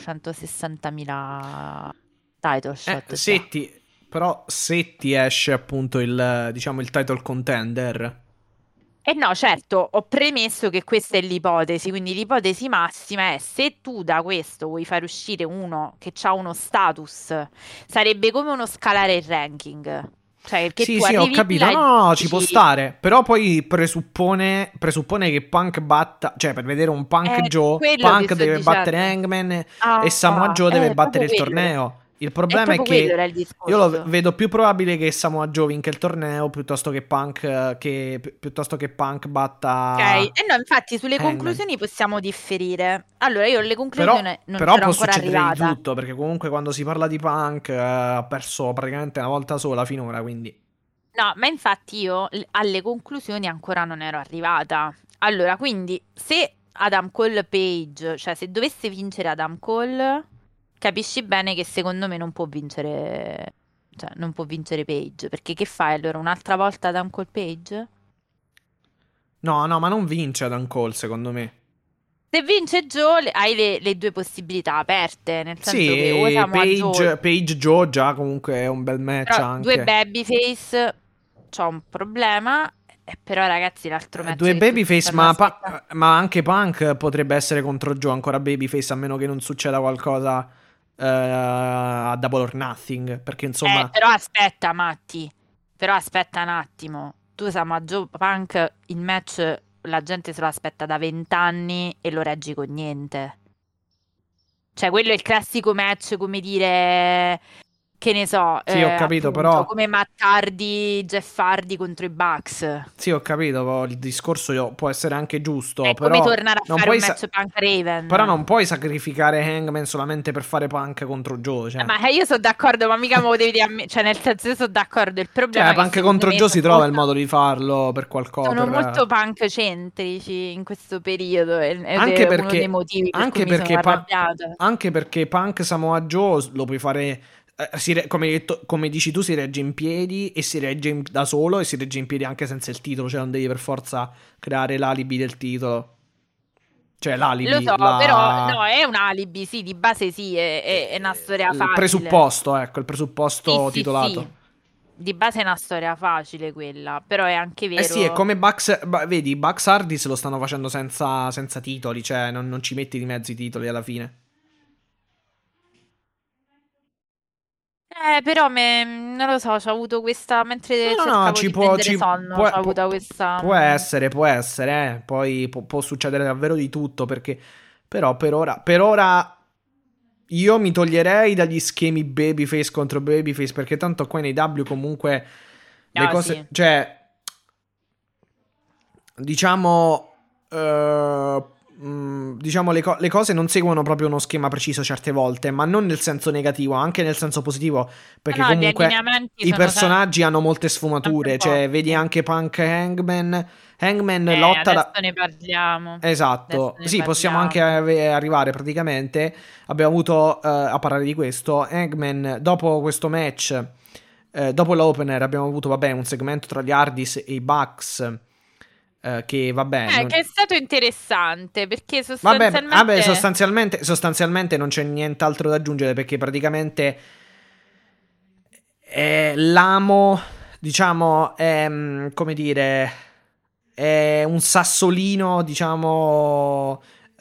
1560.000 title shot già. Però se ti esce appunto diciamo, il title contender. E no, certo, ho premesso che questa è l'ipotesi, quindi l'ipotesi massima è se tu da questo vuoi far uscire uno che ha uno status, sarebbe come uno scalare il ranking. Cioè, che Sì, tu sì, ho arrivi capito. là e No, ci può dici, stare. Però poi presuppone che Punk batta. Cioè, per vedere un Punk è Joe, quello che Punk sto deve battere dicendo. Hangman e Samoa Ah, Joe deve battere proprio il quello. torneo. Il È problema è proprio quello che era il io lo discorso. vedo più probabile che Samoa Joe vinca il torneo piuttosto che Punk, piuttosto che Punk Ok, e batta no, infatti sulle Hangman. conclusioni possiamo differire. Allora, io alle Però, conclusioni non però c'ero può ancora succedere di arrivata. tutto, perché comunque quando si parla di Punk ha perso praticamente una volta sola finora, quindi. No, ma infatti io alle conclusioni ancora non ero arrivata. Allora, quindi se Adam Cole Page, cioè se dovesse vincere Adam Cole, capisci bene che secondo me non può vincere, cioè non può vincere Page, perché che fai allora un'altra volta Adam Cole Page? No, no, ma non vince Adam Cole, secondo me. Se vince Joe, hai le due possibilità aperte, nel senso che o Sì, siamo a Joe, Page Joe già comunque è un bel match però due anche. babyface, c'ho un problema, però ragazzi l'altro match Due che tutti babyface, stanno aspettando. ma anche Punk potrebbe essere contro Joe ancora babyface, a meno che non succeda qualcosa a Double or Nothing. Perché insomma. Però aspetta, Matti, però aspetta un attimo. Tu siamo a Joe Punk, il match la gente se lo aspetta da 20 anni e lo reggi con niente. Cioè, quello è il classico match, come dire, che ne so, Sì, ho capito, appunto, però. come Matt Hardy, Jeff Hardy contro i Bucks. Sì, ho capito, il discorso può essere anche giusto, È come però tornare a non fare un puoi, match Punk però Raven. non puoi sacrificare Hangman solamente per fare Punk contro Joe, cioè. Ma io sono d'accordo, ma mica me lo devi dire a me. Cioè, nel senso, io sono d'accordo. Il problema Cioè, è che Punk secondo contro me Joe si trova il modo di farlo per qualcosa, sono molto punk centrici in questo periodo ed Anche è uno dei perché, motivi per cui anche mi sono perché, arrabbiata. anche perché Punk Samoa Joe lo puoi fare, come dici tu, si regge in piedi e si regge da solo e si regge in piedi anche senza il titolo, cioè non devi per forza creare l'alibi del titolo. Cioè Lo l'alibi, so, però no, è un alibi, sì, di base sì, è una storia il facile. presupposto, ecco, il Sì, presupposto sì, sì, titolato. di base è una storia facile quella, però è anche Eh sì, è vero. come Bucks, vedi, i Bucks Hardy se lo stanno facendo senza titoli, cioè non ci metti di mezzo i titoli alla fine. Però non lo so, c'ho avuto questa, mentre No, cercavo ci di può, prendere sonno, c'ho avuto questa... può essere, poi può succedere davvero di tutto, perché però per ora io mi toglierei dagli schemi babyface contro babyface, perché tanto qua in AEW comunque le cose, sì. cioè diciamo diciamo le cose non seguono proprio uno schema preciso certe volte, ma non nel senso negativo, anche nel senso positivo, perché No, gli comunque allineamenti i sono personaggi hanno molte sempre sfumature, cioè vedi forti. anche Punk e Hangman lotta Adesso ne parliamo. Adesso esatto, ne sì, possiamo anche parliamo. arrivare praticamente. Abbiamo avuto a parlare di questo. Hangman, dopo questo match, dopo l'opener, abbiamo avuto, vabbè, un segmento tra gli Hardys e i Bucks. Che vabbè, Che è stato interessante perché vabbè, sostanzialmente sostanzialmente non c'è nient'altro da aggiungere, perché praticamente l'amo, diciamo, è, come dire, è un sassolino, diciamo,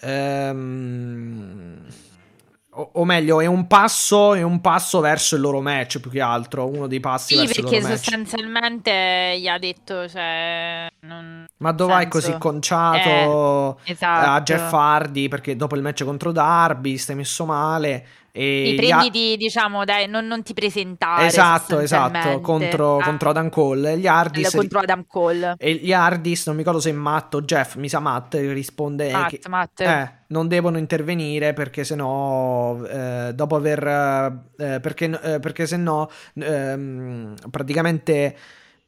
o meglio, è un passo verso il loro match, più che altro, uno dei passi sì, verso il loro perché match. sostanzialmente gli ha detto, cioè, Ma dov'hai così senso. conciato a Jeff Esatto. Hardy? Perché dopo il match contro Darby stai messo male. Sì, E prenditi, diciamo, dai, non ti presentare esatto, sostanzialmente contro Adam Cole. E gli Hardys, contro Adam Cole. e gli Hardys, non mi ricordo se è Matt o Jeff, mi sa Matt, risponde che Matt. non devono intervenire perché sennò dopo aver perché sennò praticamente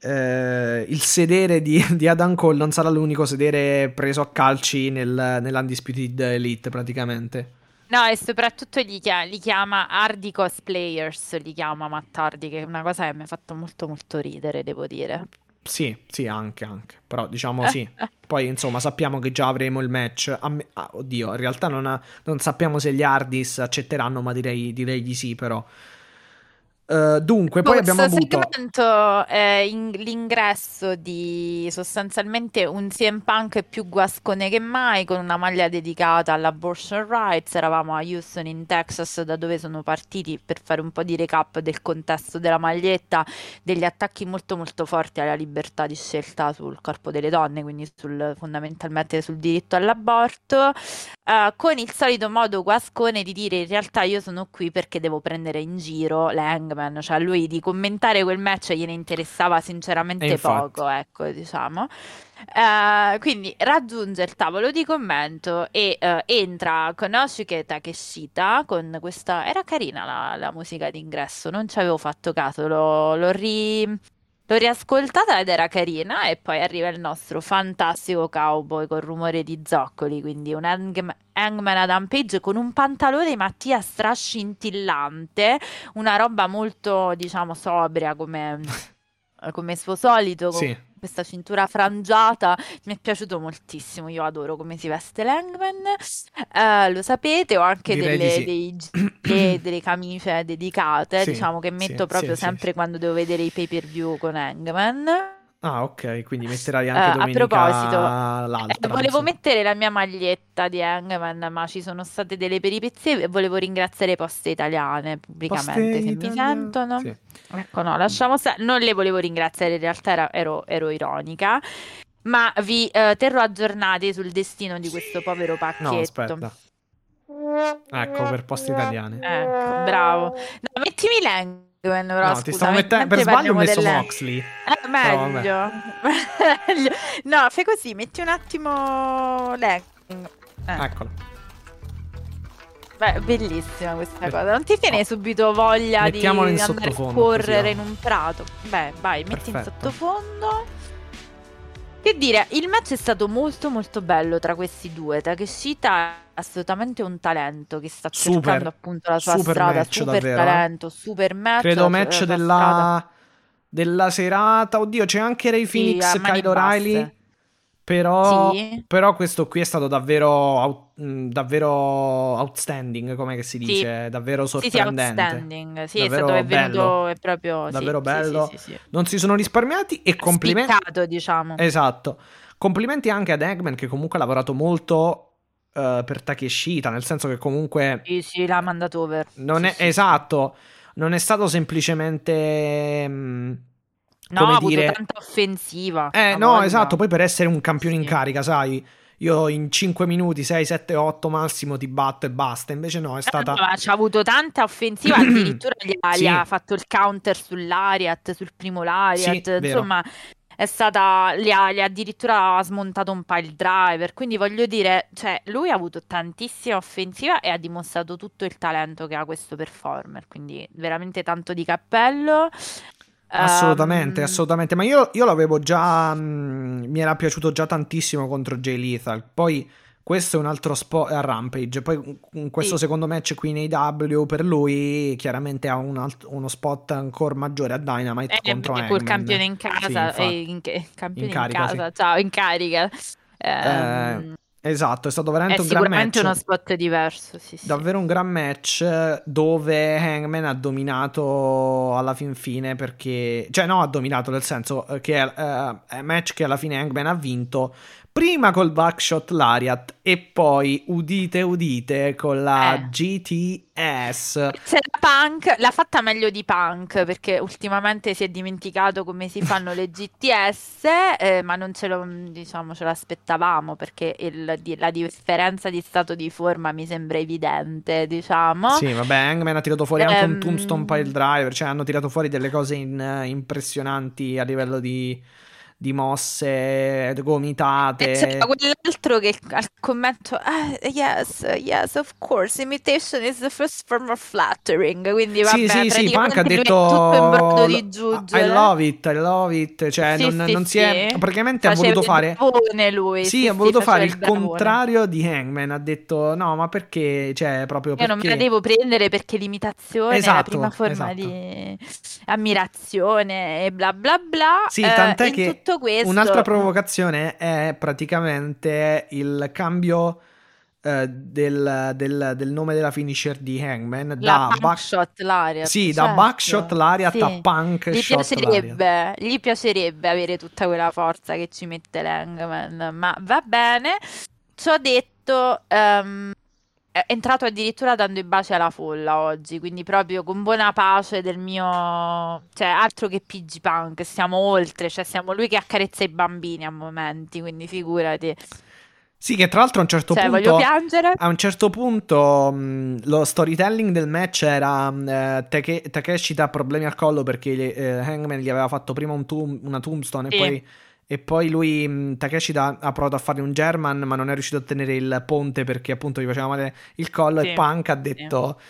il sedere di Adam Cole non sarà l'unico sedere preso a calci nell'Undisputed Elite, praticamente. No, e soprattutto li chiama Hardy Cosplayers, li chiama Matt Hardy, che è una cosa che mi ha fatto molto molto ridere, devo dire. Sì, anche. Però diciamo sì. Poi insomma sappiamo che già avremo il match. Oddio, in realtà non sappiamo se gli Hardys accetteranno, ma direi di sì, però. Dunque, poi abbiamo Questo avuto... segmento è l'ingresso di sostanzialmente un CM Punk più guascone che mai, con una maglia dedicata all'abortion rights. Eravamo a Houston in Texas, da dove sono partiti, per fare un po' di recap del contesto della maglietta, degli attacchi molto molto forti alla libertà di scelta sul corpo delle donne, quindi fondamentalmente sul diritto all'aborto. Con il solito modo guascone di dire: in realtà io sono qui perché devo prendere in giro l'Hangman, cioè a lui di commentare quel match gliene interessava sinceramente infatti. poco, ecco, diciamo. Quindi raggiunge il tavolo di commento e entra Konosuke Takeshita con questa... Era carina la musica d'ingresso, non ci avevo fatto caso, l'ho riascoltata ed era carina, e poi arriva il nostro fantastico cowboy col rumore di zoccoli, quindi un Hangman Adam Page con un pantalone Mattia strascintillante, una roba molto, diciamo, sobria come suo solito, con Sì, questa cintura frangiata. Mi è piaciuto moltissimo, io adoro come si veste l'Hangman. Lo sapete, ho anche direi di sì. dei gilet, delle camicie dedicate, Sì, diciamo, che metto proprio sì. sempre quando devo vedere i pay-per-view con Hangman. Ah, ok, quindi metterai anche A proposito, domenica l'altra, volevo insomma. mettere la mia maglietta di Hangman, ma ci sono state delle peripezie e volevo ringraziare Poste Italiane Poste pubblicamente, se mi italiane. sentono. Sì. Ecco, no, lasciamo stare. Non le volevo ringraziare, in realtà ero ironica, ma vi terrò aggiornati sul destino di questo povero No, pacchetto. aspetta. Ecco, per Poste Italiane. Ecco, bravo. No, mettimi l'Hangman, però No, ti scusa, stavo mettendo... Per mentre sbaglio ho parliamo messo del... Moxley. Però vabbè. Meglio. Meglio. No, fai così, metti un attimo l'Hangman. Eccolo. Beh, bellissima questa Per- cosa. Non ti viene oh. subito voglia di Mettiamolo in andare a sottofondo, così, correre oh. in un prato? Beh, vai, metti in Perfetto. sottofondo. Che dire, il match è stato molto molto bello tra questi due. Takeshita è assolutamente un talento che sta cercando appunto la sua super strada, match, super davvero, talento, super match, Credo la match sua strada. della serata. Oddio, c'è anche Ray Sì, a Phoenix, mani Kyle O'Reilly. basse. Sì, Però questo qui è stato davvero outstanding, come che si sì, dice, davvero sì, sorprendente. outstanding. Sì, è Davvero bello. venuto, è proprio, sì, Davvero sì, bello. sì. Non si sono risparmiati e complimenti. Spiccato, diciamo. Esatto. Complimenti anche ad Eggman, che comunque ha lavorato molto per Takeshita, nel senso che comunque Sì, l'ha mandato over. non Sì, è sì. esatto. non è stato semplicemente No, ha come avuto dire tanta offensiva. no, voglia. esatto, poi per essere un campione in Sì. carica, sai, io in 5 minuti, 6, 7, 8 massimo ti batto e basta, invece no, è stata No, ma c'ha avuto tanta offensiva, addirittura Sì. gli ha fatto il counter sull'Ariat, sul primo Sì, Lariat, vero. insomma è stata, gli ha addirittura smontato un pile driver, quindi voglio dire, cioè lui ha avuto tantissima offensiva e ha dimostrato tutto il talento che ha questo performer, quindi veramente tanto di cappello. Assolutamente, assolutamente. Ma io l'avevo già. Mi era piaciuto già tantissimo contro Jay Lethal. Poi questo è un altro spot a Rampage. Poi questo Sì. secondo match qui in AEW per lui chiaramente ha uno spot ancora maggiore a Dynamite contro Col Hangman. campione in Sì, casa, infatti. campione in carica, casa, sì. ciao, in carica. Esatto, è stato È veramente un gran sicuramente uno match. spot diverso, sì, sì. Davvero un gran match dove Hangman ha dominato alla fin fine perché... Cioè no, ha dominato nel senso che è match che alla fine Hangman ha vinto prima col Buckshot Lariat e poi, udite udite, con la GTS. C'era Punk, l'ha fatta meglio di Punk perché ultimamente si è dimenticato come si fanno le GTS, ma non ce lo, diciamo, ce l'aspettavamo perché la differenza di stato di forma mi sembra evidente, diciamo. Sì, vabbè, Hangman ha tirato fuori anche un Tombstone Pile Driver, cioè hanno tirato fuori delle cose impressionanti a livello di mosse, gomitate. E c'era quell'altro che al commento, yes, of course, imitation is the first form of flattering. Quindi vabbè, Sì, Punk ha praticamente lui è detto tutto in brodo di I giuggiole. love it, cioè Sì, non sì, si è, sì. praticamente ha Faceva voluto il fare, bravone lui, sì, sì, ha voluto faceva fare il il bravone. contrario di Hangman, ha detto no, ma perché, cioè proprio Io non me la perché, devo prendere perché l'imitazione è la prima esatto, forma esatto. di ammirazione e bla bla bla. Sì, tant'è In che tutto questo, un'altra provocazione è praticamente il cambio del nome della finisher di Hangman la da Buckshot Lariat, sì, da Buckshot certo. Lariat a Sì. Punk Shot Lariat. Gli piacerebbe avere tutta quella forza che ci mette l'Hangman, ma va bene. Ciò detto, è entrato addirittura dando i baci alla folla oggi, quindi proprio con buona pace del mio... Cioè, altro che PG Punk, siamo oltre, cioè siamo lui che accarezza i bambini a momenti, quindi figurati. Sì, che tra l'altro Cioè, voglio piangere. a un certo punto lo storytelling del match era Takeshi ha problemi al collo perché Hangman gli aveva fatto prima una tombstone Sì. e poi lui Takeshi ha provato a fargli un German ma non è riuscito a tenere il ponte perché appunto gli faceva male il collo Sì, e Punk ha sì. detto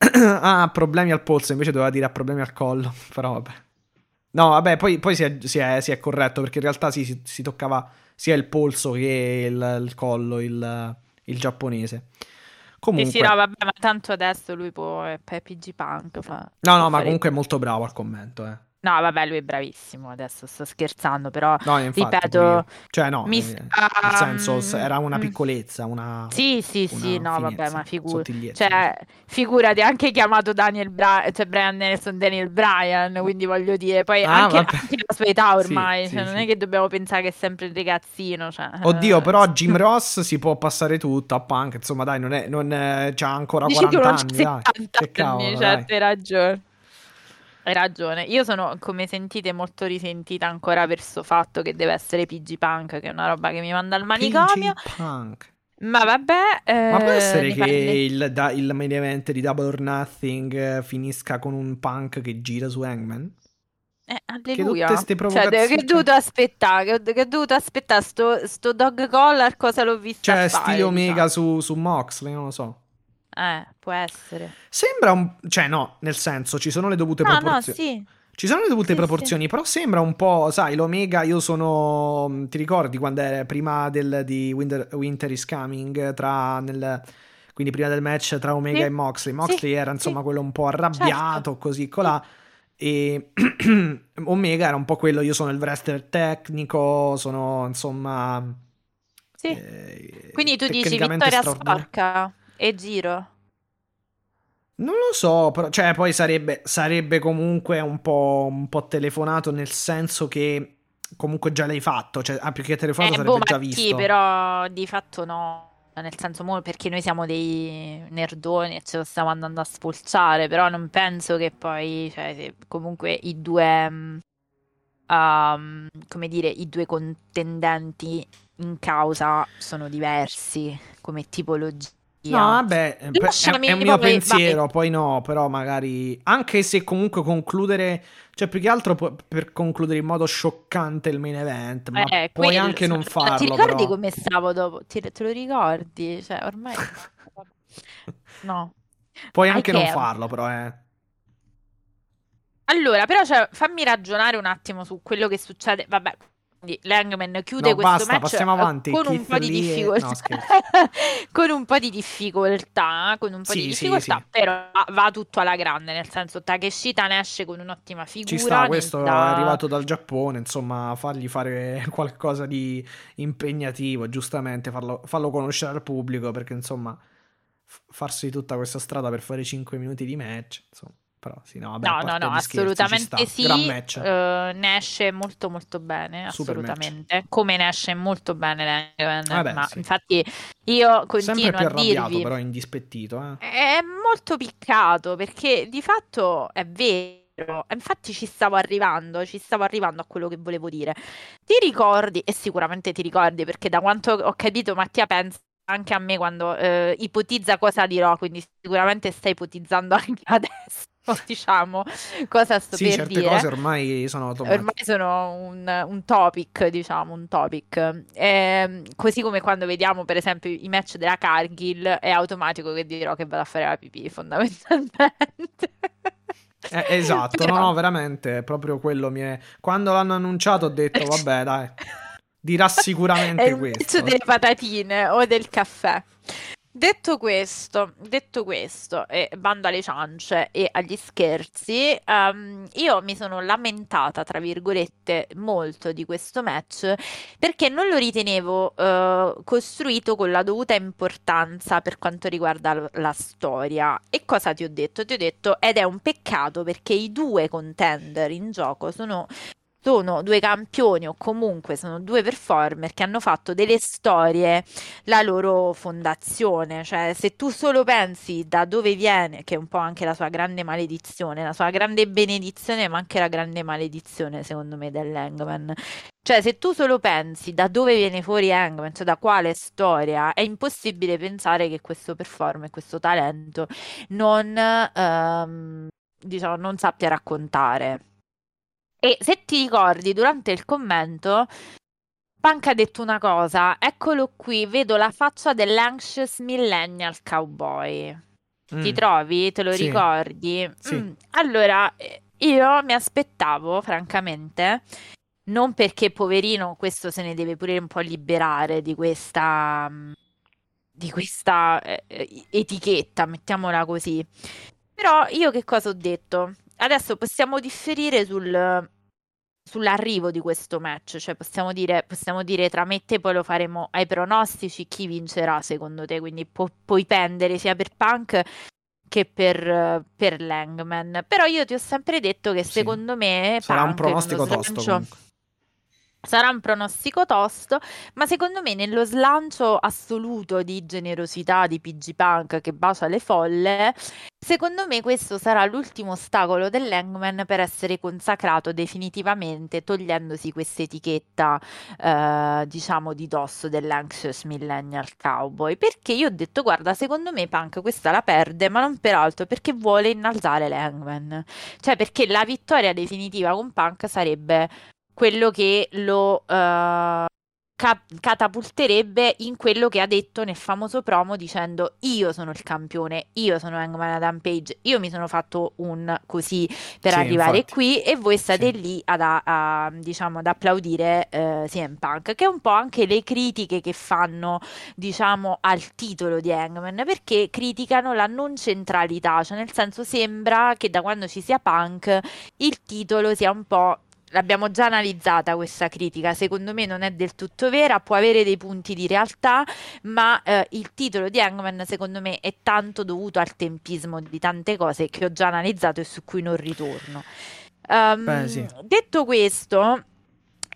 ha problemi al polso, invece doveva dire ha problemi al collo, però vabbè. No, vabbè, poi si è corretto perché in realtà si toccava sia il polso che il collo, il giapponese. Comunque, Sì, no, vabbè, ma tanto adesso lui è PG Punk. no, ma comunque è molto bravo al commento, No, vabbè, lui è bravissimo, adesso sto scherzando, però, No, infatti, pure ripeto, io. Cioè, no, mi nel sta... senso, era una piccolezza, Sì, no, vabbè, finezza, ma sottigliezza. cioè, figurati, anche chiamato Brian Nelson Daniel Bryan, quindi voglio dire, poi Vabbè. anche la sua età ormai, Sì, cioè, non sì. è che dobbiamo pensare che è sempre il ragazzino, cioè, Oddio, però Jim Ross si può passare tutto a Punk, insomma, dai, c'ha ancora dici che 40 non c'ha anni, dai. 70 Che anni, cavolo, cioè, dai. hai ragione. Hai ragione, io sono, come sentite, molto risentita ancora per sto fatto che deve essere PG Punk, che è una roba che mi manda al manicomio. PG Punk. Ma vabbè, Ma può essere ne che parli. il main event di Double or Nothing finisca con un Punk che gira su Hangman? Che tutte Alleluia. ste Cioè, che provocazioni, ho dovuto aspettare, che ho dovuto aspettare sto dog collar, cosa l'ho vista cioè fare, stile Omega diciamo. su Moxley, non lo so. Può essere. Sembra cioè no, nel senso, ci sono le dovute No, proporzioni. sì. Ci sono le dovute Sì, proporzioni, però sembra un po', sai, l'Omega, io sono, ti ricordi quando era prima di Winter is Coming, quindi prima del match tra Omega sì. e Moxley. Sì, Moxley era sì. insomma quello un po' arrabbiato, Certo. così colà, e Omega era un po' quello, io sono il wrestler tecnico, sono insomma Sì. Quindi tu dici tecnicamente vittoria straordinario. sporca e giro. Non lo so, però, cioè poi sarebbe comunque un po' telefonato, nel senso che comunque già l'hai fatto, cioè più che telefonato Boh, sarebbe ma già sì, visto. però di fatto no. nel senso perché noi siamo dei nerdoni e ce lo stiamo andando a sfolciare, però non penso che poi, cioè, comunque i due, come dire, i due contendenti in causa sono diversi come tipologia. No, vabbè, è Lasciami un mio poi, pensiero, poi no, però magari, anche se comunque concludere, cioè più che altro per concludere in modo scioccante il main event, ma puoi quello, anche non ti farlo, ricordi però. come stavo dopo? Te lo ricordi? Cioè, ormai no. Puoi I anche non can't. farlo, però, Allora, però cioè, fammi ragionare un attimo su quello che succede. Vabbè, quindi Langman chiude No, questo basta, match passiamo avanti. con un Keith po' di Lee no, difficoltà. scherzo. Con un po' di difficoltà, Sì. però va tutto alla grande, nel senso Takeshita ne esce con un'ottima Ci figura, sta, questo è arrivato dal Giappone, insomma, fargli fare qualcosa di impegnativo, giustamente, farlo conoscere al pubblico, perché insomma, farsi tutta questa strada per fare 5 minuti di match, insomma, però sì, no, vabbè, a No, parte gli scherzi, ci assolutamente sta. Gran sì, match, ne esce molto molto bene, super match. assolutamente, come ne esce molto bene Langman, Vabbè, ma sì. infatti io Sempre continuo più a arrabbiato, dirvi, però indispettito, è molto piccato perché di fatto è vero, infatti ci stavo arrivando a quello che volevo dire. Ti ricordi, e sicuramente ti ricordi perché da quanto ho capito Mattia pensa anche a me quando ipotizza cosa dirò, quindi sicuramente stai ipotizzando anche adesso, diciamo, cosa sto Sì, per certe dire. cose ormai sono automatiche. Ormai sono un topic, diciamo, un topic. Così come quando vediamo, per esempio, i match della Cargill, è automatico che dirò che vado a fare la pipì, fondamentalmente. Esatto, Però- no, veramente, proprio quello mi è... Quando l'hanno annunciato ho detto, vabbè, dai, dirà È sicuramente il match questo. delle patatine o del caffè. Detto questo, e bando alle ciance e agli scherzi, io mi sono lamentata, tra virgolette, molto di questo match perché non lo ritenevo costruito con la dovuta importanza per quanto riguarda la storia. E cosa ti ho detto? Ti ho detto, ed è un peccato perché i due contender in gioco sono due campioni o comunque sono due performer che hanno fatto delle storie la loro fondazione. Cioè, se tu solo pensi da dove viene, che è un po' anche la sua grande maledizione, la sua grande benedizione, ma anche la grande maledizione, secondo me, dell'Hangman. Cioè, se tu solo pensi da dove viene fuori Hangman, cioè da quale storia, è impossibile pensare che questo performer, questo talento non, diciamo, non sappia raccontare. E se ti ricordi, durante il commento, Punk ha detto una cosa, eccolo qui, vedo la faccia dell'anxious millennial cowboy. Ti trovi? Te lo Sì, ricordi? sì. Allora, io mi aspettavo, francamente, non perché poverino questo se ne deve pure un po' liberare di questa etichetta, mettiamola così. Però io che cosa ho detto? Adesso possiamo differire sull'arrivo di questo match, cioè possiamo dire tra me e te, poi lo faremo ai pronostici, chi vincerà secondo te, quindi puoi pendere sia per Punk che per Langman. Però io ti ho sempre detto che Sì. secondo me Sarà un Punk nello pronostico tosto slancio comunque. sarà un pronostico tosto, ma secondo me nello slancio assoluto di generosità di PG Punk che bacia le folle, secondo me questo sarà l'ultimo ostacolo dell'Hangman per essere consacrato definitivamente, togliendosi questa etichetta, diciamo, di dosso dell'Anxious Millennial Cowboy. Perché io ho detto, guarda, secondo me Punk questa la perde, ma non peraltro perché vuole innalzare l'Hangman. Cioè, perché la vittoria definitiva con Punk sarebbe quello che lo catapulterebbe in quello che ha detto nel famoso promo dicendo io sono il campione, io sono Hangman Adam Page, io mi sono fatto un così per Sì, arrivare infatti. qui e voi state Sì. lì diciamo, ad applaudire CM Punk, che è un po' anche le critiche che fanno, diciamo, al titolo di Hangman, perché criticano la non centralità, cioè nel senso sembra che da quando ci sia Punk il titolo sia un po'. L'abbiamo già analizzata questa critica, secondo me non è del tutto vera, può avere dei punti di realtà, ma il titolo di Hangman secondo me è tanto dovuto al tempismo di tante cose che ho già analizzato e su cui non ritorno. Beh, sì. Detto questo,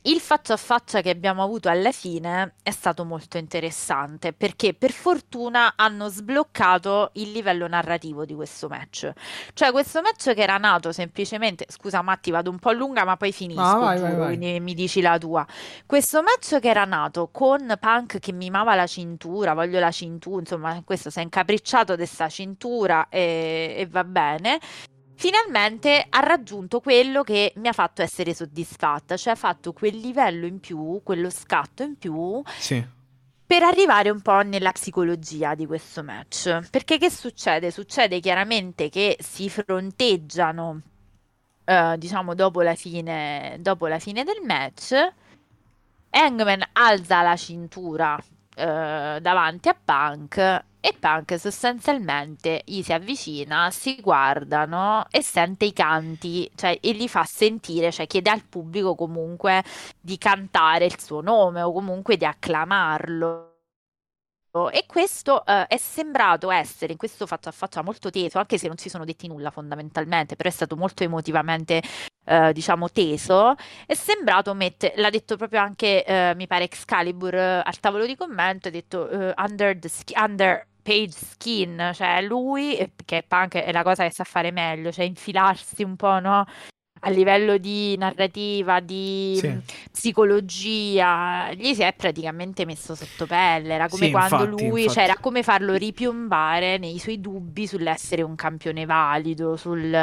Il faccia a faccia che abbiamo avuto alla fine è stato molto interessante perché per fortuna hanno sbloccato il livello narrativo di questo match. Cioè questo match che era nato semplicemente, scusa Matti, vado un po' lunga ma poi Ah, finisco, vai, vai, giuro, vai. quindi mi dici la tua. Questo match che era nato con Punk che mimava la cintura, voglio la cintura, insomma, questo si è incapricciato di sta cintura e va bene. Finalmente ha raggiunto quello che mi ha fatto essere soddisfatta, cioè ha fatto quel livello in più, quello scatto in più Sì, per arrivare un po' nella psicologia di questo match. Perché che succede? Succede chiaramente che si fronteggiano, diciamo, dopo la fine del match. Hangman alza la cintura davanti a Punk e Punk sostanzialmente gli si avvicina, si guardano e sente i canti, cioè e gli fa sentire, cioè chiede al pubblico comunque di cantare il suo nome o comunque di acclamarlo. E questo è sembrato essere in questo faccia a faccia molto teso, anche se non si sono detti nulla fondamentalmente, però è stato molto emotivamente, diciamo, teso. È sembrato l'ha detto proprio anche, mi pare, Excalibur al tavolo di commento, ha detto under Page Skin, cioè lui, che è punk, è la cosa che sa fare meglio, cioè infilarsi un po', no? A livello di narrativa, di sì, psicologia, gli si è praticamente messo sotto pelle. Era sì, come quando infatti, lui, cioè infatti. era come farlo ripiombare nei suoi dubbi sull'essere un campione valido,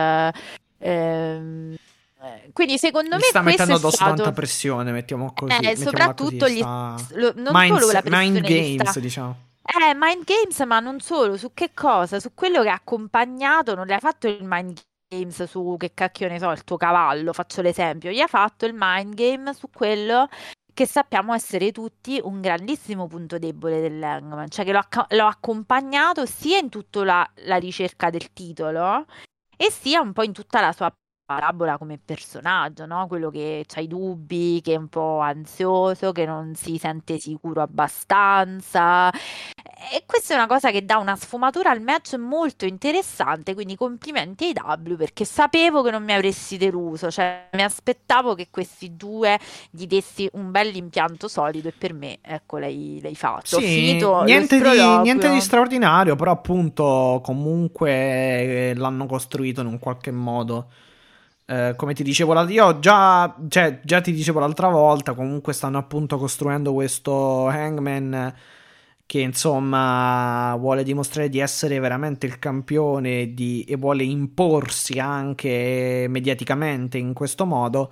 quindi secondo Gli me sta questo mettendo è addosso tanta stato, pressione, mettiamola così, soprattutto sta non solo la mind pressione gli sta. games, diciamo. Mind Games, ma non solo, su che cosa? Su quello che ha accompagnato, non le ha fatto il Mind Games su che cacchio ne so, il tuo cavallo, faccio l'esempio, gli ha fatto il Mind Game su quello che sappiamo essere tutti un grandissimo punto debole dell'Hangman, cioè che l'ho accompagnato sia in tutta la ricerca del titolo e sia un po' in tutta la sua parabola come personaggio, no? Quello che ha i dubbi, che è un po' ansioso, che non si sente sicuro abbastanza. E questa è una cosa che dà una sfumatura al match molto interessante, quindi complimenti ai W perché sapevo che non mi avresti deluso, cioè mi aspettavo che questi due gli dessi un bel impianto solido e per me, ecco, l'hai fatto. Ho Sì, finito lo niente di sproloquio. straordinario, però appunto comunque l'hanno costruito in un qualche modo. Come ti dicevo, io già ti dicevo l'altra volta, comunque stanno appunto costruendo questo Hangman che insomma vuole dimostrare di essere veramente il campione e vuole imporsi anche mediaticamente in questo modo.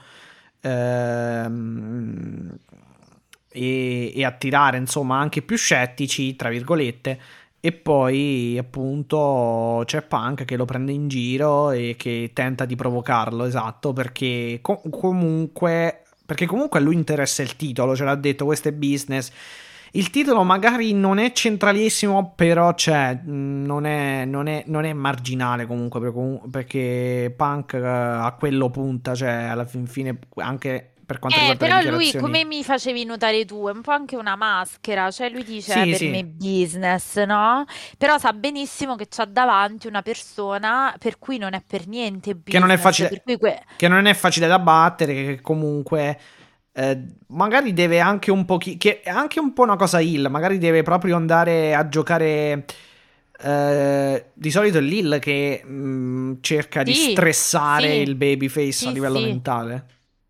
ehm, e attirare insomma anche più scettici, tra virgolette. E poi appunto c'è Punk che lo prende in giro e che tenta di provocarlo, esatto, perché comunque a lui interessa il titolo, ce l'ha detto, questo è business. Il titolo magari non è centralissimo, però c'è, non è marginale comunque, perché Punk a quello punta, cioè alla fin fine anche per quanto riguarda le Però lui, dichiarazioni. come mi facevi notare tu, è un po' anche una maschera, cioè lui dice Sì, per sì, me business, no? Però sa benissimo che c'ha davanti una persona per cui non è per niente che non è business, per facile, cui che non è facile da battere, che comunque magari deve anche un po', che è anche un po' una cosa Hill, magari deve proprio andare a giocare. Di solito è Lil che cerca di sì, stressare sì, il babyface a sì, livello sì. mentale.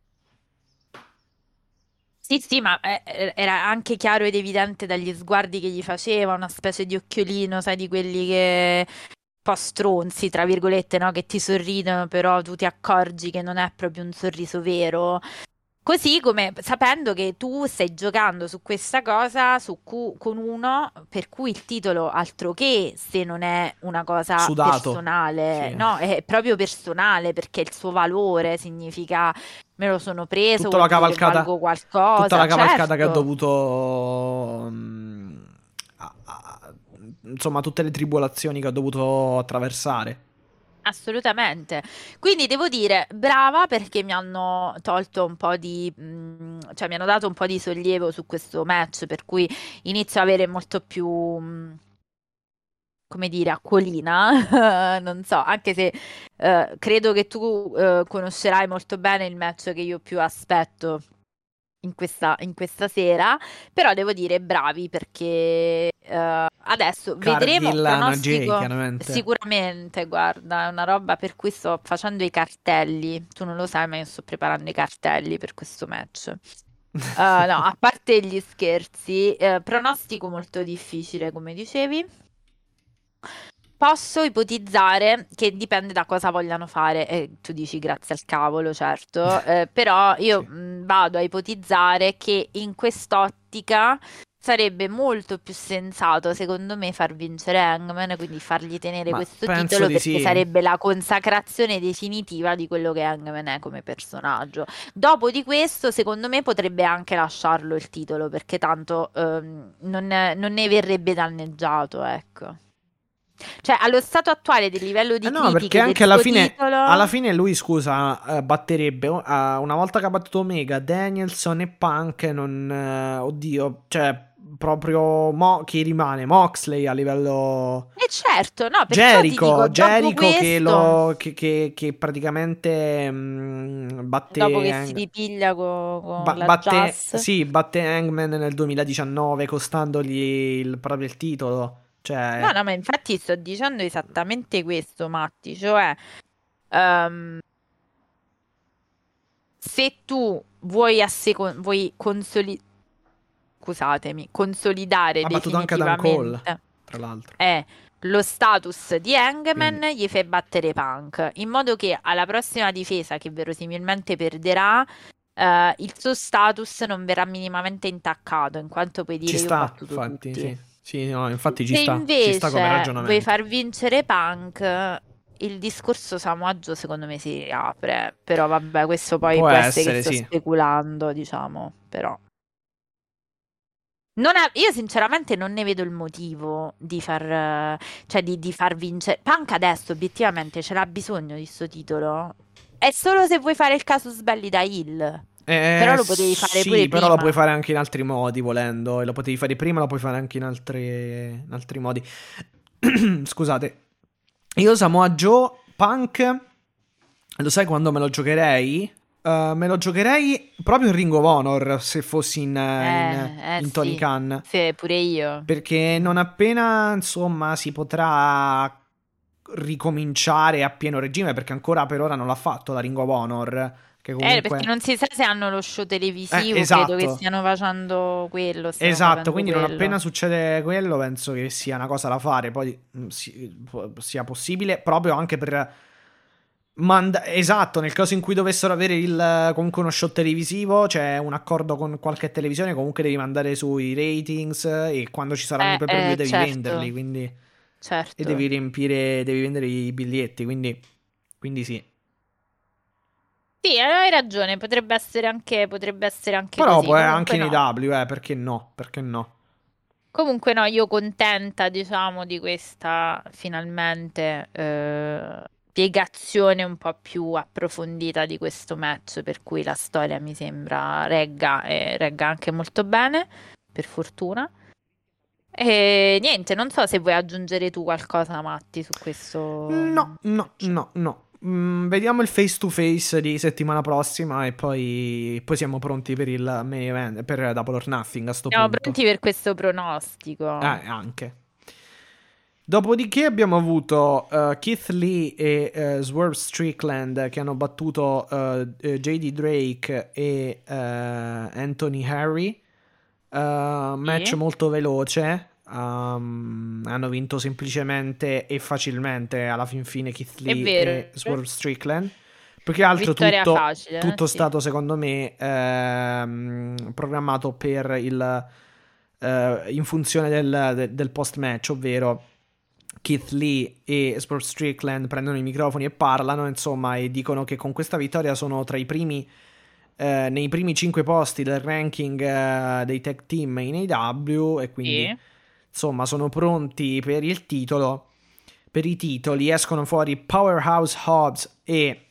Sì, sì, ma era anche chiaro ed evidente dagli sguardi che gli faceva, una specie di occhiolino, sai, di quelli che un po' stronzi, tra virgolette, no? Che ti sorridono, però tu ti accorgi che non è proprio un sorriso vero. Così come sapendo che tu stai giocando su questa cosa con uno per cui il titolo altro che se non è una cosa Sudato. personale, Sì. no, è proprio personale perché il suo valore significa me lo sono preso, Tutta vuol la dire che cavalcata. valgo Tutta la qualcosa, cavalcata che ha certo. dovuto. Insomma, tutte le tribolazioni che ha dovuto attraversare. Assolutamente. Quindi devo dire brava perché mi hanno tolto un po' cioè mi hanno dato un po' di sollievo su questo match, per cui inizio a avere molto più, come dire, acquolina, non so, anche se credo che tu conoscerai molto bene il match che io più aspetto in questa sera, però devo dire bravi perché adesso vedremo. Cargill Anna Jay, Pronostico chiaramente. sicuramente, guarda, è una roba per cui sto facendo i cartelli. Tu non lo sai, ma io sto preparando i cartelli per questo match. No, a parte gli scherzi, pronostico molto difficile, come dicevi. Posso ipotizzare che dipende da cosa vogliano fare, e tu dici grazie al cavolo, certo, però io Sì. vado a ipotizzare che in quest'ottica sarebbe molto più sensato, secondo me, far vincere Hangman, quindi fargli tenere Ma questo penso titolo, di perché sì. sarebbe la consacrazione definitiva di quello che Hangman è come personaggio. Dopo di questo, secondo me, potrebbe anche lasciarlo il titolo, perché tanto non ne verrebbe danneggiato, ecco. Cioè, allo stato attuale del livello di No, perché critiche del anche suo titolo, alla fine lui, scusa, batterebbe una volta che ha battuto Omega, Danielson e Punk, non, oddio, cioè, proprio chi rimane? Moxley a livello... e certo, no, perciò ti dico, dopo Jericho questo, che praticamente dopo batte, che si ripiglia con la batte, Jazz, sì, batte Hangman nel 2019 costandogli proprio il titolo, no, cioè... no, ma infatti sto dicendo esattamente questo, Matti, cioè, ehm, se tu vuoi consolidare Ha battuto anche Adam Cole, definitivamente tra l'altro. lo status di Hangman, Quindi gli fai battere Punk, in modo che alla prossima difesa, che verosimilmente perderà, il suo status non verrà minimamente intaccato, in quanto puoi ci dire io ho sta, battuto infatti, tutti. sì. Sì, no, infatti Se ci sta come invece vuoi ragionamento. far vincere Punk, il discorso Samoa Joe secondo me si riapre, però vabbè, questo poi Può può essere che essere, sto sì. speculando, diciamo, però. Io sinceramente non ne vedo il motivo cioè di far vincere. Punk adesso obiettivamente ce l'ha bisogno di sto titolo. È solo se vuoi fare il casus belli da Hill. Però lo potevi fare pure Sì, però lo puoi prima. fare anche in altri modi, volendo. E lo potevi fare prima, lo puoi fare anche in altri modi. Scusate. Io Samoa Joe, Punk, lo sai quando me lo giocherei? Me lo giocherei proprio in Ring of Honor, se fossi in Tony Sì, Khan. sì, pure io. Perché Mm. non appena, insomma, si potrà ricominciare a pieno regime, perché ancora per ora non l'ha fatto la Ring of Honor, che Perché comunque... non si sa se hanno lo show televisivo, credo che Esatto, stiano facendo quello, stiano esatto, capendo quindi non appena quello. succede quello, penso che sia una cosa da fare, poi sia possibile, proprio anche per... esatto, nel caso in cui dovessero avere comunque uno show televisivo, c'è un accordo con qualche televisione, comunque devi mandare sui ratings e quando ci saranno i pay-per-view devi venderli, Certo, quindi... E devi certo. riempire, devi vendere i biglietti, quindi sì. Sì, hai ragione, potrebbe essere anche Però così. poi anche Comunque nei no. W, perché no? Perché no? Comunque no, io contenta, diciamo, di questa finalmente spiegazione un po' più approfondita di questo match, per cui la storia mi sembra regga e regga anche molto bene, per fortuna. E niente, non so se vuoi aggiungere tu qualcosa, Matti, su questo No, no, match. no, no. Vediamo il face to face di settimana prossima e poi siamo pronti per il main event, per Double or Nothing a sto Siamo punto. pronti per questo pronostico. Anche. Dopodiché abbiamo avuto Keith Lee e Swerve Strickland che hanno battuto JD Drake e Anthony Harry. Match Sì, molto veloce. Hanno vinto semplicemente e facilmente alla fin fine Keith è Lee e vero. Swerve Strickland. Più che altro Vittoria facile, tutto è sì. stato secondo me programmato per in funzione del post match, ovvero Keith Lee e Swerve Strickland prendono i microfoni e parlano, insomma, e dicono che con questa vittoria sono tra i primi nei primi 5 posti del ranking dei tag team in AW e quindi Sì. insomma sono pronti per il titolo. Per i titoli escono fuori Powerhouse Hobbs e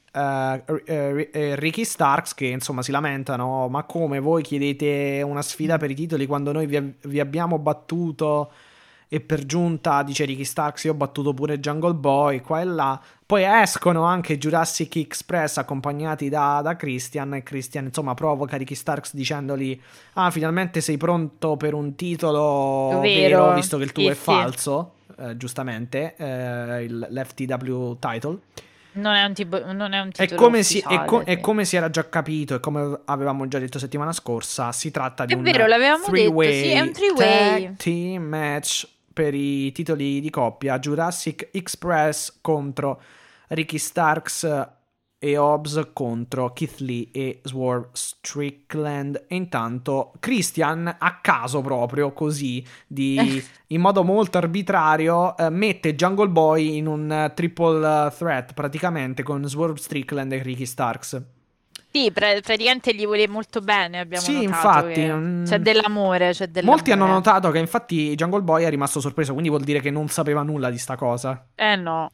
Ricky Starks che insomma si lamentano: "Oh, ma come voi chiedete una sfida per i titoli quando noi vi abbiamo battuto e per giunta dice Ricky Starks io ho battuto pure Jungle Boy qua e là. Poi escono anche Jurassic Express accompagnati da Christian, e Christian insomma provoca Ricky Starks dicendogli finalmente sei pronto per un titolo vero visto che il tuo è falso, giustamente, l'FTW title. Non è un titolo è come si era già capito e come avevamo già detto settimana scorsa, si tratta di è vero, l'avevamo detto, sì, è un three-way tag team match per i titoli di coppia. Jurassic Express contro Ricky Starks e Hobbs contro Keith Lee e Swerve Strickland. E intanto Christian, a caso proprio così, in modo molto arbitrario, mette Jungle Boy in un triple threat praticamente con Swerve Strickland e Ricky Starks. Sì, praticamente gli vuole molto bene, abbiamo notato. Infatti, c'è dell'amore, molti hanno notato che infatti Jungle Boy è rimasto sorpreso, quindi vuol dire che non sapeva nulla di sta cosa. No.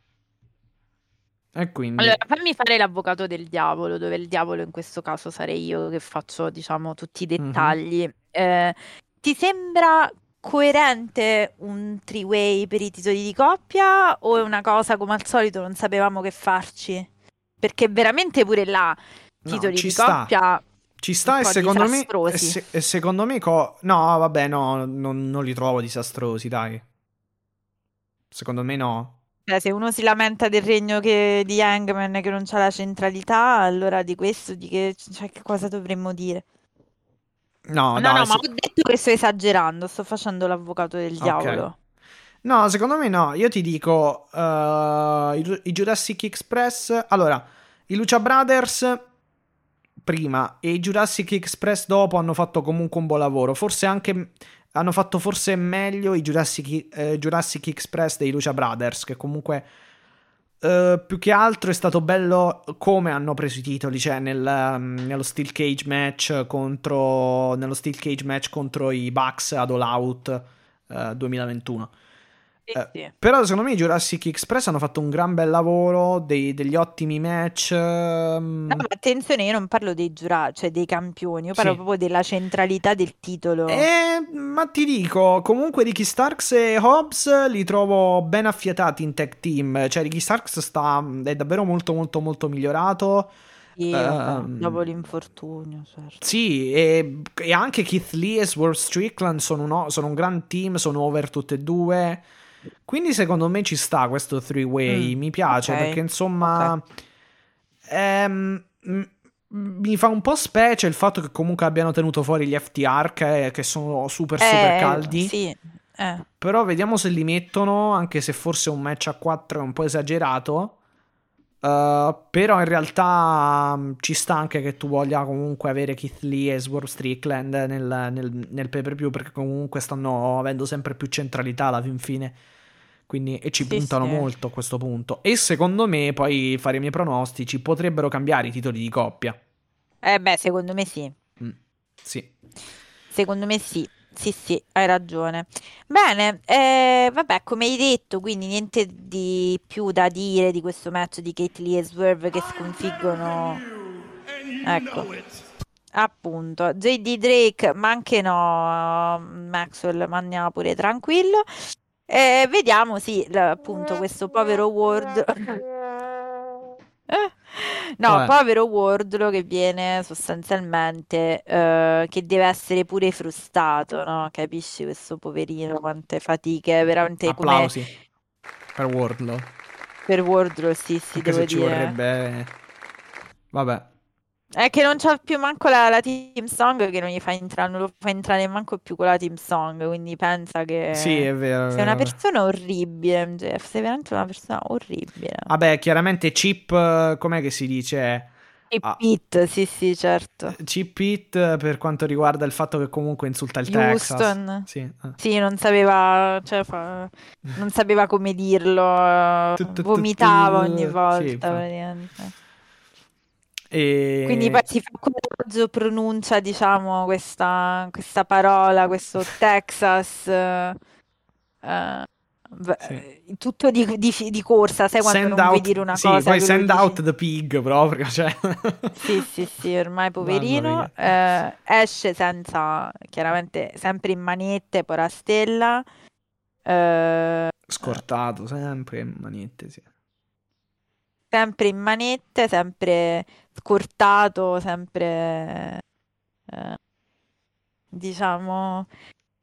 E quindi... Allora, fammi fare l'avvocato del diavolo, dove il diavolo in questo caso sarei io che faccio, diciamo, tutti i dettagli. Ti sembra coerente un three-way per i titoli di coppia o è una cosa come al solito non sapevamo che farci? Perché veramente pure là titoli di coppia ci sta e secondo me no vabbè no non li trovo disastrosi, dai, secondo me no. Se uno si lamenta del regno di Hangman che non c'ha la centralità, allora di questo che cosa dovremmo dire? No, ma ho detto che sto esagerando, sto facendo l'avvocato del diavolo. No, secondo me no. Io ti dico i Jurassic Express, allora i Lucha Brothers prima e i Jurassic Express dopo hanno fatto comunque un buon lavoro. Forse anche hanno fatto meglio i Jurassic Express dei Lucha Brothers, che comunque più che altro è stato bello come hanno preso i titoli, cioè nello Steel Cage match contro i Bucks ad All Out 2021. Sì. Però secondo me i Jurassic Express hanno fatto un gran bel lavoro, degli ottimi match. No, ma attenzione, io non parlo dei giurati, cioè dei campioni, io parlo proprio della centralità del titolo. Ma ti dico, comunque Ricky Starks e Hobbs li trovo ben affiatati in tag team, cioè Ricky Starks è davvero molto molto molto migliorato. Sì, dopo l'infortunio, certo. Sì, e anche Keith Lee e Swerve Strickland sono un gran team, sono over tutte e due. Quindi secondo me ci sta questo three-way, mi piace perché insomma mi fa un po' specie il fatto che comunque abbiano tenuto fuori gli FTR che sono super caldi. Sì. Però vediamo se li mettono, anche se forse un match a 4 è un po' esagerato. Però in realtà ci sta anche che tu voglia comunque avere Keith Lee e Swerve Strickland nel pay per view, perché comunque stanno avendo sempre più centralità alla fin fine, quindi, e ci puntano molto a questo punto. E secondo me, poi fare i miei pronostici, potrebbero cambiare i titoli di coppia. Secondo me sì. Sì. Secondo me sì. Sì, hai ragione. Bene, vabbè, come hai detto, quindi niente di più da dire di questo match di Keith Lee e Swerve che sconfiggono, ecco, appunto, JD Drake, ma anche no, Maxwell, ma andiamo pure tranquillo. Vediamo, sì, appunto, questo povero Ward. Povero Wardlow che viene sostanzialmente che deve essere pure frustrato, no? Capisci questo poverino quante fatiche, veramente. Applausi per Wardlow. Per Wardlow, sì, anche devo se dire. Ci vorrebbe... Vabbè. È che non c'ha più manco la team song, che non gli fa entrare, non lo fa entrare manco più con la team song, quindi pensa che sì, è vero, sei una persona orribile, MJF, sei veramente una persona orribile. Vabbè, chiaramente Chip, com'è che si dice? Chip Pit, sì, certo. Chip Pit per quanto riguarda il fatto che comunque insulta il Houston. Texas. Sì, non sapeva, non sapeva come dirlo, vomitava ogni volta, praticamente. Quindi poi si fa coraggio, pronuncia, diciamo, questa parola, questo Texas, tutto di corsa, sai quando non vuoi dire una cosa? Sì, poi send out the pig proprio, cioè. Sì, ormai poverino, esce senza, chiaramente, sempre in manette, poi la stella. eh, Scortato sempre, manette, sì. sempre in manette, sempre scortato, sempre, eh, diciamo,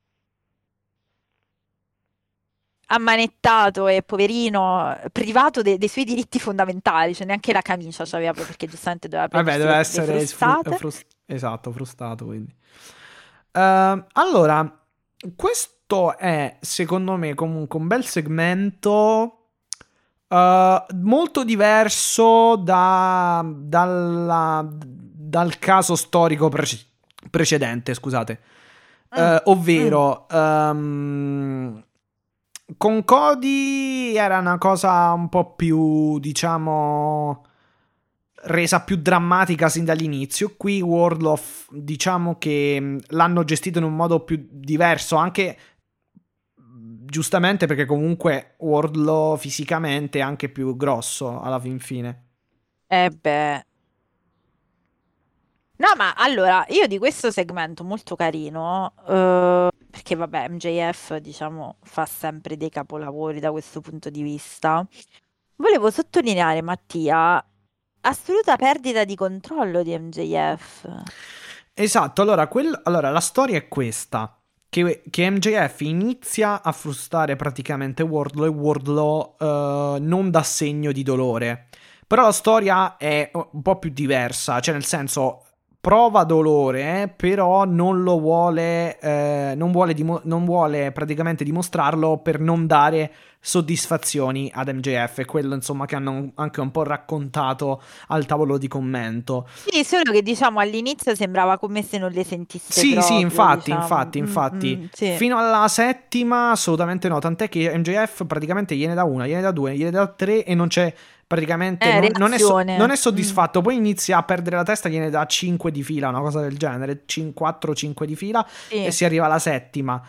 ammanettato e poverino, privato dei suoi diritti fondamentali, cioè neanche la camicia c'aveva perché giustamente doveva Vabbè, prendersi deve le essere frustate. esatto, frustato, quindi. Allora, questo è, secondo me, comunque un bel segmento molto diverso dal caso storico precedente, scusate. Mm, mm. Ovvero, con Cody era una cosa un po' più, diciamo, resa più drammatica sin dall'inizio. Qui Wardlow, diciamo che l'hanno gestito in un modo più diverso, anche giustamente perché comunque Wardlow fisicamente è anche più grosso alla fin fine. Beh. No, ma allora, io di questo segmento molto carino, perché vabbè, MJF, diciamo, fa sempre dei capolavori da questo punto di vista. Volevo sottolineare, Mattia, assoluta perdita di controllo di MJF. Esatto, allora la storia è questa. Che MJF inizia a frustare praticamente Wardlow e Wardlow non dà segno di dolore. Però la storia è un po' più diversa, cioè nel senso prova dolore, però non lo vuole, non vuole praticamente dimostrarlo per non dare soddisfazioni ad MJF. È quello insomma che hanno anche un po' raccontato al tavolo di commento. Sì, solo che diciamo all'inizio sembrava come se non le sentisse Sì, proprio, infatti, diciamo. Sì. fino alla settima assolutamente no, tant'è che MJF praticamente gliene dà una, gliene dà due, gliene dà tre e non c'è praticamente, non è Reazione. soddisfatto, poi inizia a perdere la testa, gliene dà 5 di fila, una cosa del genere, 4-5 di fila e Sì. si arriva alla settima.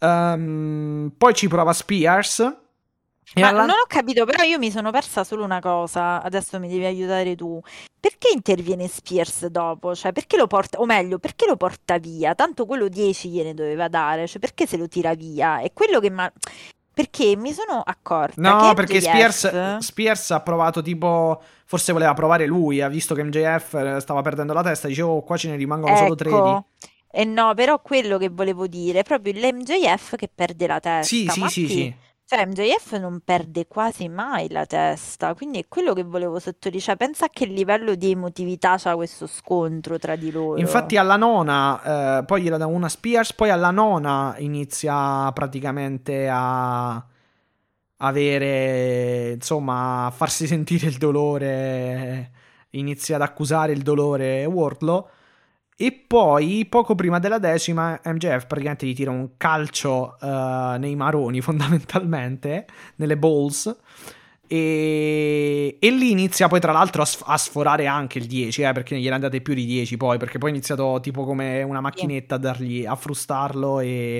Poi ci prova Spears. E Ma alla... non ho capito, però io mi sono persa solo una cosa, adesso mi devi aiutare tu. Perché interviene Spears dopo? Cioè, perché lo porta, o meglio, perché lo porta via? Tanto quello 10 gliene doveva dare, cioè perché se lo tira via? È quello che Perché mi sono accorta No, che perché MJF... Spears ha provato tipo. Forse voleva provare lui. Ha visto che MJF stava perdendo la testa. Dicevo, oh, qua ce ne rimangono solo tre di. Ecco, e no, però quello che volevo dire è proprio l'MJF che perde la Sì, testa. sì, sì, Matti, sì. cioè MJF non perde quasi mai la testa, quindi è quello che volevo sottolineare. Cioè, pensa a che livello di emotività c'ha questo scontro tra di Infatti loro. alla nona, poi gliela dà una Spears. Poi alla nona inizia praticamente a avere, insomma, a farsi sentire il dolore. Inizia ad accusare il dolore Wardlow. E poi, poco prima della decima, MJF praticamente gli tira un calcio nei maroni, fondamentalmente, nelle balls. E lì inizia poi, tra l'altro, a sforare anche il 10, perché gliene andate più di 10 poi, perché poi è iniziato tipo come una Sì. macchinetta a frustarlo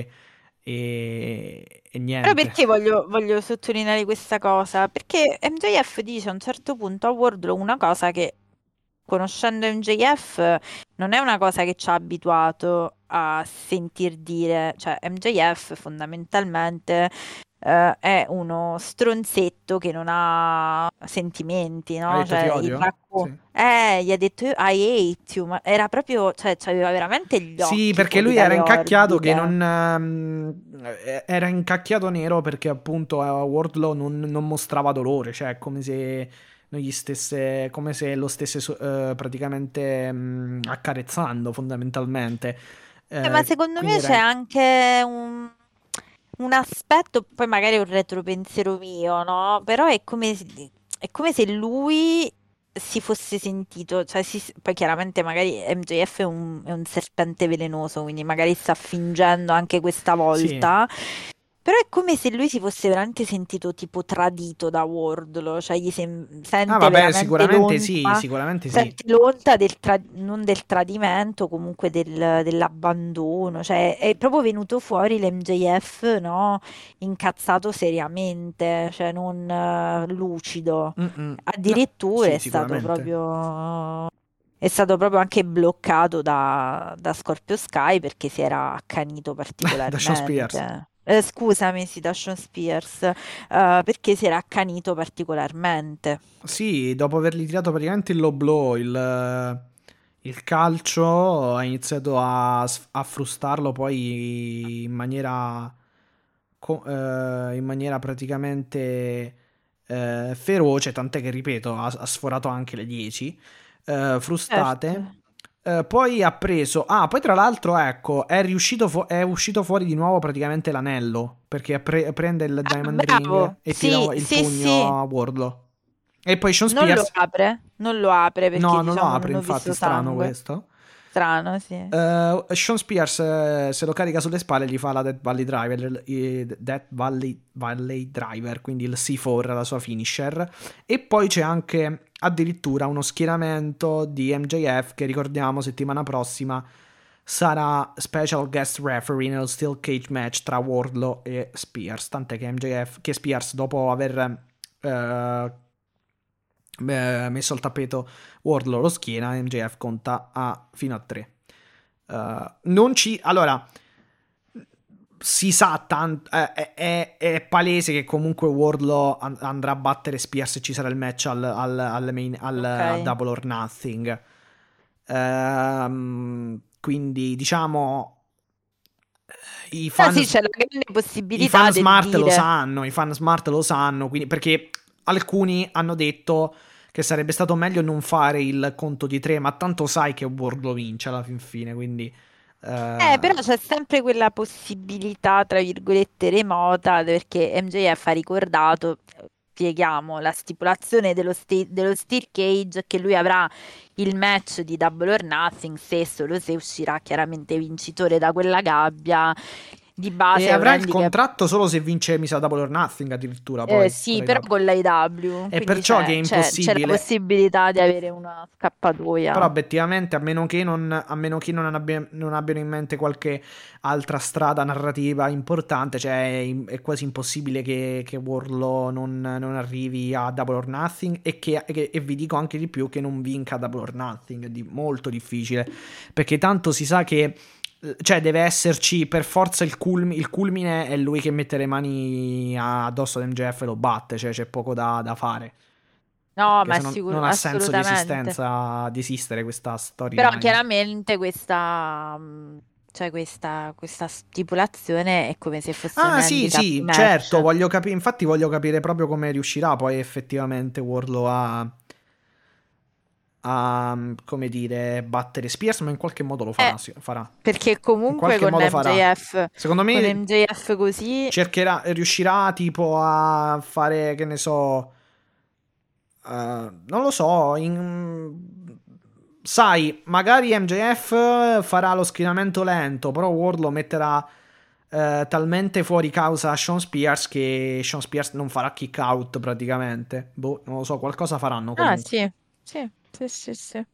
e Però niente. perché voglio sottolineare questa cosa? Perché MJF dice a un certo punto a Wardlow una cosa che, conoscendo MJF, non è una cosa che ci ha abituato a sentir dire. Cioè, MJF fondamentalmente è uno stronzetto che non ha sentimenti, Hai no? detto ti Cioè, odio? Sì. gli ha detto I hate you, ma era proprio, cioè, aveva veramente gli Sì, occhi perché fuori lui era dalle incacchiato che orbite. non. Era incacchiato nero perché appunto Wardlow non mostrava dolore, cioè è come se non gli stesse. Come se lo stesse praticamente accarezzando fondamentalmente. Ma secondo Quindi me era. c'è anche un aspetto, poi magari è un retropensiero mio, no? Però è come se lui si fosse sentito, cioè poi chiaramente magari MJF è un serpente velenoso, quindi magari sta fingendo anche questa Sì. volta. Però è come se lui si fosse veramente sentito tipo tradito da Wardlow, cioè Ah, sente vabbè, veramente sicuramente sì, l'onta, sicuramente sì. sente l'onta non del tradimento, comunque dell'abbandono, cioè è proprio venuto fuori l'MJF, no? Incazzato seriamente, cioè non lucido. Mm-mm. No, Addirittura sì, sicuramente. è stato proprio anche bloccato da Scorpio Sky perché si era accanito Da Shaw Spears. particolarmente. Scusami, sì, da Sean Spears, perché si era accanito particolarmente. Sì, dopo avergli tirato praticamente il low blow, il calcio, ha iniziato a frustarlo poi in maniera praticamente feroce, tant'è che, ripeto, ha sforato anche le 10 Certo. frustate. Poi ha preso. Ah, poi tra l'altro, ecco, è uscito fuori di nuovo praticamente l'anello. Perché prende il Ah, Diamond Ring bravo. e tira Sì, il sì, pugno sì. a Wardlow. E poi Sean Non lo Spears. apre, non lo apre perché No, non lo diciamo non apre, ho infatti, visto strano sangue. questo. Strano, sì. Sean Spears se lo carica sulle spalle e gli fa la Death Valley Driver, Death Valley Driver, quindi il C4, la sua finisher. E poi c'è anche addirittura uno schieramento di MJF che, ricordiamo, settimana prossima sarà special guest referee nello Steel Cage match tra Wardlow e Spears. Tant'è che Spears, dopo aver messo al tappeto Wardlow lo schiena, MJF conta fino a 3. Non ci. Allora, si sa tanto. È palese che comunque Wardlow andrà a battere Spears e ci sarà il match a Ok. Double or Nothing. Quindi, diciamo. I Ah fan, sì, c'è la grande i fan possibilità del smart lo dire. sanno. I fan smart lo sanno. Quindi, perché alcuni hanno detto che sarebbe stato meglio non fare il conto di 3, ma tanto sai che Wardlow vince alla fin fine, quindi Però c'è sempre quella possibilità, tra virgolette, remota, perché MJF ha ricordato, spieghiamo, la stipulazione dello Steel Cage, che lui avrà il match di Double or Nothing, se solo se uscirà chiaramente vincitore da quella gabbia. Di e base è un avrà il handicap. contratto solo se vince, mi sa, Double or Nothing addirittura poi con Sì, però l'AEW. con l'AEW, E quindi perciò che è c'è la impossibile. possibilità di avere una Però scappatoia. obiettivamente, a meno che non abbiano in mente qualche altra strada narrativa importante, cioè è quasi impossibile che Wardlow non arrivi a Double or Nothing e vi dico anche di più che non vinca Double or Nothing, è molto difficile, perché tanto si sa che cioè deve esserci per forza il culmine è lui che mette le mani addosso ad MJF e lo batte, cioè c'è poco da fare. No, Perché ma se no non ha senso assolutamente. di esistere questa Però storyline. chiaramente cioè questa stipulazione è come se fosse un Ah, sì, handicap sì, certo, match. voglio capire. Infatti, voglio capire proprio come riuscirà poi effettivamente Wardlow come dire, battere Spears, ma in qualche modo lo Eh, farà. Farà. perché In comunque qualche modo farà. Secondo con me MJF così, riuscirà tipo a fare, che ne so, non lo so, sai, magari MJF farà lo schienamento lento, però Wardlow metterà talmente fuori causa a Sean Spears che Sean Spears non farà kick out praticamente. Boh, non lo so, qualcosa faranno ah comunque. sì, sì, sì, sì, sì.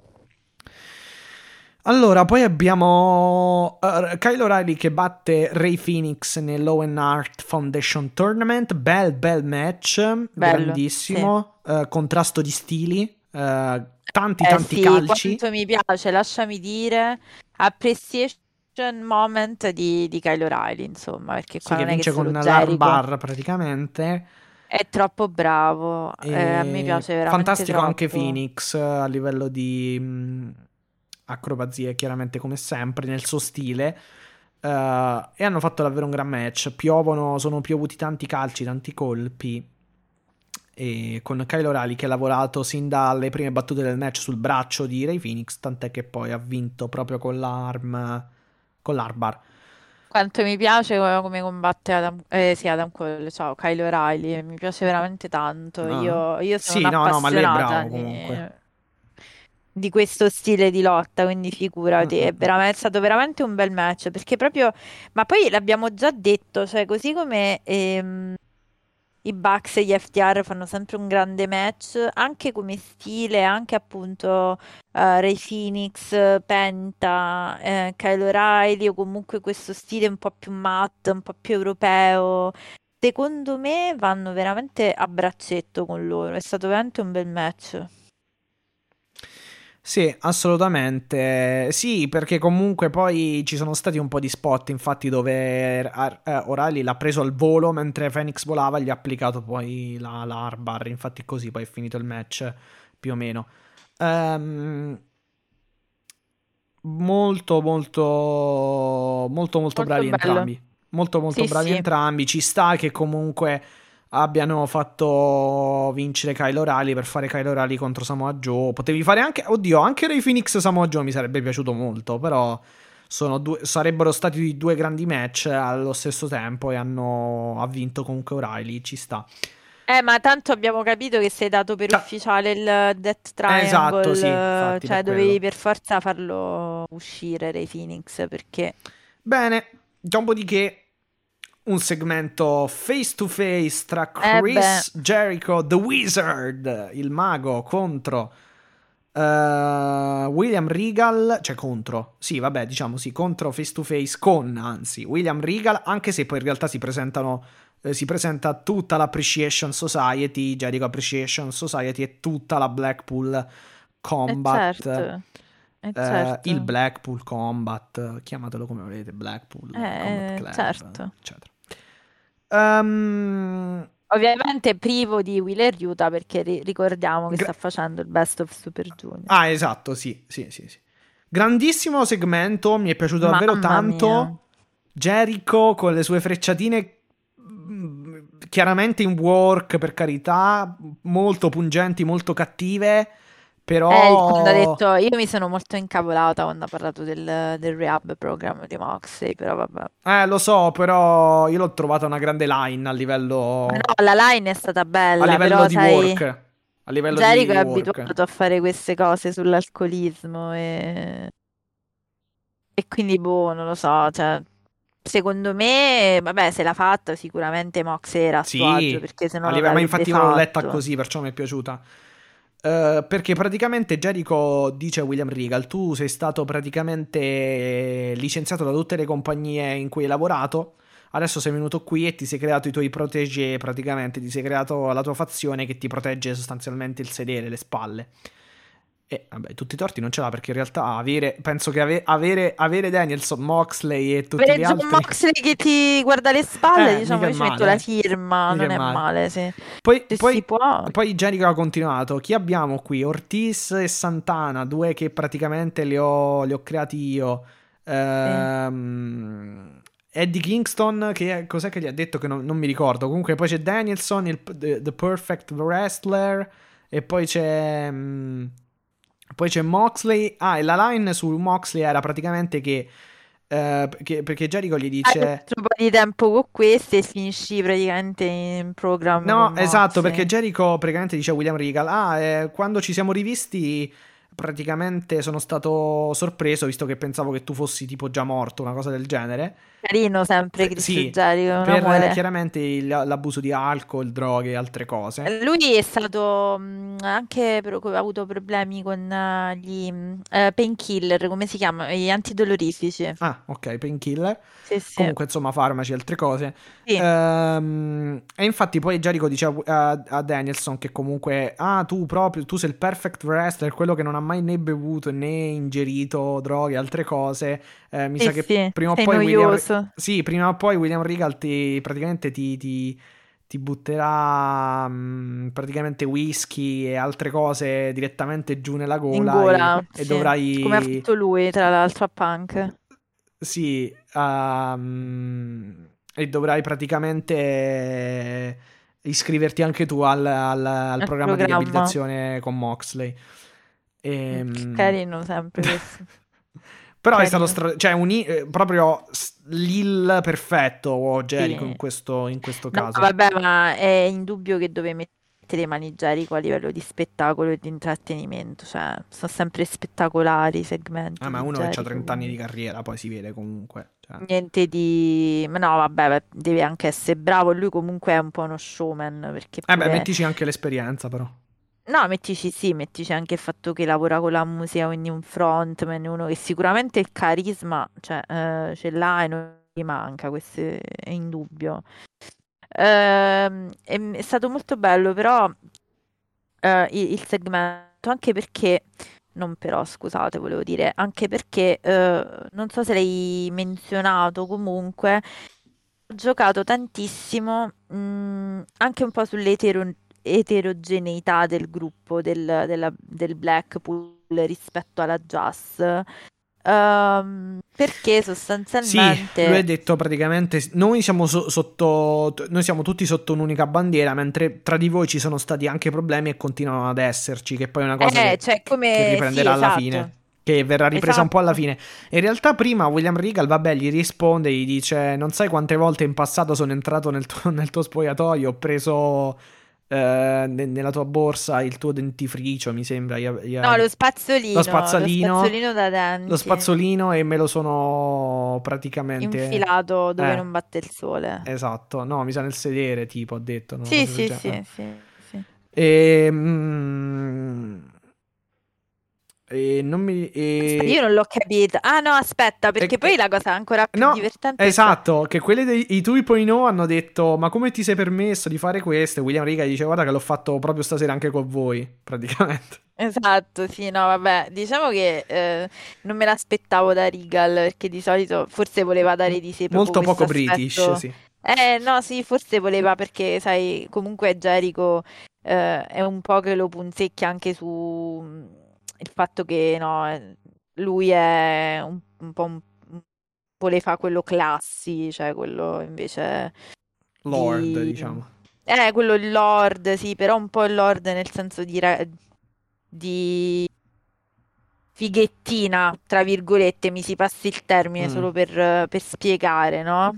Allora, poi abbiamo Kyle O'Reilly che batte Ray Phoenix nell'Owen Hart Foundation Tournament. Bel match, Bello, sì. grandissimo. Contrasto di stili, tanti Sì, calci. quanto mi piace, lasciami dire, appreciation moment di Kyle O'Reilly, insomma, perché Sì, qua che non è che vince con solo Jericho. l'armbar praticamente. È troppo bravo, a me E piace veramente fantastico anche troppo. Phoenix a livello di acrobazie, chiaramente come sempre, nel suo stile. E hanno fatto davvero un gran match. Sono piovuti tanti calci, tanti colpi. E con Kyle O'Reilly che ha lavorato sin dalle prime battute del match sul braccio di Ray Phoenix, tant'è che poi ha vinto proprio con l'armbar. Quanto mi piace come combatte sì, Adam Cole, ciao, Kyle O'Reilly, mi piace veramente tanto. Ah. Io sono Sì, no, no, ma lui è un'appassionata bravo comunque. di questo stile di lotta, quindi figurati, Mm. è stato veramente un bel match, perché proprio, ma poi l'abbiamo già detto, cioè così come i Bucks e gli FTR fanno sempre un grande match, anche come stile, anche appunto Ray Phoenix, Penta, Kyle O'Reilly, o comunque questo stile un po' più matte, un po' più europeo. Secondo me vanno veramente a braccetto con loro, è stato veramente un bel match. Sì, assolutamente. Sì, perché comunque poi ci sono stati un po' di spot, infatti, dove O'Reilly l'ha preso al volo mentre Phoenix volava e gli ha applicato poi la armbar. Infatti così poi è finito il match, più o meno. Ehm, molto, molto, molto, molto Molto bravi bello. entrambi. Molto, molto Sì, bravi sì. entrambi. Ci sta che comunque abbiano fatto vincere Kyle O'Reilly per fare Kyle O'Reilly contro Samoa Joe. Potevi fare anche, oddio, anche Ray Phoenix Samoa Joe mi sarebbe piaciuto molto, però sarebbero stati due grandi match allo stesso tempo e ha vinto comunque O'Reilly, ci sta. Ma tanto abbiamo capito che sei dato per Cioè, ufficiale il Death esatto, sì, Triangle, infatti per cioè dovevi quello. per forza farlo uscire Ray Phoenix perché... Bene, dopodiché un segmento face to face tra beh, Chris Jericho, The Wizard, il mago, contro William Regal, cioè contro, sì, vabbè, diciamo sì, contro face to face con, anzi, William Regal, anche se poi in realtà si presenta tutta l'Appreciation Society, Jericho Appreciation Society e tutta la Blackpool Combat, certo, il certo, Blackpool Combat, chiamatelo come volete, Blackpool Combat Club, certo. eccetera. Um, Ovviamente privo di Wheeler Yuta perché ricordiamo che sta gra- facendo il Best of Super Junior. esatto, sì, sì, sì, sì. Grandissimo segmento, mi è piaciuto davvero Mamma mia. tanto. Jericho con le sue frecciatine chiaramente in work, per carità, molto pungenti, molto cattive, Quando ha però detto, io mi sono molto incavolata quando ha parlato del rehab program di Moxley, però vabbè. lo so, però io l'ho trovata una grande line Ma livello no, la line è stata a bella, livello però di sai, work, a livello Jericho di è work. abituato a fare queste cose sull'alcolismo e quindi boh, non lo so, cioè, secondo me, vabbè, se l'ha fatta sicuramente Moxley era a suo agio, Sì, perché se no non ma l'avrebbe infatti io l'ho letta fatto. così, perciò mi è piaciuta. Perché praticamente Jericho dice a William Regal: tu sei stato praticamente licenziato da tutte le compagnie in cui hai lavorato. Adesso sei venuto qui e ti sei creato i tuoi protégé. Praticamente ti sei creato la tua fazione che ti protegge sostanzialmente il sedere, le spalle. E vabbè, tutti i torti non ce l'ha perché in realtà penso che avere Danielson, Moxley e tutti Avere gli John altri. Moxley che ti guarda le spalle, diciamo, Mica è io ci metto la male, firma, mica è non è male. male, se, Poi, se si poi, può. poi Jericho ha continuato. Chi abbiamo qui? Ortiz e Santana, due che praticamente li ho creati io. Sì. Eddie Kingston, cos'è che gli ha detto che non mi ricordo. Comunque poi c'è Danielson, The Perfect Wrestler, e poi c'è Moxley. Ah, e la line su Moxley era praticamente perché Jericho gli Hai un dice... altro po' di tempo con questi e finisci praticamente in program con No, esatto, perché Moxley. Jericho praticamente dice a William Regal: quando ci siamo rivisti, praticamente sono stato sorpreso, visto che pensavo che tu fossi tipo già morto, una cosa del genere. Carino sempre Chris Sì, Jericho, un per amore. chiaramente l'abuso di alcol, droghe e altre cose. Lui è stato anche ha avuto problemi con gli painkiller, come si chiama? Gli antidolorifici. Ah, ok, painkiller. Sì, sì. Comunque, insomma, farmaci e altre cose. Sì, E infatti poi Jericho dice a Danielson che comunque, tu sei il perfect wrestler, quello che non ha mai né bevuto né ingerito droghe e altre cose. Mi sì, sa che sì, prima o sei poi noioso. sì, prima o poi William Regal praticamente ti butterà praticamente whisky e altre cose direttamente giù nella In gola gola, e sì. Come ha dovrai... fatto lui, tra l'altro, a Punk. Sì, e dovrai praticamente iscriverti anche tu al Al programma di programma. riabilitazione con Moxley. Ehm, Carino sempre questo. Però è stato Carino. cioè proprio l'il perfetto Jericho Sì. in questo No, caso. vabbè, ma è indubbio che dove mettere mani Jericho a livello di spettacolo e di intrattenimento. Cioè, sono sempre spettacolari i segmenti Ma di uno che ha Jericho, 30 anni di quindi carriera, poi si vede comunque. Cioè. niente di... Ma no, vabbè, deve anche essere bravo. Lui comunque è un po' uno showman, perché Beh, pure... mettici anche l'esperienza, però. No, mettici sì, mettici anche il fatto che lavora con la musica, quindi un frontman, uno che sicuramente il carisma, cioè, ce l'ha e non gli manca, questo è indubbio. È stato molto bello, però il segmento, anche perché non però, scusate, volevo dire, anche perché non so se l'hai menzionato comunque, ho giocato tantissimo, anche un po' sull'eterogeneità del gruppo del Blackpool rispetto alla Jazz, perché Sì, lui ha sostanzialmente detto praticamente noi siamo noi siamo tutti sotto un'unica bandiera, mentre tra di voi ci sono stati anche problemi e continuano ad esserci, che poi è una cosa cioè che come sì, riprenderà alla esatto, fine, che verrà ripresa un po' alla esatto. fine. In realtà prima William Regal, vabbè, gli risponde, gli dice non sai quante volte in passato sono entrato nel tuo spogliatoio, ho preso nella tua borsa il tuo dentifricio, mi sembra, No, lo lo spazzolino, spazzolino da lo denti spazzolino e me lo sono praticamente... infilato dove Eh, non batte il sole. esatto, no, mi sa nel sedere, tipo, ha detto, una Sì, cosa del sì, genere. sì, sì, sì. E, mm, e non mi... Aspetta, io non l'ho capita. Ah no, aspetta, e- perché poi e- la cosa ancora più no, divertente sta... esatto, che quelli dei i 2.0 hanno detto, ma come ti sei permesso di fare questo? E William Regal dice, guarda che l'ho fatto proprio stasera anche con voi, praticamente. Esatto, sì, no, vabbè, diciamo che non me l'aspettavo da Regal, perché di solito forse voleva dare di sé proprio Molto questo poco British, aspetto. sì. No, sì, forse voleva perché, sai, comunque Jericho è un po' che lo punzecchia anche su il fatto che, no, lui è un po' le fa quello classi, cioè quello invece Lord, di... diciamo. Quello il Lord, sì, però un po' il Lord nel senso di fighettina, tra virgolette, mi si passi il termine Mm. solo per spiegare, no?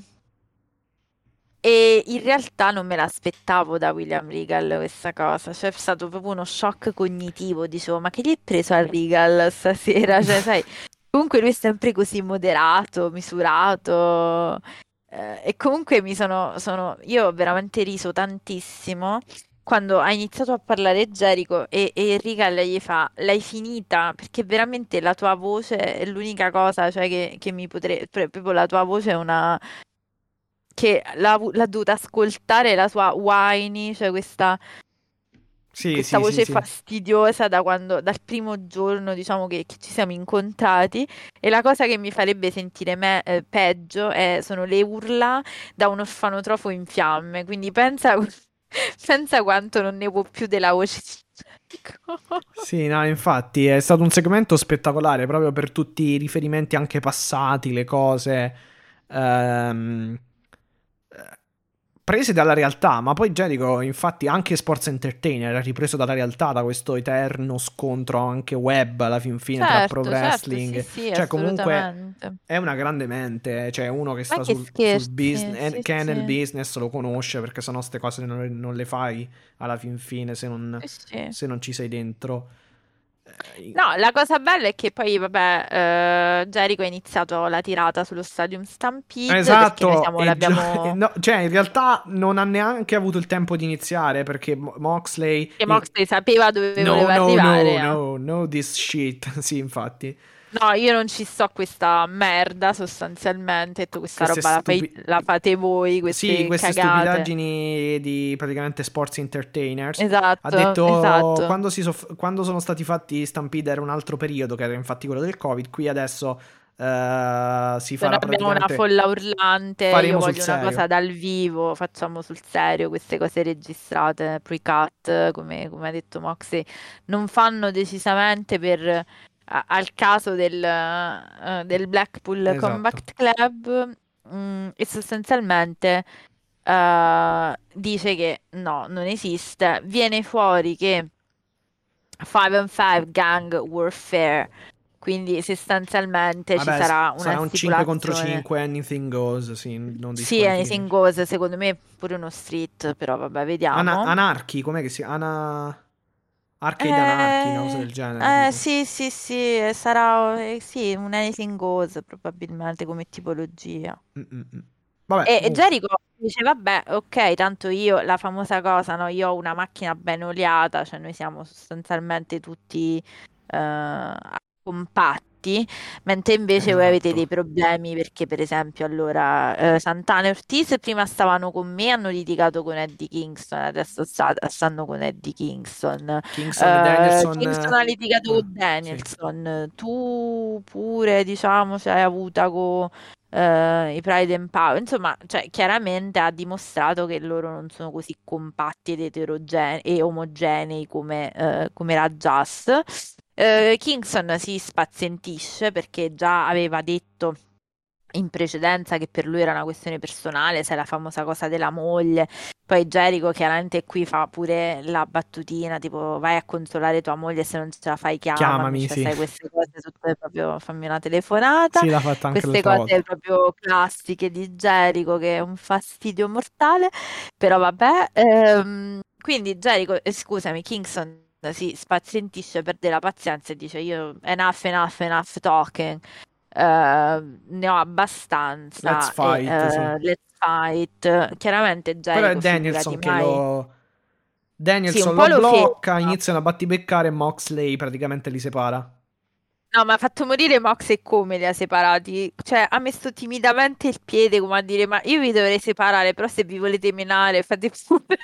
E in realtà non me l'aspettavo da William Regal questa cosa, cioè è stato proprio uno shock cognitivo, dicevo, ma che gli è preso a Regal stasera? Cioè, sai, comunque lui è sempre così moderato, misurato, e comunque io ho veramente riso tantissimo quando ha iniziato a parlare Jericho e Regal gli fa, l'hai finita? Perché veramente la tua voce è l'unica cosa, cioè, che mi potrebbe, proprio la tua voce è una che l'ha dovuta ascoltare la sua whiny, cioè Sì, questa sì, sì, voce sì. fastidiosa dal primo giorno, diciamo, che ci siamo incontrati. E la cosa che mi farebbe sentire peggio sono le urla da un orfanotrofo in fiamme. Quindi pensa, pensa quanto non ne può più della voce di Jericho. Sì, no, infatti è stato un segmento spettacolare proprio per tutti i riferimenti anche passati, le cose ehm, prese dalla realtà, ma poi Jericho, infatti, anche Sports Entertainer è ripreso dalla realtà, da questo eterno scontro anche web alla fin fine tra pro Certo, sì, wrestling. sì, Cioè, comunque assolutamente. è una grande mente, cioè uno che Ma sta che sul scherzi, business, sì, che è nel sì, business, lo conosce perché sennò queste cose non le fai alla fin fine sì, sì. se non ci sei dentro. No, la cosa bella è che poi, vabbè, Jericho ha iniziato la tirata sullo Stadium Stampede perché noi Esatto, l'abbiamo... no, cioè in realtà non ha neanche avuto il tempo di iniziare perché Moxley... che Moxley sapeva dove No, voleva no, no, arrivare. no, no, this shit. Sì, infatti. No, io non ci so questa merda sostanzialmente, e tu questa Queste roba la fate voi, Sì, queste queste cagate. stupidaggini di praticamente sports entertainers. Ha Esatto, detto esatto. quando sono stati fatti Stampede era un altro periodo, che era infatti quello del Covid. Qui adesso si Se noi farà abbiamo una praticamente. folla urlante, io Faremo sul voglio una serio. cosa dal vivo, facciamo sul serio queste cose registrate, pre-cut, come ha detto Moxie, non fanno decisamente al caso del Blackpool Esatto. Combat Club, e sostanzialmente dice che no, non esiste. Viene fuori che 5 on 5 gang warfare, quindi sostanzialmente ci Vabbè, sarà una sarà un 5 contro stipulazione. 5, anything goes, sì, non Sì, Anything disqualification. Goes, secondo me è pure uno street, però vabbè, vediamo. Anarchy, com'è che si... Arcade Anarchy, una cosa del genere, tipo. Sì, sì, sì, sarà sì, un Anything Goes probabilmente come tipologia. Mm. Vabbè, E comunque. Jericho dice, vabbè, ok, tanto io, la famosa cosa, no? Io ho una macchina ben oliata, cioè noi siamo sostanzialmente tutti compatti. forti, mentre invece voi avete Esatto. dei problemi perché, per esempio, allora Santana e Ortiz prima stavano con me, hanno litigato con Eddie Kingston, adesso stanno con Eddie Kingston. Kingston e Danielson. Kingston ha litigato con Sì. Danielson, tu pure, diciamo, ce l'hai avuta con i Pride and Power, insomma, cioè, chiaramente ha dimostrato che loro non sono così compatti ed eterogenei e omogenei come era Just. Kingston si spazientisce perché già aveva detto in precedenza che per lui era una questione personale, sai, la famosa cosa della moglie. Poi Jericho chiaramente qui fa pure la battutina, tipo vai a consolare tua moglie, se non ce la fai chiamami, Chiamami, cioè sì. sai queste cose tutte proprio fammi una telefonata, Sì, l'ha fatta anche queste l'altra cose volta. proprio classiche di Jericho che è un fastidio mortale, però vabbè, quindi Jericho, scusami, Kingston si spazientisce, perde la pazienza e dice io enough talking. Ne ho Let's abbastanza e fight, sì. let's fight. Chiaramente Però è Jericho, figurati Danielson che mai. lo... Sì, un Danielson po' lo lo blocca, ferma. iniziano a battibeccare e Moxley praticamente li separa. No, ma ha fatto morire Mox e come li ha separati? Cioè, ha messo timidamente il piede come a dire, ma io vi dovrei separare, però se vi volete menare, fate pure.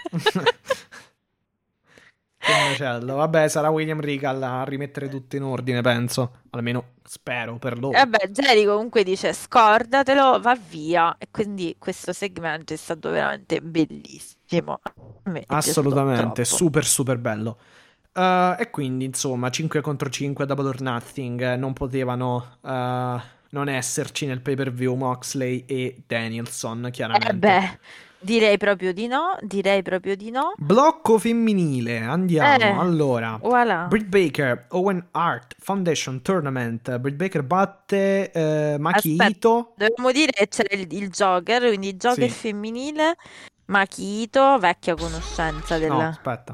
Che macello. Vabbè, sarà William Regal a rimettere tutto in ordine, penso. Almeno spero per E loro. vabbè, Jericho comunque dice scordatelo, va via. E quindi questo segmento è stato veramente bellissimo. A me è piaciuto Assolutamente, troppo. super super bello. E quindi, insomma, 5 contro 5 Double or Nothing non potevano non esserci nel pay-per-view Moxley e Danielson, Eh chiaramente. beh, direi proprio di no, direi proprio di no. Blocco femminile, andiamo. Eh, Allora, voilà. Britt Baker, Owen Hart Foundation Tournament. Britt Baker batte Maki Aspetta, Ito. dovevamo dire che c'era il Joker, quindi Joker Sì, femminile, Makito, vecchia conoscenza no, del... aspetta.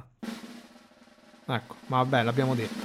Ecco, ma vabbè, l'abbiamo detto.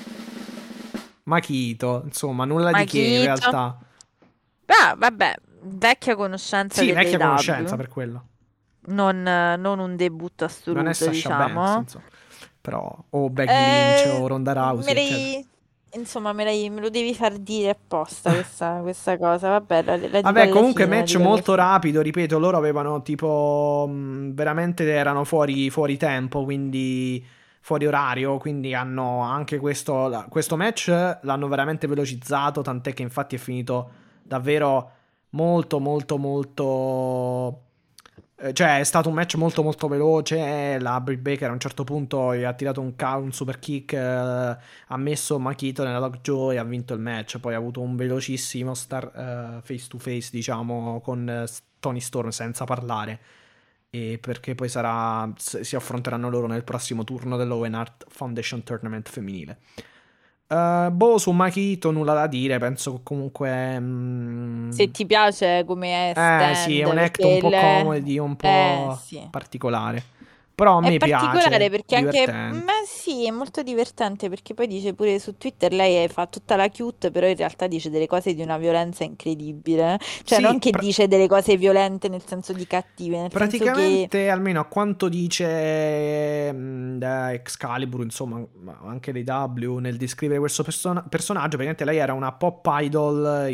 Maki Ito, insomma, nulla di che in Makito. realtà. Ah, vabbè, vecchia conoscenza Sì, vecchia conoscenza dell'AEW, per quello. non un debutto Non è assoluto, Sasha Banks, diciamo. insomma. Però, o Becky Lynch o Ronda Me Rousey, eccetera. l'hai... Insomma, me lo devi far dire apposta questa cosa. Vabbè, la dico Vabbè, alla comunque fine, la match dico alla molto fine. rapido, ripeto, loro avevano tipo veramente erano fuori tempo, quindi fuori orario, quindi hanno anche questo match l'hanno veramente velocizzato, tant'è che infatti è finito davvero molto molto molto cioè è stato un match molto molto veloce, la Britt Baker a un certo punto gli ha tirato un super kick, ha messo Makito nella Lockjaw e ha vinto il match. Poi ha avuto un velocissimo face to face, diciamo, con Tony Storm senza parlare. E perché poi si affronteranno loro nel prossimo turno dell'Owen Hart Foundation Tournament femminile. Boh, su Makito nulla da dire, penso che comunque... Se ti piace come è sì, è stand, un act perché un po' comedy, un po' sì. particolare. Però a È me particolare piace, perché anche divertente. me sì, è molto divertente perché poi dice pure su Twitter lei fa tutta la cute, però in realtà dice delle cose di una violenza incredibile. Cioè non Sì, che dice delle cose violente nel senso di cattive, nel senso che praticamente, almeno a quanto dice da Excalibur, insomma, ma anche dei W, nel descrivere questo personaggio, praticamente lei era una pop idol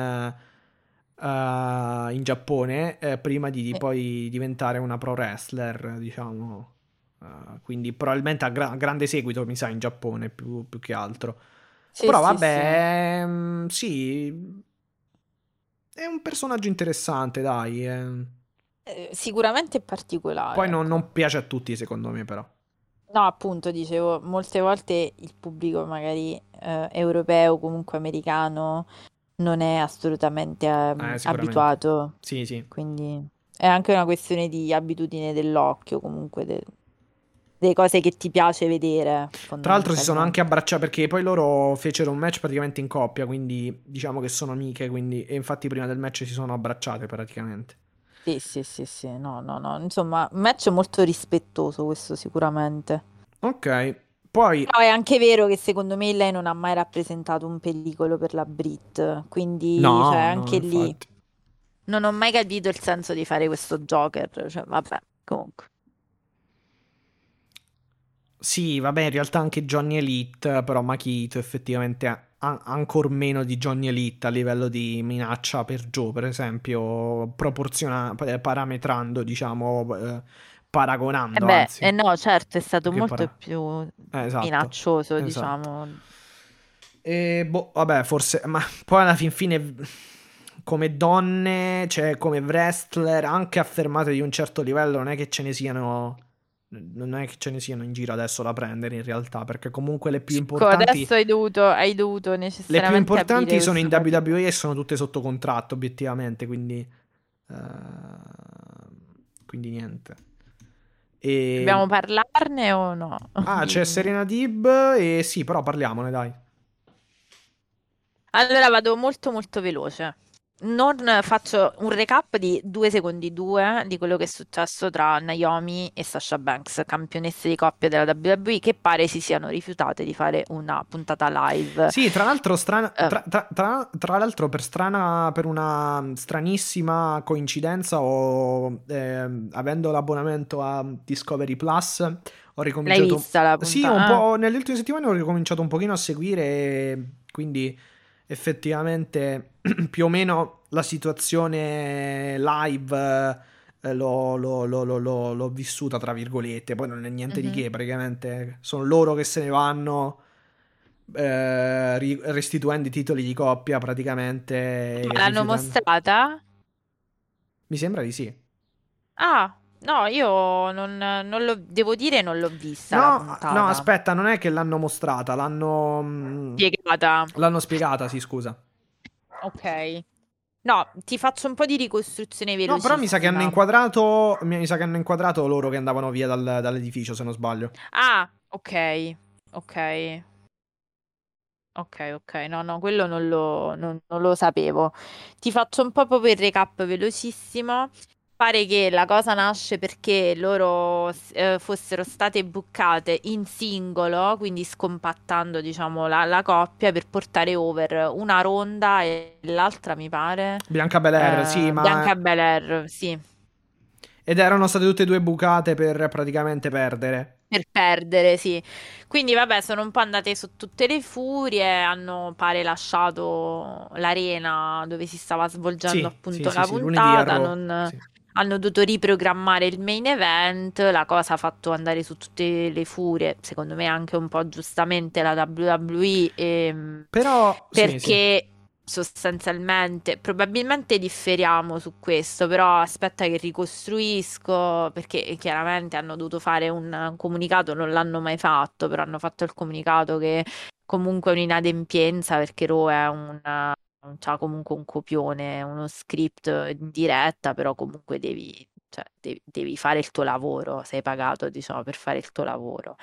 in Giappone, prima di poi diventare una pro wrestler, diciamo. Quindi probabilmente ha grande seguito, mi sa, in Giappone più che altro. sì, Però sì, sì. vabbè, sì, è un personaggio interessante, dai. Sicuramente è Poi particolare, non ecco. piace a tutti, secondo me, però. No, appunto, dicevo, molte volte il pubblico magari europeo, comunque americano, non è assolutamente Sicuramente. abituato, Sì, sì. quindi è anche una questione di abitudine dell'occhio, comunque, delle cose che ti piace vedere, Tra l'altro si sono anche fondamentalmente. abbracciati perché poi loro fecero un match praticamente in coppia, quindi diciamo che sono amiche, quindi... E infatti prima del match si sono abbracciate praticamente. Sì, sì, sì, sì, no, no, no, insomma, un match molto rispettoso, questo sicuramente. Ok, poi... Però è anche vero che secondo me lei non ha mai rappresentato un pericolo per la Brit, quindi, cioè, No, no, anche lì infatti. non ho mai capito il senso di fare questo Joker, cioè, vabbè, comunque. Sì, vabbè, in realtà anche Johnny Elite, però Makito effettivamente ancor meno di Johnny Elite a livello di minaccia per Joe, per esempio, parametrando, diciamo, paragonando, anzi. No, certo, è stato Che molto più esatto, minaccioso, esatto. diciamo. E vabbè, forse, ma poi alla fine come donne, cioè come wrestler, anche affermate di un certo livello, non è che ce ne siano in giro adesso da prendere in realtà, perché comunque le più importanti Adesso hai dovuto le più necessariamente importanti aprire sono in questo capitolo. WWE e sono tutte sotto contratto obiettivamente, quindi niente. Dobbiamo parlarne o no? C'è Dimmi. Serena Deeb e sì, però parliamone, dai. Allora vado molto molto veloce. Non faccio un recap di 2 secondi di quello che è successo tra Naomi e Sasha Banks, campionesse di coppia della WWE, che pare si siano rifiutate di fare una puntata live. Sì, tra l'altro, tra l'altro per una stranissima coincidenza, avendo l'abbonamento a Discovery Plus, ho ricominciato. L'hai vista la Sì, un puntata? po' nelle ultime settimane ho ricominciato un pochino a seguire, quindi effettivamente più o meno la situazione live l'ho vissuta, tra virgolette. Poi non è niente di che, praticamente sono loro che se ne vanno, restituendo i titoli di coppia praticamente, Ma l'hanno mostrata? Mi sembra di sì. Ah, no, io non l'ho, devo dire, non l'ho vista la No, no, puntata. aspetta, non è che l'hanno mostrata, Spiegata. l'hanno spiegata, sì, scusa. Ok. No, ti faccio un po' di ricostruzione No, però mi sa che hanno velocissima. inquadrato loro che andavano via dall'edificio, se non sbaglio. Ah, ok, ok, ok, no, no, quello non lo sapevo. Ti faccio un po' proprio il recap velocissimo. Pare che la cosa nasce perché loro fossero state buccate in singolo, quindi scompattando, diciamo, la coppia per portare over una Ronda e l'altra, mi pare, Bianca Belair, sì, Bianca Belair, sì. ed erano state tutte e due bucate per praticamente perdere. Per perdere, sì. Quindi, vabbè, sono un po' andate su tutte le furie, hanno pare lasciato l'arena dove si stava svolgendo Sì, sì, appunto sì, la sì, lunedì a puntata, Raw. Sì. hanno dovuto riprogrammare il main event, la cosa ha fatto andare su tutte le furie, secondo me anche un po' giustamente la WWE, Però, sì, sì. perché sostanzialmente, probabilmente differiamo su questo, però aspetta che ricostruisco, perché chiaramente hanno dovuto fare un comunicato, non l'hanno mai fatto, però hanno fatto il comunicato che comunque è un'inadempienza perché Raw è c'ha comunque un copione, uno script in diretta, però comunque devi fare il tuo lavoro, sei pagato, diciamo, per fare il tuo lavoro.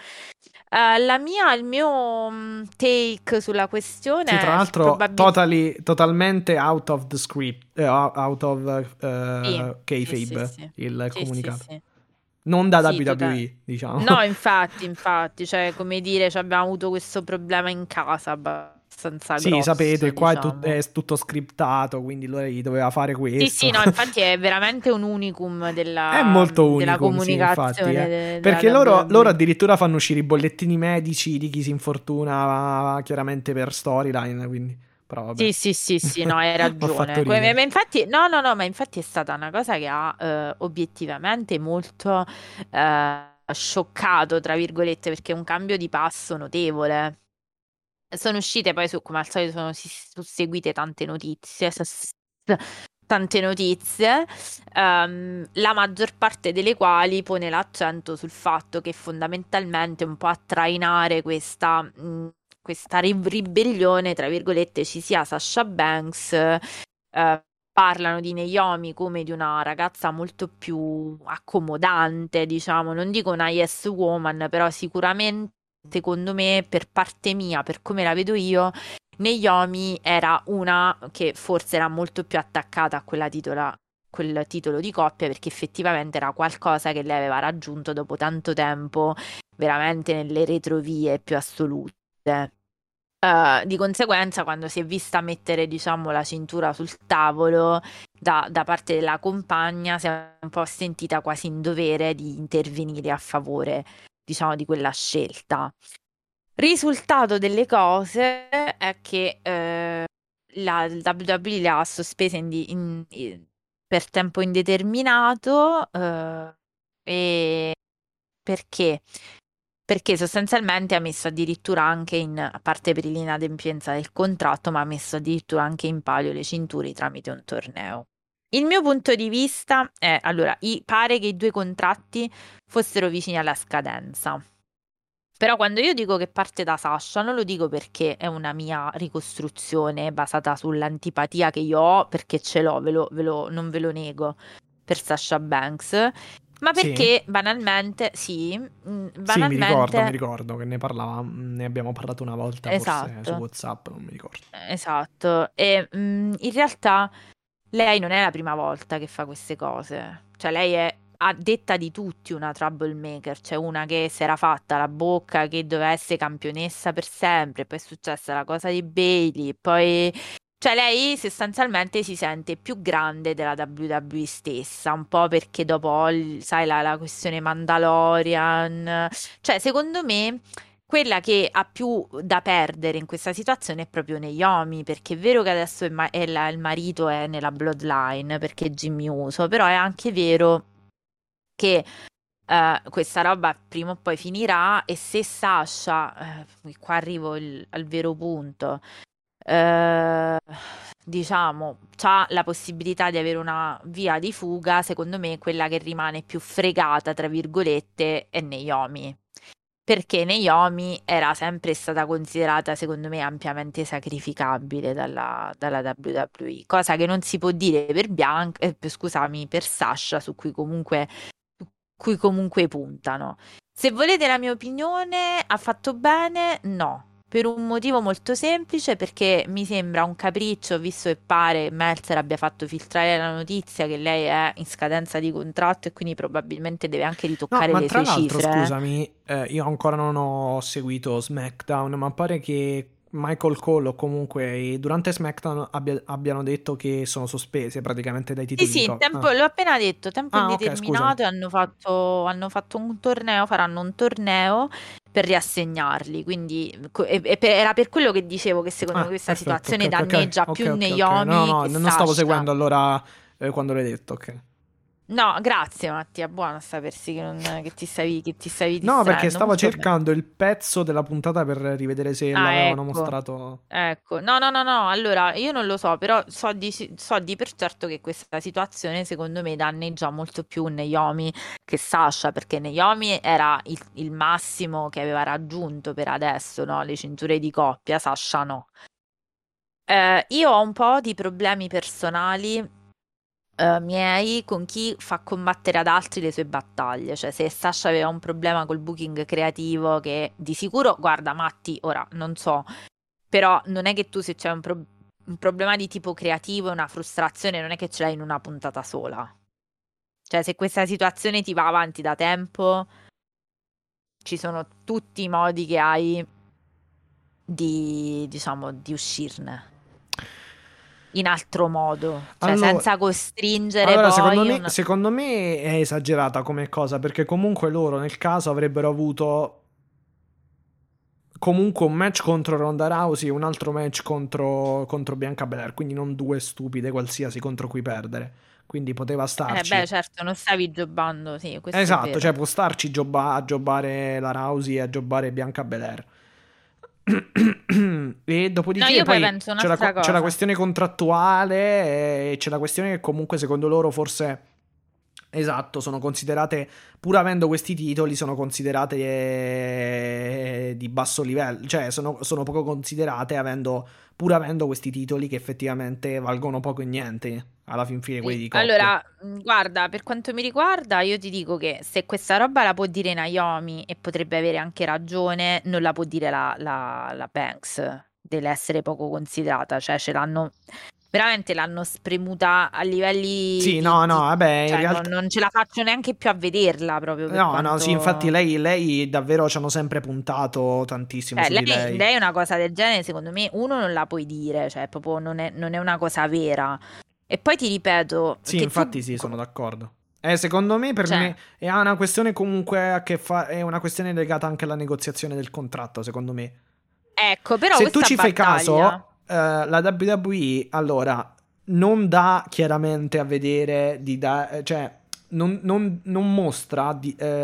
Il mio take sulla Sì, tra questione è l'altro, totalmente out of the script, out of sì, kayfabe, sì. il Sì, sì, comunicato. sì. Non da Sì, WWE, diciamo. No, infatti, cioè, come dire, cioè, abbiamo avuto questo problema in casa abbastanza Sì, grosso, sapete, qua diciamo. è tutto scriptato, quindi lei doveva fare Sì, questo. sì, no, infatti è veramente un unicum È della, molto della unicum, sì, infatti, comunicazione della perché loro WWE. addirittura fanno uscire i bollettini medici di chi si infortuna, chiaramente per storyline, quindi, però vabbè. Sì, no, hai M'ha fatto ragione. ridere. Ma infatti, no, ma infatti è stata una cosa che ha obiettivamente molto scioccato, tra virgolette, perché è un cambio di passo notevole. Sono uscite poi come al solito sono susseguite tante notizie, la maggior parte delle quali pone l'accento sul fatto che fondamentalmente un po' a trainare questa ribellione, tra virgolette, ci sia Sasha Banks. Parlano di Naomi come di una ragazza molto più accomodante, diciamo, non dico una yes woman, però sicuramente, secondo me, per parte mia, per come la vedo io, Naomi era una che forse era molto più attaccata a quel titolo di coppia, perché effettivamente era qualcosa che lei aveva raggiunto dopo tanto tempo, veramente nelle retrovie più assolute. Di conseguenza, quando si è vista mettere, diciamo, la cintura sul tavolo da parte della compagna, si è un po' sentita quasi in dovere di intervenire a favore, diciamo, di quella scelta. Risultato delle cose è che la WWE le ha sospese per tempo indeterminato e perché? Perché sostanzialmente ha messo addirittura anche a parte per l'inadempienza del contratto, ma ha messo addirittura anche in palio le cinture tramite un torneo. Il mio punto di vista è, allora, pare che i due contratti fossero vicini alla scadenza. Però quando io dico che parte da Sasha, non lo dico perché è una mia ricostruzione basata sull'antipatia che io ho, perché ce l'ho, non ve lo nego, per Sasha Banks, ma Sì? perché banalmente, sì, Sì, mi banalmente, ricordo che ne abbiamo parlato una volta, forse su esatto, WhatsApp, non mi ricordo. esatto. E in realtà lei non è la prima volta che fa queste cose, cioè lei è a detta di tutti una troublemaker, cioè una che si era fatta la bocca che doveva essere campionessa per sempre, poi è successa la cosa di Bailey, poi cioè lei sostanzialmente si sente più grande della WWE stessa, un po' perché dopo, sai, la questione Mandalorian, cioè secondo me quella che ha più da perdere in questa situazione è proprio Naomi, perché è vero che adesso il marito è nella bloodline, perché è Jimmy Uso, però è anche vero che questa roba prima o poi finirà e se Sasha, qua arrivo al vero punto, eh, diciamo, ha la possibilità di avere una via di fuga, secondo me quella che rimane più fregata, tra virgolette, è Naomi. Perché Naomi era sempre stata considerata, secondo me, ampiamente sacrificabile dalla WWE, cosa che non si può dire per Bianca, scusami, per Sasha, su cui comunque puntano. Se volete la mia opinione, ha fatto bene? No. Per un motivo molto semplice, perché mi sembra un capriccio, visto che pare Meltzer abbia fatto filtrare la notizia che lei è in scadenza di contratto e quindi probabilmente deve anche No, ritoccare ma le tra sue l'altro, cifre. scusami, io ancora non ho seguito SmackDown, ma pare che Michael Cole o comunque durante SmackDown abbiano detto che sono sospese praticamente dai Sì, titoli di sì, coppia. l'ho appena detto, tempo Ah, ok, scusami. indeterminato e hanno fatto un torneo, faranno un torneo per riassegnarli, quindi era per quello che dicevo che secondo me Ah, questa perfetto, ok, situazione ok, ok, danneggia ok, più ok, ok. No, Naomi no, che non stavo Sasha. seguendo allora quando l'hai detto, ok. No, grazie Mattia, buono a sapersi che ti stavi No, perché distraendo, stavo molto bene. cercando il pezzo della puntata per rivedere se Ah, l'avevano ecco. mostrato. Ecco, no, no, no, no, allora io non lo so, però so di per certo che questa situazione secondo me danneggia molto più Naomi che Sasha, perché Naomi era il massimo che aveva raggiunto per adesso, no? Le cinture di coppia, Sasha no. Io ho un po' di problemi personali miei con chi fa combattere ad altri le sue battaglie, cioè se Sasha aveva un problema col booking creativo che di sicuro, guarda Matti, ora non so. Però non è che tu se c'è un problema di tipo creativo e una frustrazione, non è che ce l'hai in una puntata sola. Cioè, se questa situazione ti va avanti da tempo, ci sono tutti i modi che hai diciamo, di uscirne. In altro modo, cioè Allora, senza costringere allora, poi un... secondo me è esagerata come cosa, perché comunque loro nel caso avrebbero avuto comunque un match contro Ronda Rousey e un altro match contro Bianca Belair, quindi non due stupide qualsiasi contro cui perdere. Quindi poteva Beh, starci. certo, non stavi giocando, sì, questo è Esatto, cioè vero. può starci a jobbare la Rousey e a jobbare Bianca Belair. E No, dopodiché io poi poi penso un'altra c'è la cosa. questione contrattuale e c'è la questione che comunque secondo loro forse, esatto, sono considerate, pur avendo questi titoli, sono considerate di basso livello, cioè sono poco considerate pur avendo questi titoli che effettivamente valgono poco e niente, alla fin fine quelli Sì, di coppia. allora, guarda, per quanto mi riguarda, io ti dico che se questa roba la può dire Naomi e potrebbe avere anche ragione, non la può dire la Banks dell'essere poco considerata, cioè veramente l'hanno spremuta a livelli Sì, no, no, vabbè, in cioè realtà. non ce la faccio neanche più a vederla proprio per No, no, sì, infatti quanto... lei davvero ci hanno sempre puntato tantissimo Cioè, su di lei, lei. lei una cosa del genere, secondo me, uno non la puoi dire, cioè proprio non è una cosa vera. E poi ti ripeto Sì, che tu infatti sì, sono d'accordo. Secondo me, per Cioè, me è una questione comunque è una questione legata anche alla negoziazione del contratto, secondo me. ecco, però Se tu questa ci fai battaglia. caso, la WWE allora non dà chiaramente a vedere cioè non mostra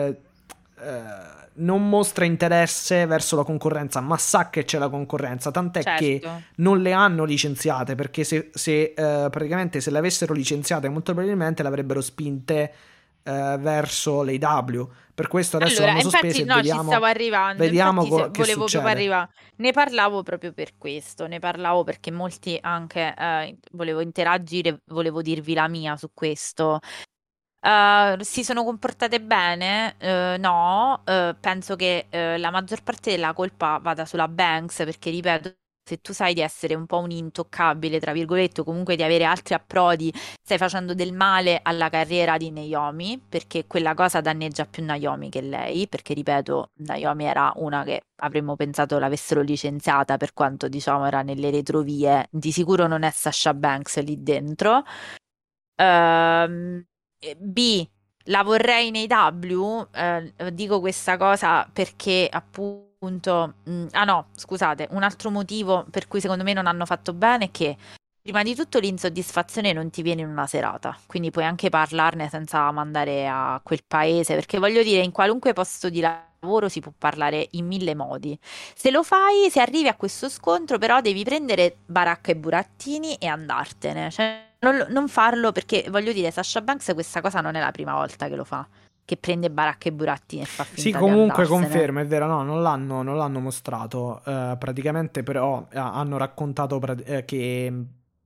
non mostra interesse verso la concorrenza, ma sa che c'è la concorrenza, tant'è che Certo. non le hanno licenziate, perché se praticamente se le avessero licenziate molto probabilmente le avrebbero spinte verso l'AEW. Per questo adesso Allora, l'hanno sospesa infatti, e no, ci stavo arrivando. vediamo Infatti, che volevo proprio succede. arrivare. Ne parlavo proprio per questo. Ne parlavo perché molti anche volevo interagire, volevo dirvi la mia su questo. Si sono comportate bene? No, penso che la maggior parte della colpa vada sulla Banks perché, ripeto, se tu sai di essere un po' un intoccabile, tra virgolette, o comunque di avere altri approdi, stai facendo del male alla carriera di Naomi, perché quella cosa danneggia più Naomi che lei, perché, ripeto, Naomi era una che avremmo pensato l'avessero licenziata per quanto, diciamo, era nelle retrovie. Di sicuro non è Sasha Banks lì dentro. Ehm, B, la vorrei nei W. Dico questa cosa perché appunto, ah no, scusate, un altro motivo per cui secondo me non hanno fatto bene è che prima di tutto l'insoddisfazione non ti viene in una serata, quindi puoi anche parlarne senza mandare a quel paese, perché voglio dire, in qualunque posto di lavoro si può parlare in mille modi. Se lo fai, se arrivi a questo scontro, però devi prendere baracca e burattini e andartene. Cioè, non farlo perché, voglio dire, Sasha Banks questa cosa non è la prima volta che lo fa, che prende baracche e burattini e fa Sì, finta di comunque andarsene. confermo, è vero, no, non l'hanno mostrato. Praticamente però hanno raccontato che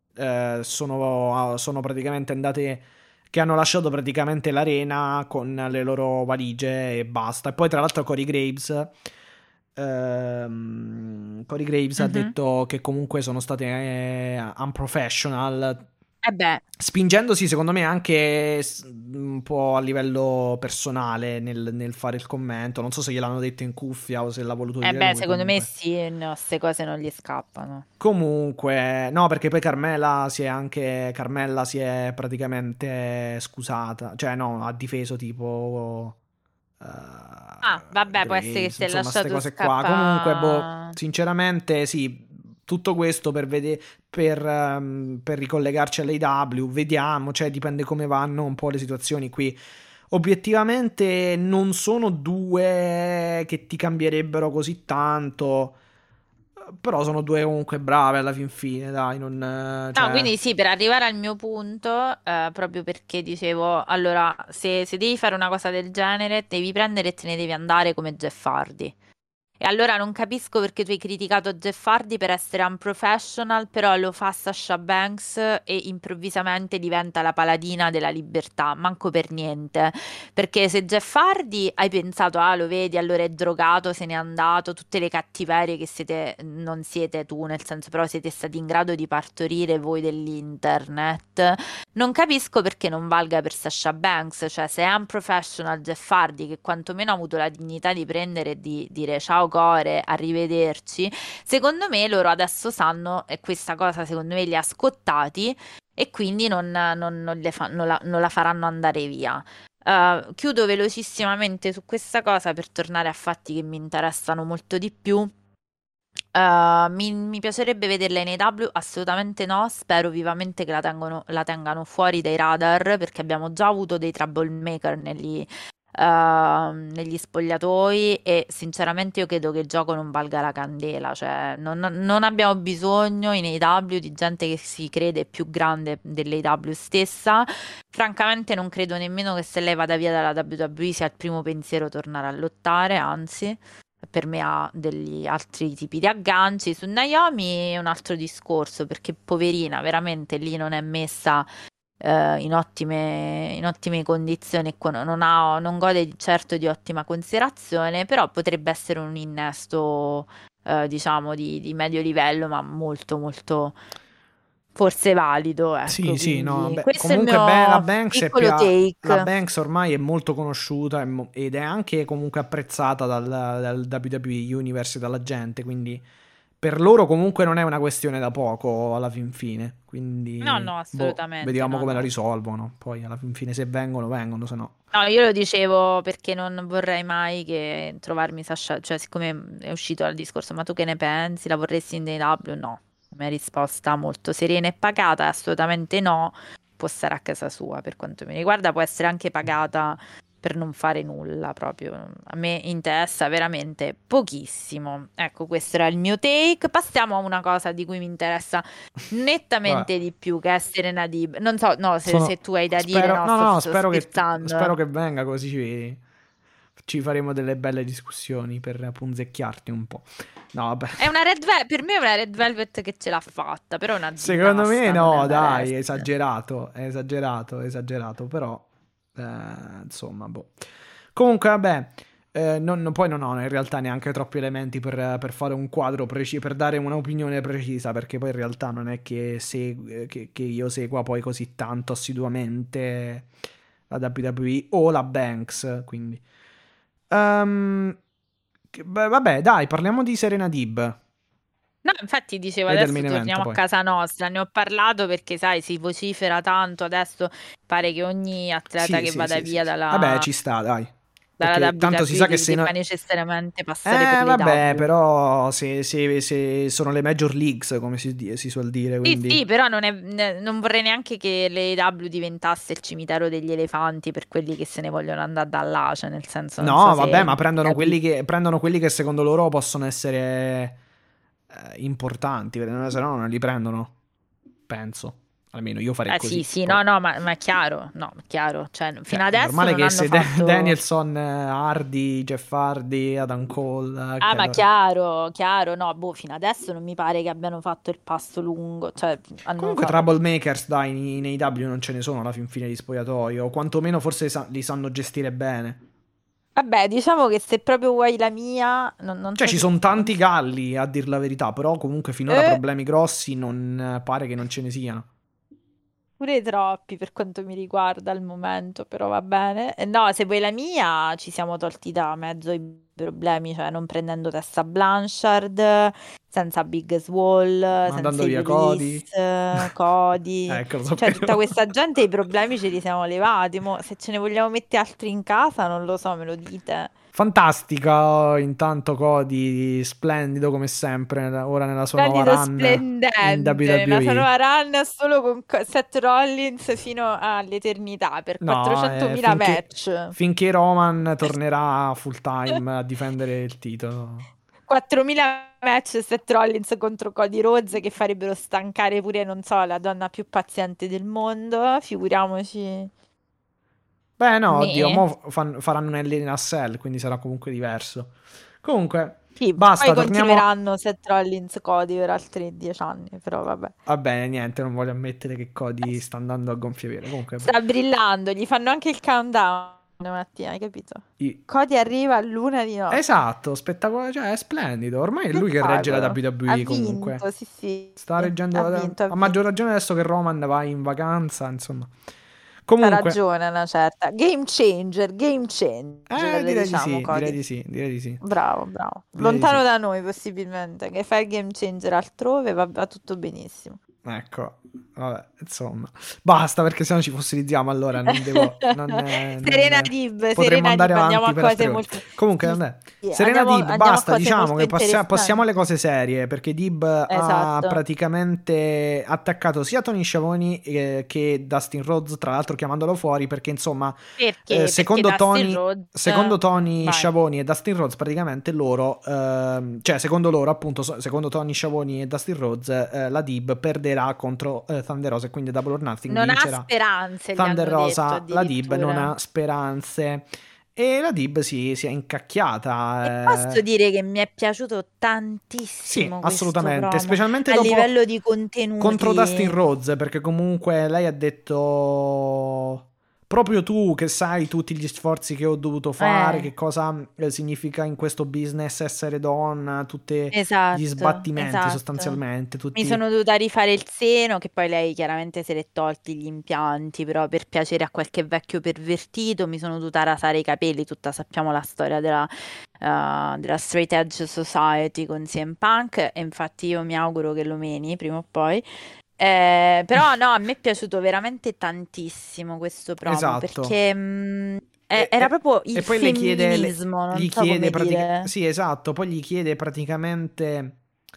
sono praticamente andate, che hanno lasciato praticamente l'arena con le loro valigie e basta. E poi tra l'altro Corey Graves ha Mhm. detto che comunque sono state unprofessional, Eh beh, spingendosi secondo me anche un po' a livello personale nel fare il commento. Non so se gliel'hanno detto in cuffia o se l'ha voluto dire lui. secondo me Comunque, sì, no, queste cose non gli scappano. no, perché poi Carmella si è praticamente scusata, cioè no, ha difeso tipo Ah, vabbè, può essere che Graves, si è insomma, queste lasciato cose qua. Comunque, boh, scappare. sinceramente, sì, tutto questo per ricollegarci all'AEW, vediamo, cioè dipende come vanno un po' le situazioni qui. Obiettivamente non sono due che ti cambierebbero così tanto, però sono due comunque brave alla fin fine, dai, non, No, cioè... quindi sì, per arrivare al mio punto, proprio perché dicevo, allora, se devi fare una cosa del genere, devi prendere e te ne devi andare come Jeff Hardy. E allora non capisco perché tu hai criticato Jeff Hardy per essere unprofessional, però lo fa Sasha Banks e improvvisamente diventa la paladina della libertà, manco per niente. Perché se Jeff Hardy hai pensato, ah, lo vedi, allora è drogato, se n'è andato, tutte le cattiverie che siete, non siete tu, nel senso, però siete stati in grado di partorire voi dell'internet. Non capisco perché non valga per Sasha Banks, cioè se è un professional Jeff Hardy che quantomeno ha avuto la dignità di prendere e di dire ciao Core, arrivederci, secondo me loro adesso sanno e questa cosa secondo me li ha scottati e quindi non la faranno andare via. Chiudo velocissimamente su questa cosa per tornare a fatti che mi interessano molto di più. Mi piacerebbe vederla in AEW? Assolutamente no, spero vivamente che la tengano fuori dai radar perché abbiamo già avuto dei troublemaker negli spogliatoi e sinceramente io credo che il gioco non valga la candela, cioè non abbiamo bisogno in AEW di gente che si crede più grande dell'AEW stessa. Francamente non credo nemmeno che se lei vada via dalla WWE sia il primo pensiero tornare a lottare, anzi per me ha degli altri tipi di agganci. Su Naomi è un altro discorso perché poverina, veramente lì non è messa in ottime condizioni, ecco, non gode certo di ottima considerazione, però potrebbe essere un innesto, diciamo, di medio livello, ma molto, molto forse valido, Sì, ecco, sì, no, quindi beh, questo è il comunque beh, mio piccolo La take. Banks ormai è molto conosciuta ed è anche comunque apprezzata dal WWE Universe e dalla gente, quindi per loro comunque non è una questione da poco alla fin fine, quindi No, no, assolutamente, vediamo no, come la no. risolvono, poi alla fin fine se vengono, se no. No, io lo dicevo perché non vorrei mai che trovarmi Sasha, cioè siccome è uscito dal discorso, ma tu che ne pensi? La vorresti in AEW? No, la mia risposta molto serena e pagata, assolutamente no, può stare a casa sua per quanto mi riguarda, può essere anche pagata per non fare nulla, proprio a me interessa veramente pochissimo. Ecco, questo era il mio take. Passiamo a una cosa di cui mi interessa nettamente Vabbè. di più, che è Serena Deeb. Non so, no, Sono- se tu hai da dire, spero, no, no, sto spero scherzando. che venga così ci faremo delle belle discussioni per punzecchiarti un po'. No, vabbè. È una per me è una Red Velvet che ce l'ha fatta, però è una Secondo me zinasta, non è no, una dai, è wrestler. esagerato, però insomma, boh. Comunque, vabbè, poi non ho in realtà neanche troppi elementi per fare un quadro preciso, per dare un'opinione precisa, perché poi in realtà non è che, che io segua poi così tanto assiduamente la WWE o la Banks, quindi. Vabbè, dai, parliamo di Serena Deeb No, infatti dicevo, e del adesso main event torniamo a poi. casa nostra, ne ho parlato perché, sai, si vocifera tanto, adesso pare che ogni atleta Sì, che sì, vada sì, sì, via sì. Vabbè, dalla ci sta, dai. Perché tanto si sa che WWE se no. debba necessariamente passare per le Vabbè, W. però se sono le Major Leagues, come si suol dire, Sì, quindi. sì, però non vorrei neanche che le W diventasse il cimitero degli elefanti per quelli che se ne vogliono andare da là, cioè nel senso, non so No, se vabbè, ma mi capi. prendono quelli che secondo loro possono essere importanti, se no non li prendono, penso. Almeno io farei Sì, così. sì, Poi. no, no, ma è chiaro, no, è chiaro, cioè fino Cioè, è adesso normale non che hanno se fatto. Danielson, Hardy, Jeff Hardy, Adam Cole, Ah, ma Keller. chiaro, no, boh, fino adesso non mi pare che abbiano fatto il passo lungo, cioè hanno Comunque fatto. Troublemakers, dai, in AEW non ce ne sono alla fin fine di spogliatoio, o quantomeno forse li sanno gestire bene. Vabbè, diciamo che se proprio vuoi la mia, non Cioè, so ci se. sono tanti galli, a dir la verità, però comunque finora Eh, problemi grossi non pare che non ce ne siano. Pure troppi per quanto mi riguarda al momento, però va bene. No, se vuoi la mia, ci siamo tolti da mezzo i problemi, cioè non prendendo Tessa Blanchard, senza Big Swall, Mandando senza via Iblis, Cody. Cody. Ecco, lo Cioè, tutta sapevo. questa gente i problemi ce li siamo levati. Mo, se ce ne vogliamo mettere altri in casa, non lo so, me lo dite. Fantastica, intanto Cody, splendido come sempre, ora nella sua nuova Splendido, run in splendente. La sua WWE. nuova run solo con Seth Rollins fino all'eternità per No, 400.000 match. finché Roman tornerà full time a difendere il titolo. 4.000 match Seth Rollins contro Cody Rhodes che farebbero stancare pure, non so, la donna più paziente del mondo. Figuriamoci Beh, no, oddio, me. mo faranno un Hell in a Cell, quindi sarà comunque diverso. Comunque, Sì, poi basta, torniamo. continueranno Seth Rollins Cody per altri 10 anni, però vabbè. Va bene, niente, non voglio ammettere che Cody sta andando a gonfie vele. Comunque, Sta brillando, gli fanno anche il countdown Mattia, hai capito? i- Cody arriva a luna di notte. esatto, spettacolare, cioè è splendido. Ormai è lui che regge la Spettacolo. Ha WWE comunque. vinto, sì, sì. Sta reggendo Ha vinto, ha a maggior vinto. ragione adesso che Roman va in vacanza, insomma. Ha Comunque, ragione, una certa. Game changer, direi di diciamo, sì, direi Cody. di sì, direi di sì. Bravo, bravo. Direi di sì. Lontano da noi, possibilmente. Che fai il game changer altrove, va tutto benissimo. Ecco, vabbè, insomma, basta perché sennò ci fossilizziamo. Allora non devo, Serena non Dib, potremmo Serena andare Dib, andiamo avanti a per altre cose cose. molto. Comunque, Sì, vabbè, sì, Serena Dib, andiamo a basta. cose Diciamo molto che passiamo alle interessanti. cose serie perché Dib ha Esatto. praticamente attaccato sia Tony Schiavone che Dustin Rhodes, tra l'altro chiamandolo fuori perché insomma, Perché? Perché Dustin Rhodes. secondo Tony Vai. Schiavone e Dustin Rhodes, praticamente loro, cioè secondo loro, appunto, secondo Tony Schiavone e Dustin Rhodes, la Dib perderà contro Thunder Rosa e quindi Double or Nothing Non ha vincerà. speranze, gli Thunder hanno detto Rosa, la Dib non addirittura. ha speranze e la Dib si è E incacchiata. posso dire che mi è piaciuto Sì, tantissimo questo assolutamente, promo specialmente a dopo livello di contro Dustin contenuti. Rhodes, perché comunque lei ha detto proprio tu che sai tutti gli sforzi che ho dovuto fare, che cosa significa in questo business essere donna, tutti gli sbattimenti sostanzialmente. Mi sono dovuta rifare il seno, che poi lei chiaramente se l'è tolti gli impianti, però per piacere a qualche vecchio pervertito mi sono dovuta rasare i capelli, tutta sappiamo la storia della Straight Edge Society con CM Punk, e infatti io mi auguro che lo meni prima o poi. Però no, a me è piaciuto veramente tantissimo questo promo, Esatto. perché era proprio il poi le chiede, femminismo, non gli so chiede come dire. sì, esatto, poi gli chiede praticamente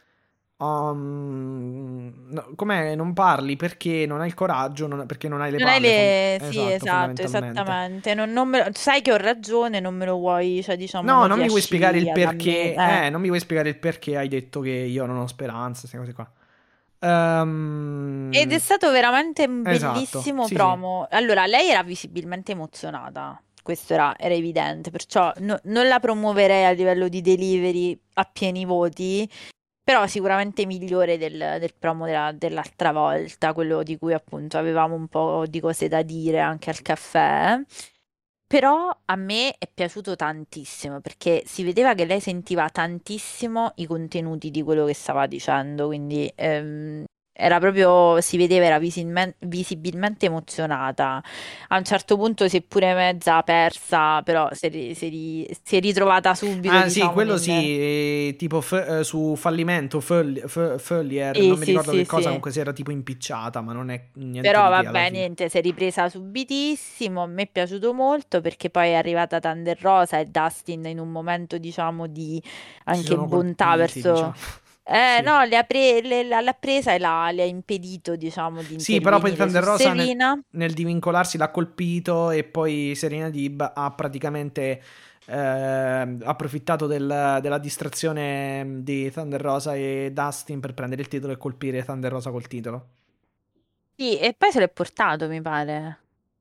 com'è, non parli perché non hai il coraggio, perché non hai le Non hai palle. Sì, esatto, esattamente. Sai che ho ragione, non me lo vuoi, cioè diciamo, No, non non mi vuoi spiegare il riesci ad perché. ammettere. Non mi vuoi spiegare il perché hai detto che io non ho speranza, queste cose qua. Ed è stato veramente un Esatto, bellissimo sì, sì. promo. Allora, lei era visibilmente emozionata, questo era evidente, perciò non la promuoverei a livello di delivery a pieni voti, però sicuramente migliore del promo dell'altra volta, quello di cui appunto avevamo un po' di cose da dire anche al caffè. Però a me è piaciuto tantissimo perché si vedeva che lei sentiva tantissimo i contenuti di quello che stava dicendo, quindi era proprio, si vedeva, era visibilmente emozionata. A un certo punto si è pure mezza persa, però si è ritrovata subito, Ah, sì, diciamo, quello sì, tipo su fallimento, Follier, Sì, non mi sì, ricordo che sì, cosa, sì. comunque si era tipo impicciata, ma non è niente Però di che alla vabbè, fine. niente, si è ripresa subitissimo. A me è piaciuto molto perché poi è arrivata Thunder Rosa e Dustin in un momento, diciamo, di Si anche sono bontà colpiti, diciamo. verso. Sì. No, l'ha presa e le ha impedito, diciamo, di Sì, però poi intervenire su Thunder Rosa Serena. nel divincolarsi l'ha colpito e poi Serena Dib ha praticamente approfittato della distrazione di Thunder Rosa e Dustin per prendere il titolo e colpire Thunder Rosa col titolo. Sì, e poi se l'è portato, mi pare.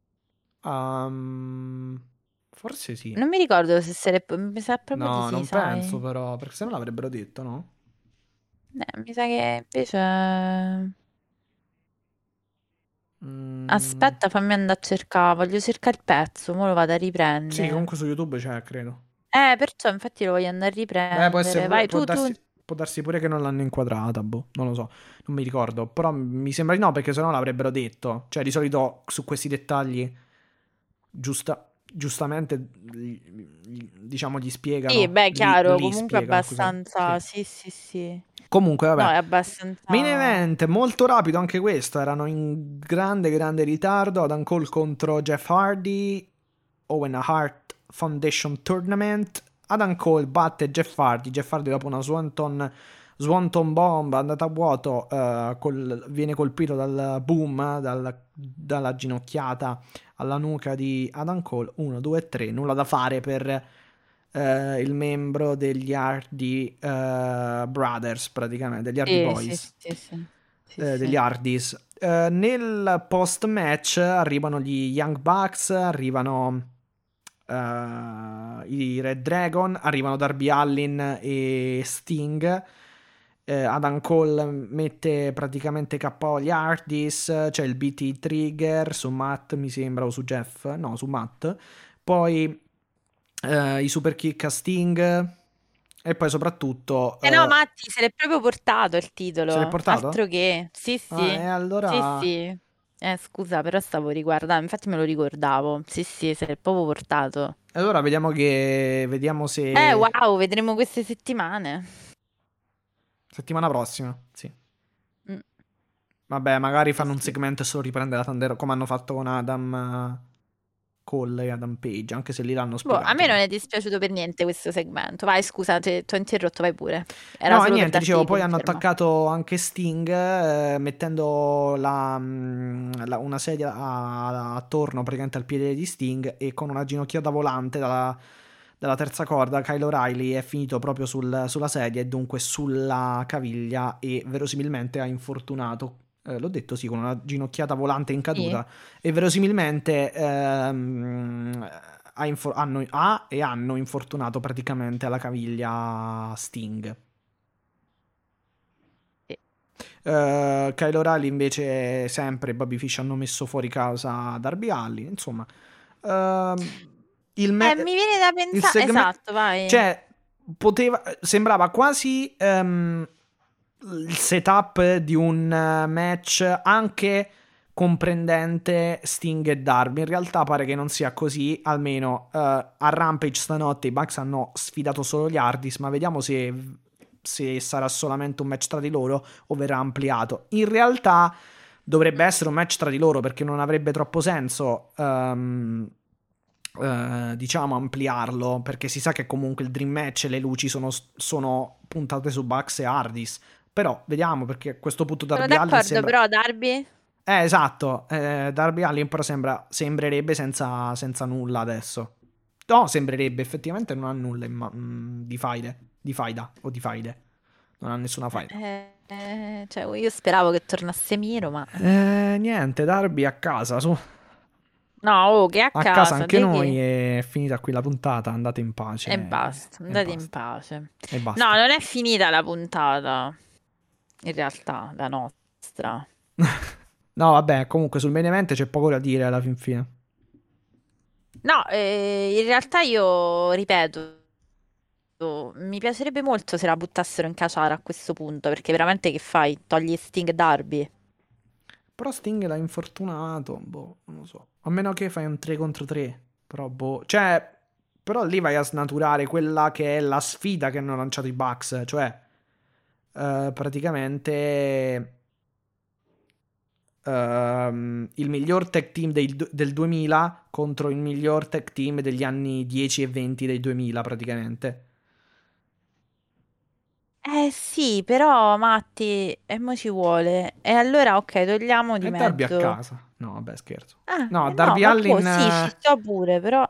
Um, forse sì. Non mi ricordo mi sa proprio di No, sì, non penso sai. però, perché se no l'avrebbero detto, no? Mi sa che invece. Mm, Aspetta, fammi andare a cercare. Voglio cercare il pezzo, ora lo vado a sì, riprendere. comunque su YouTube c'è, credo. Perciò infatti lo voglio andare a Beh, può essere riprendere. pure, Vai, tu. può darsi pure che non l'hanno inquadrata, boh, non lo so, non mi ricordo. Però mi sembra di no, perché sennò l'avrebbero detto. Cioè, di solito su questi dettagli, giustamente, diciamo, gli Sì, spiegano. beh, chiaro, Li comunque spiegano, scusate. abbastanza. Sì. Sì, sì, sì. Comunque, No, vabbè. è Main abbastanza. event, molto rapido anche questo. Erano in grande, grande ritardo. Adam Cole contro Jeff Hardy. Owen Hart Foundation Tournament. Adam Cole batte Jeff Hardy. Jeff Hardy dopo una Swanton Bomb andata a vuoto viene colpito dal boom, dalla ginocchiata alla nuca di Adam Cole. 1, 2, 3. Nulla da fare per il membro degli Hardy Brothers, praticamente, degli Hardy Sì, sì, Boys, sì, sì. Sì, degli sì. Hardys. Nel post-match arrivano gli Young Bucks, arrivano i Red Dragon, arrivano Darby Allin e Sting. Adam Cole mette praticamente KO gli Hardys, c'è il BT Trigger su Matt, mi sembra, o su Jeff, no, su Matt. Poi i super kick a Sting e poi soprattutto No, Matti, se l'è proprio portato il se l'è titolo. portato? Altro che. Sì, Ah, sì. e Sì, allora sì. Scusa, però stavo riguardando. Infatti me lo ricordavo. Sì, sì, se l'è proprio portato. vediamo se Wow, vedremo queste settimane. settimana prossima, sì. Mm, Vabbè, magari sì, fanno un sì. segmento e se lo riprende la Thunder come hanno fatto con Adam Cole e Adam Page, anche se lì l'hanno Boh, a spiegato me non però. è dispiaciuto per niente questo segmento. Vai, scusa, ti ho interrotto, vai pure. Era No, e solo per niente, darti dicevo, poi hanno conferma. attaccato anche Sting mettendo una sedia attorno praticamente al piede di Sting e con una ginocchiata volante dalla terza corda Kyle O'Reilly è finito proprio sulla sedia e dunque sulla caviglia e verosimilmente ha infortunato. L'ho detto sì, con una ginocchiata volante in Sì? caduta e verosimilmente hanno infortunato praticamente alla caviglia Sting. Sì. Kyle O'Reilly invece sempre Bobby Fish hanno messo fuori causa Darby Allin, insomma. Mi viene da pensare, esatto, vai. Cioè, sembrava quasi il setup di un match anche comprendente Sting e Darby. In realtà pare che non sia così, almeno a Rampage stanotte i Bucks hanno sfidato solo gli Hardys, ma vediamo se sarà solamente un match tra di loro o verrà ampliato. In realtà dovrebbe essere un match tra di loro, perché non avrebbe troppo senso diciamo ampliarlo, perché si sa che comunque il Dream Match e le luci sono puntate su Bucks e Hardys. Però vediamo, perché a questo punto Sono Darby Allin d'accordo, sembra... però Darby? esatto, Darby Allin però sembrerebbe senza nulla adesso. No, sembrerebbe, effettivamente non ha nulla di faida. Non ha nessuna faida. Cioè, io speravo che tornasse Miro, ma... Niente, Darby a casa, su. No, che a A casa anche noi, è finita qui la puntata, andate in pace. E basta, andate in basta. pace. E basta. No, non è finita la puntata. In realtà, la nostra. No, vabbè, comunque sul main event c'è poco da dire alla fin fine. No, in realtà io ripeto, mi piacerebbe molto se la buttassero in caciara a questo punto, perché veramente che fai? Togli Sting e Darby? Però Sting l'ha infortunato, boh, non lo so. A meno che fai un 3 contro 3. Però boh, cioè, però lì vai a snaturare quella che è la sfida che hanno lanciato i Bucks, cioè praticamente il miglior tag team del 2000 contro il miglior tag team degli anni 10 e 20 dei 2000 praticamente. Sì, però Matti, e mo ci vuole. E allora, ok, togliamo di E Darby a mezzo. casa. No, vabbè, scherzo. Ah, No, no, Darby ma Allin, sì, ci sto pure, però...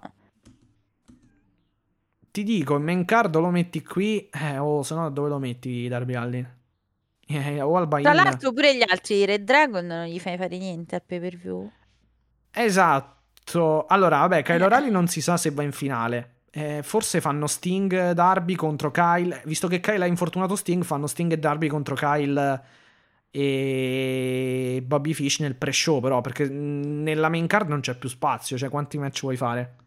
ti dico, il main card lo metti qui, se no dove lo metti Darby Allin? O al Tra buy-in. l'altro pure gli altri Red Dragon non gli fai fare niente al pay-per-view. Esatto. Allora, vabbè, Kyle O'Reilly non si sa se va in finale. Forse fanno Sting Darby contro Kyle. Visto che Kyle ha infortunato Sting, fanno Sting e Darby contro Kyle e Bobby Fish nel pre-show, però, perché nella main card non c'è più spazio. Cioè, quanti match vuoi fare?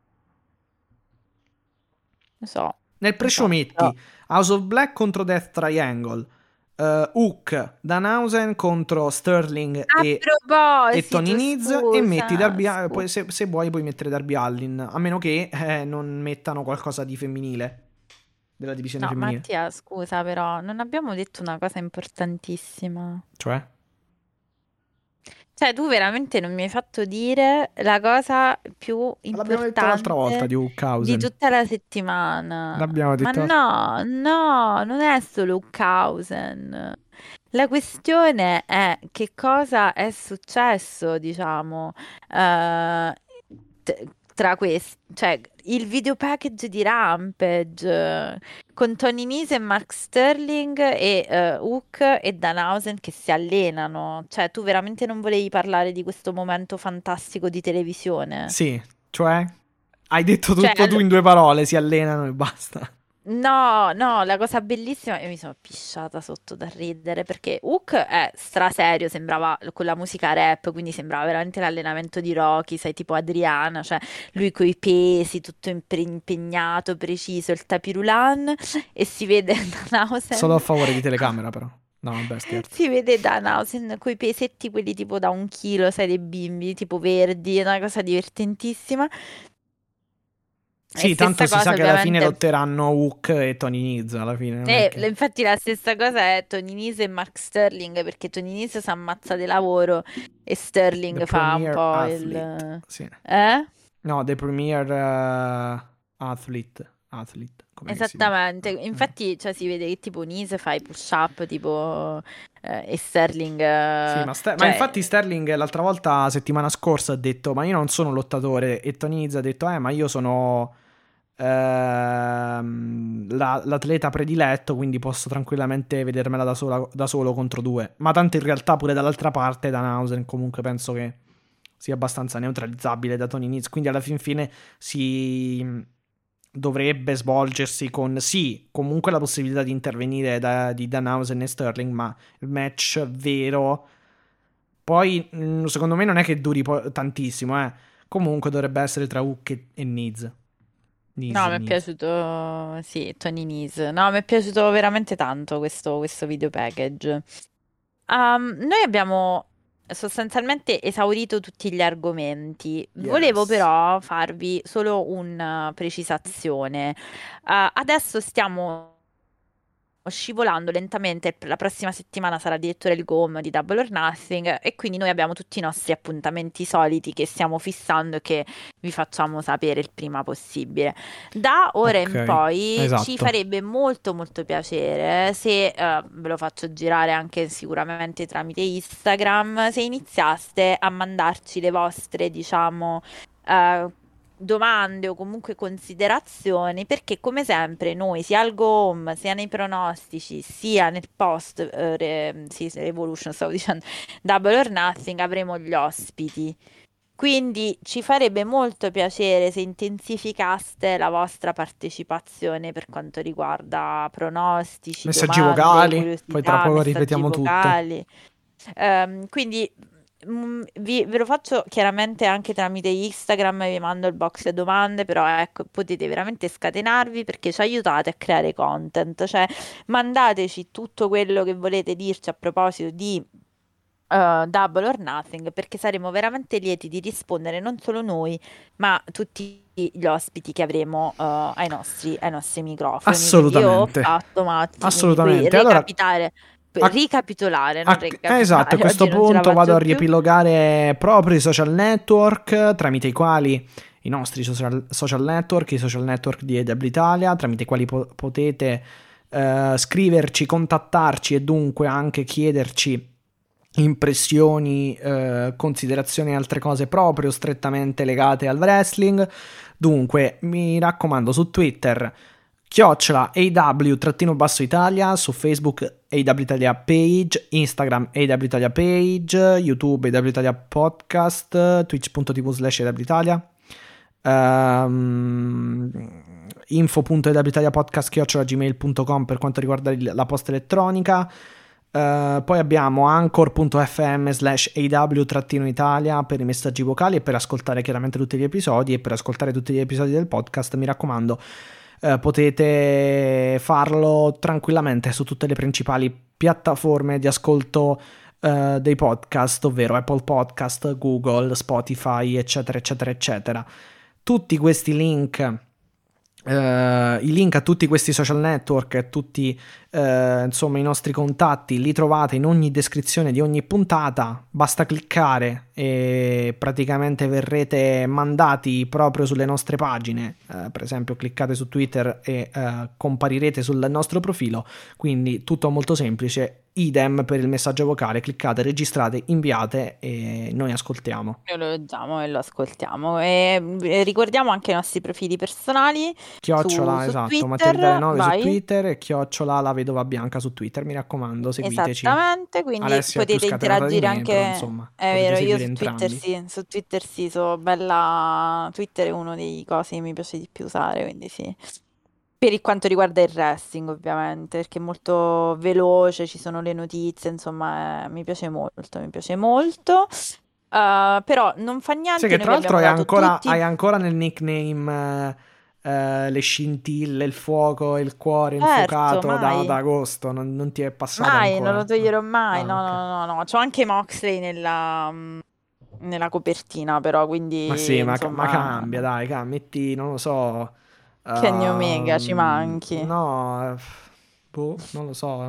Lo so. Nel pre-show metti House of Black contro Death Triangle, Hook, Danhausen contro Sterling e Tony Nese, e metti Darby. Poi, se vuoi puoi mettere Darby Allin, a meno che non mettano qualcosa di femminile, della divisione No, femminile. Mattia, scusa, però non abbiamo detto una cosa importantissima. Cioè, tu veramente non mi hai fatto dire la cosa più l'abbiamo detto l'altra volta importante di di Hookhausen. tutta la settimana. L'abbiamo detto. Ma no, non è solo Hookhausen. La questione è che cosa è successo, diciamo, tra questi, cioè il video package di Rampage con Tony Nese e Mark Sterling e Hook e Danhausen che si allenano. Cioè, tu veramente non volevi parlare di questo momento fantastico di televisione? Sì, cioè, hai detto tutto tu in 2 parole, si allenano e basta. No, la cosa bellissima, io mi sono pisciata sotto da ridere perché Hook è straserio, sembrava con la musica rap, quindi sembrava veramente l'allenamento di Rocky, sai, tipo Adriana, cioè lui coi pesi, tutto impegnato, preciso, il tapirulan, e si vede Danhausen. Solo a favore di telecamera, però. No, vabbè, scherzo. Si vede Danhausen coi pesetti, quelli tipo da 1 chilo, sai, dei bimbi, tipo verdi, è una cosa divertentissima. Sì, tanto si sa che alla fine ovviamente... lotteranno Hook e Tony Nese alla fine. Non è che... Infatti la stessa cosa è Tony Nese e Mark Sterling, perché Tony Nese si ammazza di lavoro e Sterling The fa un Premier po' Athlete. Sì. No, The Premier Athlete. Come esattamente. Infatti, cioè, si vede che tipo Nese fa i push-up, tipo e Sterling... Sì, ma infatti Sterling l'altra volta, settimana scorsa, ha detto ma io non sono un lottatore, e Tony Nese ha detto ma io sono l'atleta prediletto, quindi posso tranquillamente vedermela da solo contro 2. Ma tanto in realtà pure dall'altra parte Danhausen comunque penso che sia abbastanza neutralizzabile da Tony Nese, quindi alla fin fine dovrebbe svolgersi con, sì, comunque la possibilità di intervenire di Danhausen e Sterling, ma il match vero poi secondo me non è che duri tantissimo, comunque dovrebbe essere tra Hook e Needs. No, mi è piaciuto, sì, Tony Nese. No, mi è piaciuto veramente tanto questo video package. Noi abbiamo sostanzialmente esaurito tutti gli argomenti. Volevo Yes. però farvi solo una precisazione. Adesso stiamo scivolando lentamente. La prossima settimana sarà addirittura il GOM di Double or Nothing e quindi noi abbiamo tutti i nostri appuntamenti soliti che stiamo fissando e che vi facciamo sapere il prima possibile. Da ora in Ok, poi esatto. ci farebbe molto molto piacere se ve lo faccio girare anche sicuramente tramite Instagram, se iniziaste a mandarci le vostre, diciamo, domande o comunque considerazioni, perché come sempre noi sia al GOM sia nei pronostici sia nel post sì, Revolution stavo dicendo Double or Nothing avremo gli ospiti, quindi ci farebbe molto piacere se intensificaste la vostra partecipazione per quanto riguarda pronostici, messaggi domande, vocali, curiosità, poi tra poco messaggi ripetiamo vocali. Quindi ve lo faccio chiaramente anche tramite Instagram, vi mando il box domande, però ecco, potete veramente scatenarvi perché ci aiutate a creare content, cioè mandateci tutto quello che volete dirci a proposito di Double or Nothing, perché saremo veramente lieti di rispondere non solo noi, ma tutti gli ospiti che avremo ai nostri microfoni. Assolutamente. Quindi io ho fatto Matti, Assolutamente. puoi Allora, ricapitolare, non reggare. esatto, a questo Oggi non ce la punto vado a faccio più. riepilogare proprio i social network tramite i quali i nostri social network, i social network di AW Italia, tramite i quali potete scriverci, contattarci e dunque anche chiederci impressioni, considerazioni e altre cose proprio strettamente legate al wrestling. Dunque, mi raccomando, su Twitter @AW_Italia, su Facebook AW Italia Page, Instagram AW Italia Page, YouTube AW Italia Podcast, twitch.tv/AW Italia, info.awitaliapodcast@gmail.com per quanto riguarda la posta elettronica. Poi abbiamo anchor.fm/AW-Italia per i messaggi vocali e per ascoltare chiaramente tutti gli episodi, e per ascoltare tutti gli episodi del podcast, mi raccomando, potete farlo tranquillamente su tutte le principali piattaforme di ascolto dei podcast, ovvero Apple Podcast, Google, Spotify, eccetera eccetera eccetera. Tutti questi link, i link a tutti questi social network e tutti insomma i nostri contatti li trovate in ogni descrizione di ogni puntata. Basta cliccare e praticamente verrete mandati proprio sulle nostre pagine. Per esempio cliccate su Twitter e comparirete sul nostro profilo, quindi tutto molto semplice. Idem per il messaggio vocale, cliccate, registrate, inviate e noi ascoltiamo. Noi lo leggiamo e lo ascoltiamo. E ricordiamo anche i nostri profili personali. Chiocciola, su esatto, Twitter, Matilde 9 su vai. Twitter e chiocciola la vedova bianca su Twitter, mi raccomando, seguiteci. Esattamente, quindi Alessia è più potete scatenata di interagire me, però, anche. insomma, È potete vero, io seguire entrambi. su Twitter sì, sono bella. Twitter è uno dei cosi che mi piace di più usare, quindi sì. Per quanto riguarda il wrestling, ovviamente, perché è molto veloce, ci sono le notizie, insomma, mi piace molto, mi piace molto. Però non fa niente, Sì, che noi tra vi l'altro abbiamo dato tutti. hai ancora nel nickname le scintille, il fuoco e il cuore Certo, infuocato da mai. agosto, non ti è passato Mai, non ancora? lo toglierò mai. Ah, No, ok. no, no, no. C'ho anche Moxley nella copertina, però, Ma sì, quindi, ma insomma, cambia, dai, metti, non lo so, Kenny Omega ci manchi. no, boh, non lo so,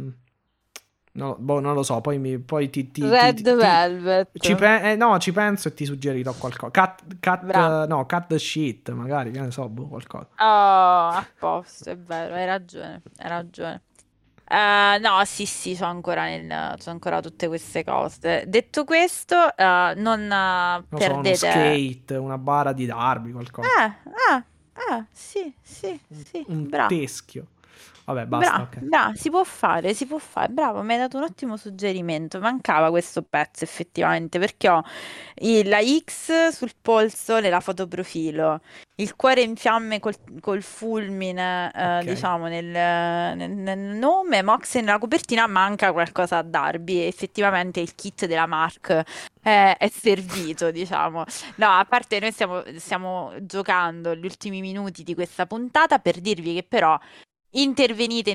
no, boh, non lo so, poi Red Velvet. no, ci penso e ti suggerirò qualcosa. Bravo. Cut the shit, magari, che ne so, boh, qualcosa. Oh, a posto, è vero, hai ragione, hai ragione. No, sì, c'ho ancora tutte queste cose. Detto questo, non Non so, uno perdete. skate, una bara di Darby, qualcosa. Sì, Un bravo. teschio. Vabbè, basta, ok. Si può fare, si può fare. Bravo, mi hai dato un ottimo suggerimento. Mancava questo pezzo effettivamente perché ho la X sul polso nella fotoprofilo, il cuore in fiamme col fulmine, Ok. diciamo, nel nome, Moxie nella copertina, manca qualcosa a Darby. Effettivamente il kit della Mark è servito, diciamo. No, a parte noi stiamo giocando gli ultimi minuti di questa puntata per dirvi che però intervenite,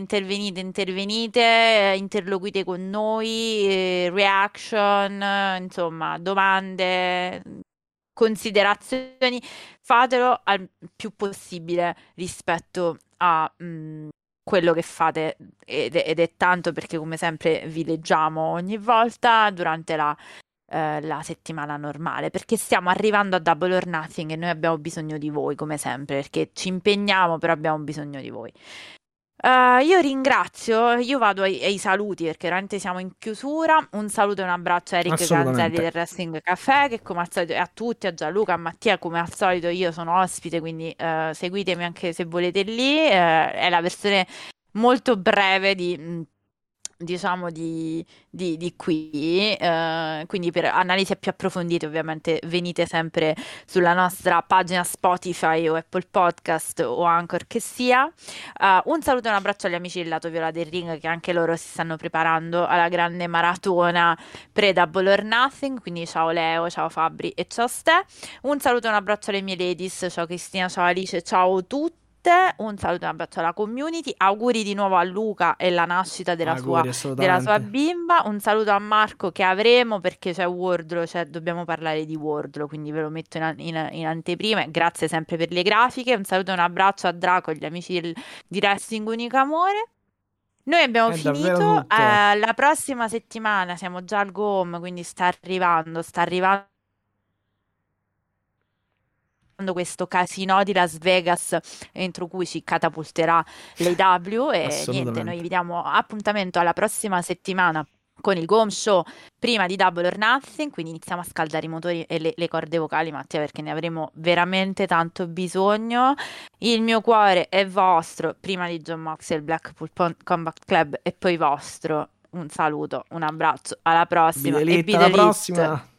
interloquite con noi, reaction, insomma, domande, considerazioni, fatelo al più possibile rispetto a quello che fate ed è tanto perché come sempre vi leggiamo ogni volta durante la settimana normale, perché stiamo arrivando a Double or Nothing e noi abbiamo bisogno di voi, come sempre, perché ci impegniamo, però abbiamo bisogno di voi. Io ringrazio, io vado ai saluti perché veramente siamo in chiusura. Un saluto e un abbraccio a Eric Ganzelli del Wrestling Café, che come al solito, e a tutti, a Gianluca, a Mattia, come al solito io sono ospite, quindi seguitemi anche se volete lì. È la versione molto breve diciamo di qui, quindi per analisi più approfondite ovviamente venite sempre sulla nostra pagina Spotify o Apple Podcast o Anchor che sia. Un saluto e un abbraccio agli amici del lato viola del ring che anche loro si stanno preparando alla grande maratona pre-Double or Nothing, quindi ciao Leo, ciao Fabri e ciao Ste. Un saluto e un abbraccio alle mie ladies, ciao Cristina, ciao Alice, ciao tutti. Un saluto e un abbraccio alla community. Auguri di nuovo a Luca e la nascita della sua bimba. Un saluto a Marco che avremo perché c'è Wardlow, dobbiamo parlare di Wardlow, quindi ve lo metto in anteprima. Grazie sempre per le grafiche. Un saluto e un abbraccio a Draco e agli amici di Wrestling Unico Amore. Noi abbiamo finito. La prossima settimana siamo già al GOM, quindi sta arrivando questo casino di Las Vegas entro cui ci catapulterà l'AEW e niente, noi vi diamo appuntamento alla prossima settimana con il Gom Show prima di Double or Nothing, quindi iniziamo a scaldare i motori e le corde vocali, Mattia, perché ne avremo veramente tanto bisogno. Il mio cuore è vostro prima di John Moxley e il Blackpool Combat Club e poi vostro. Un saluto, un abbraccio, alla prossima e alla prossima.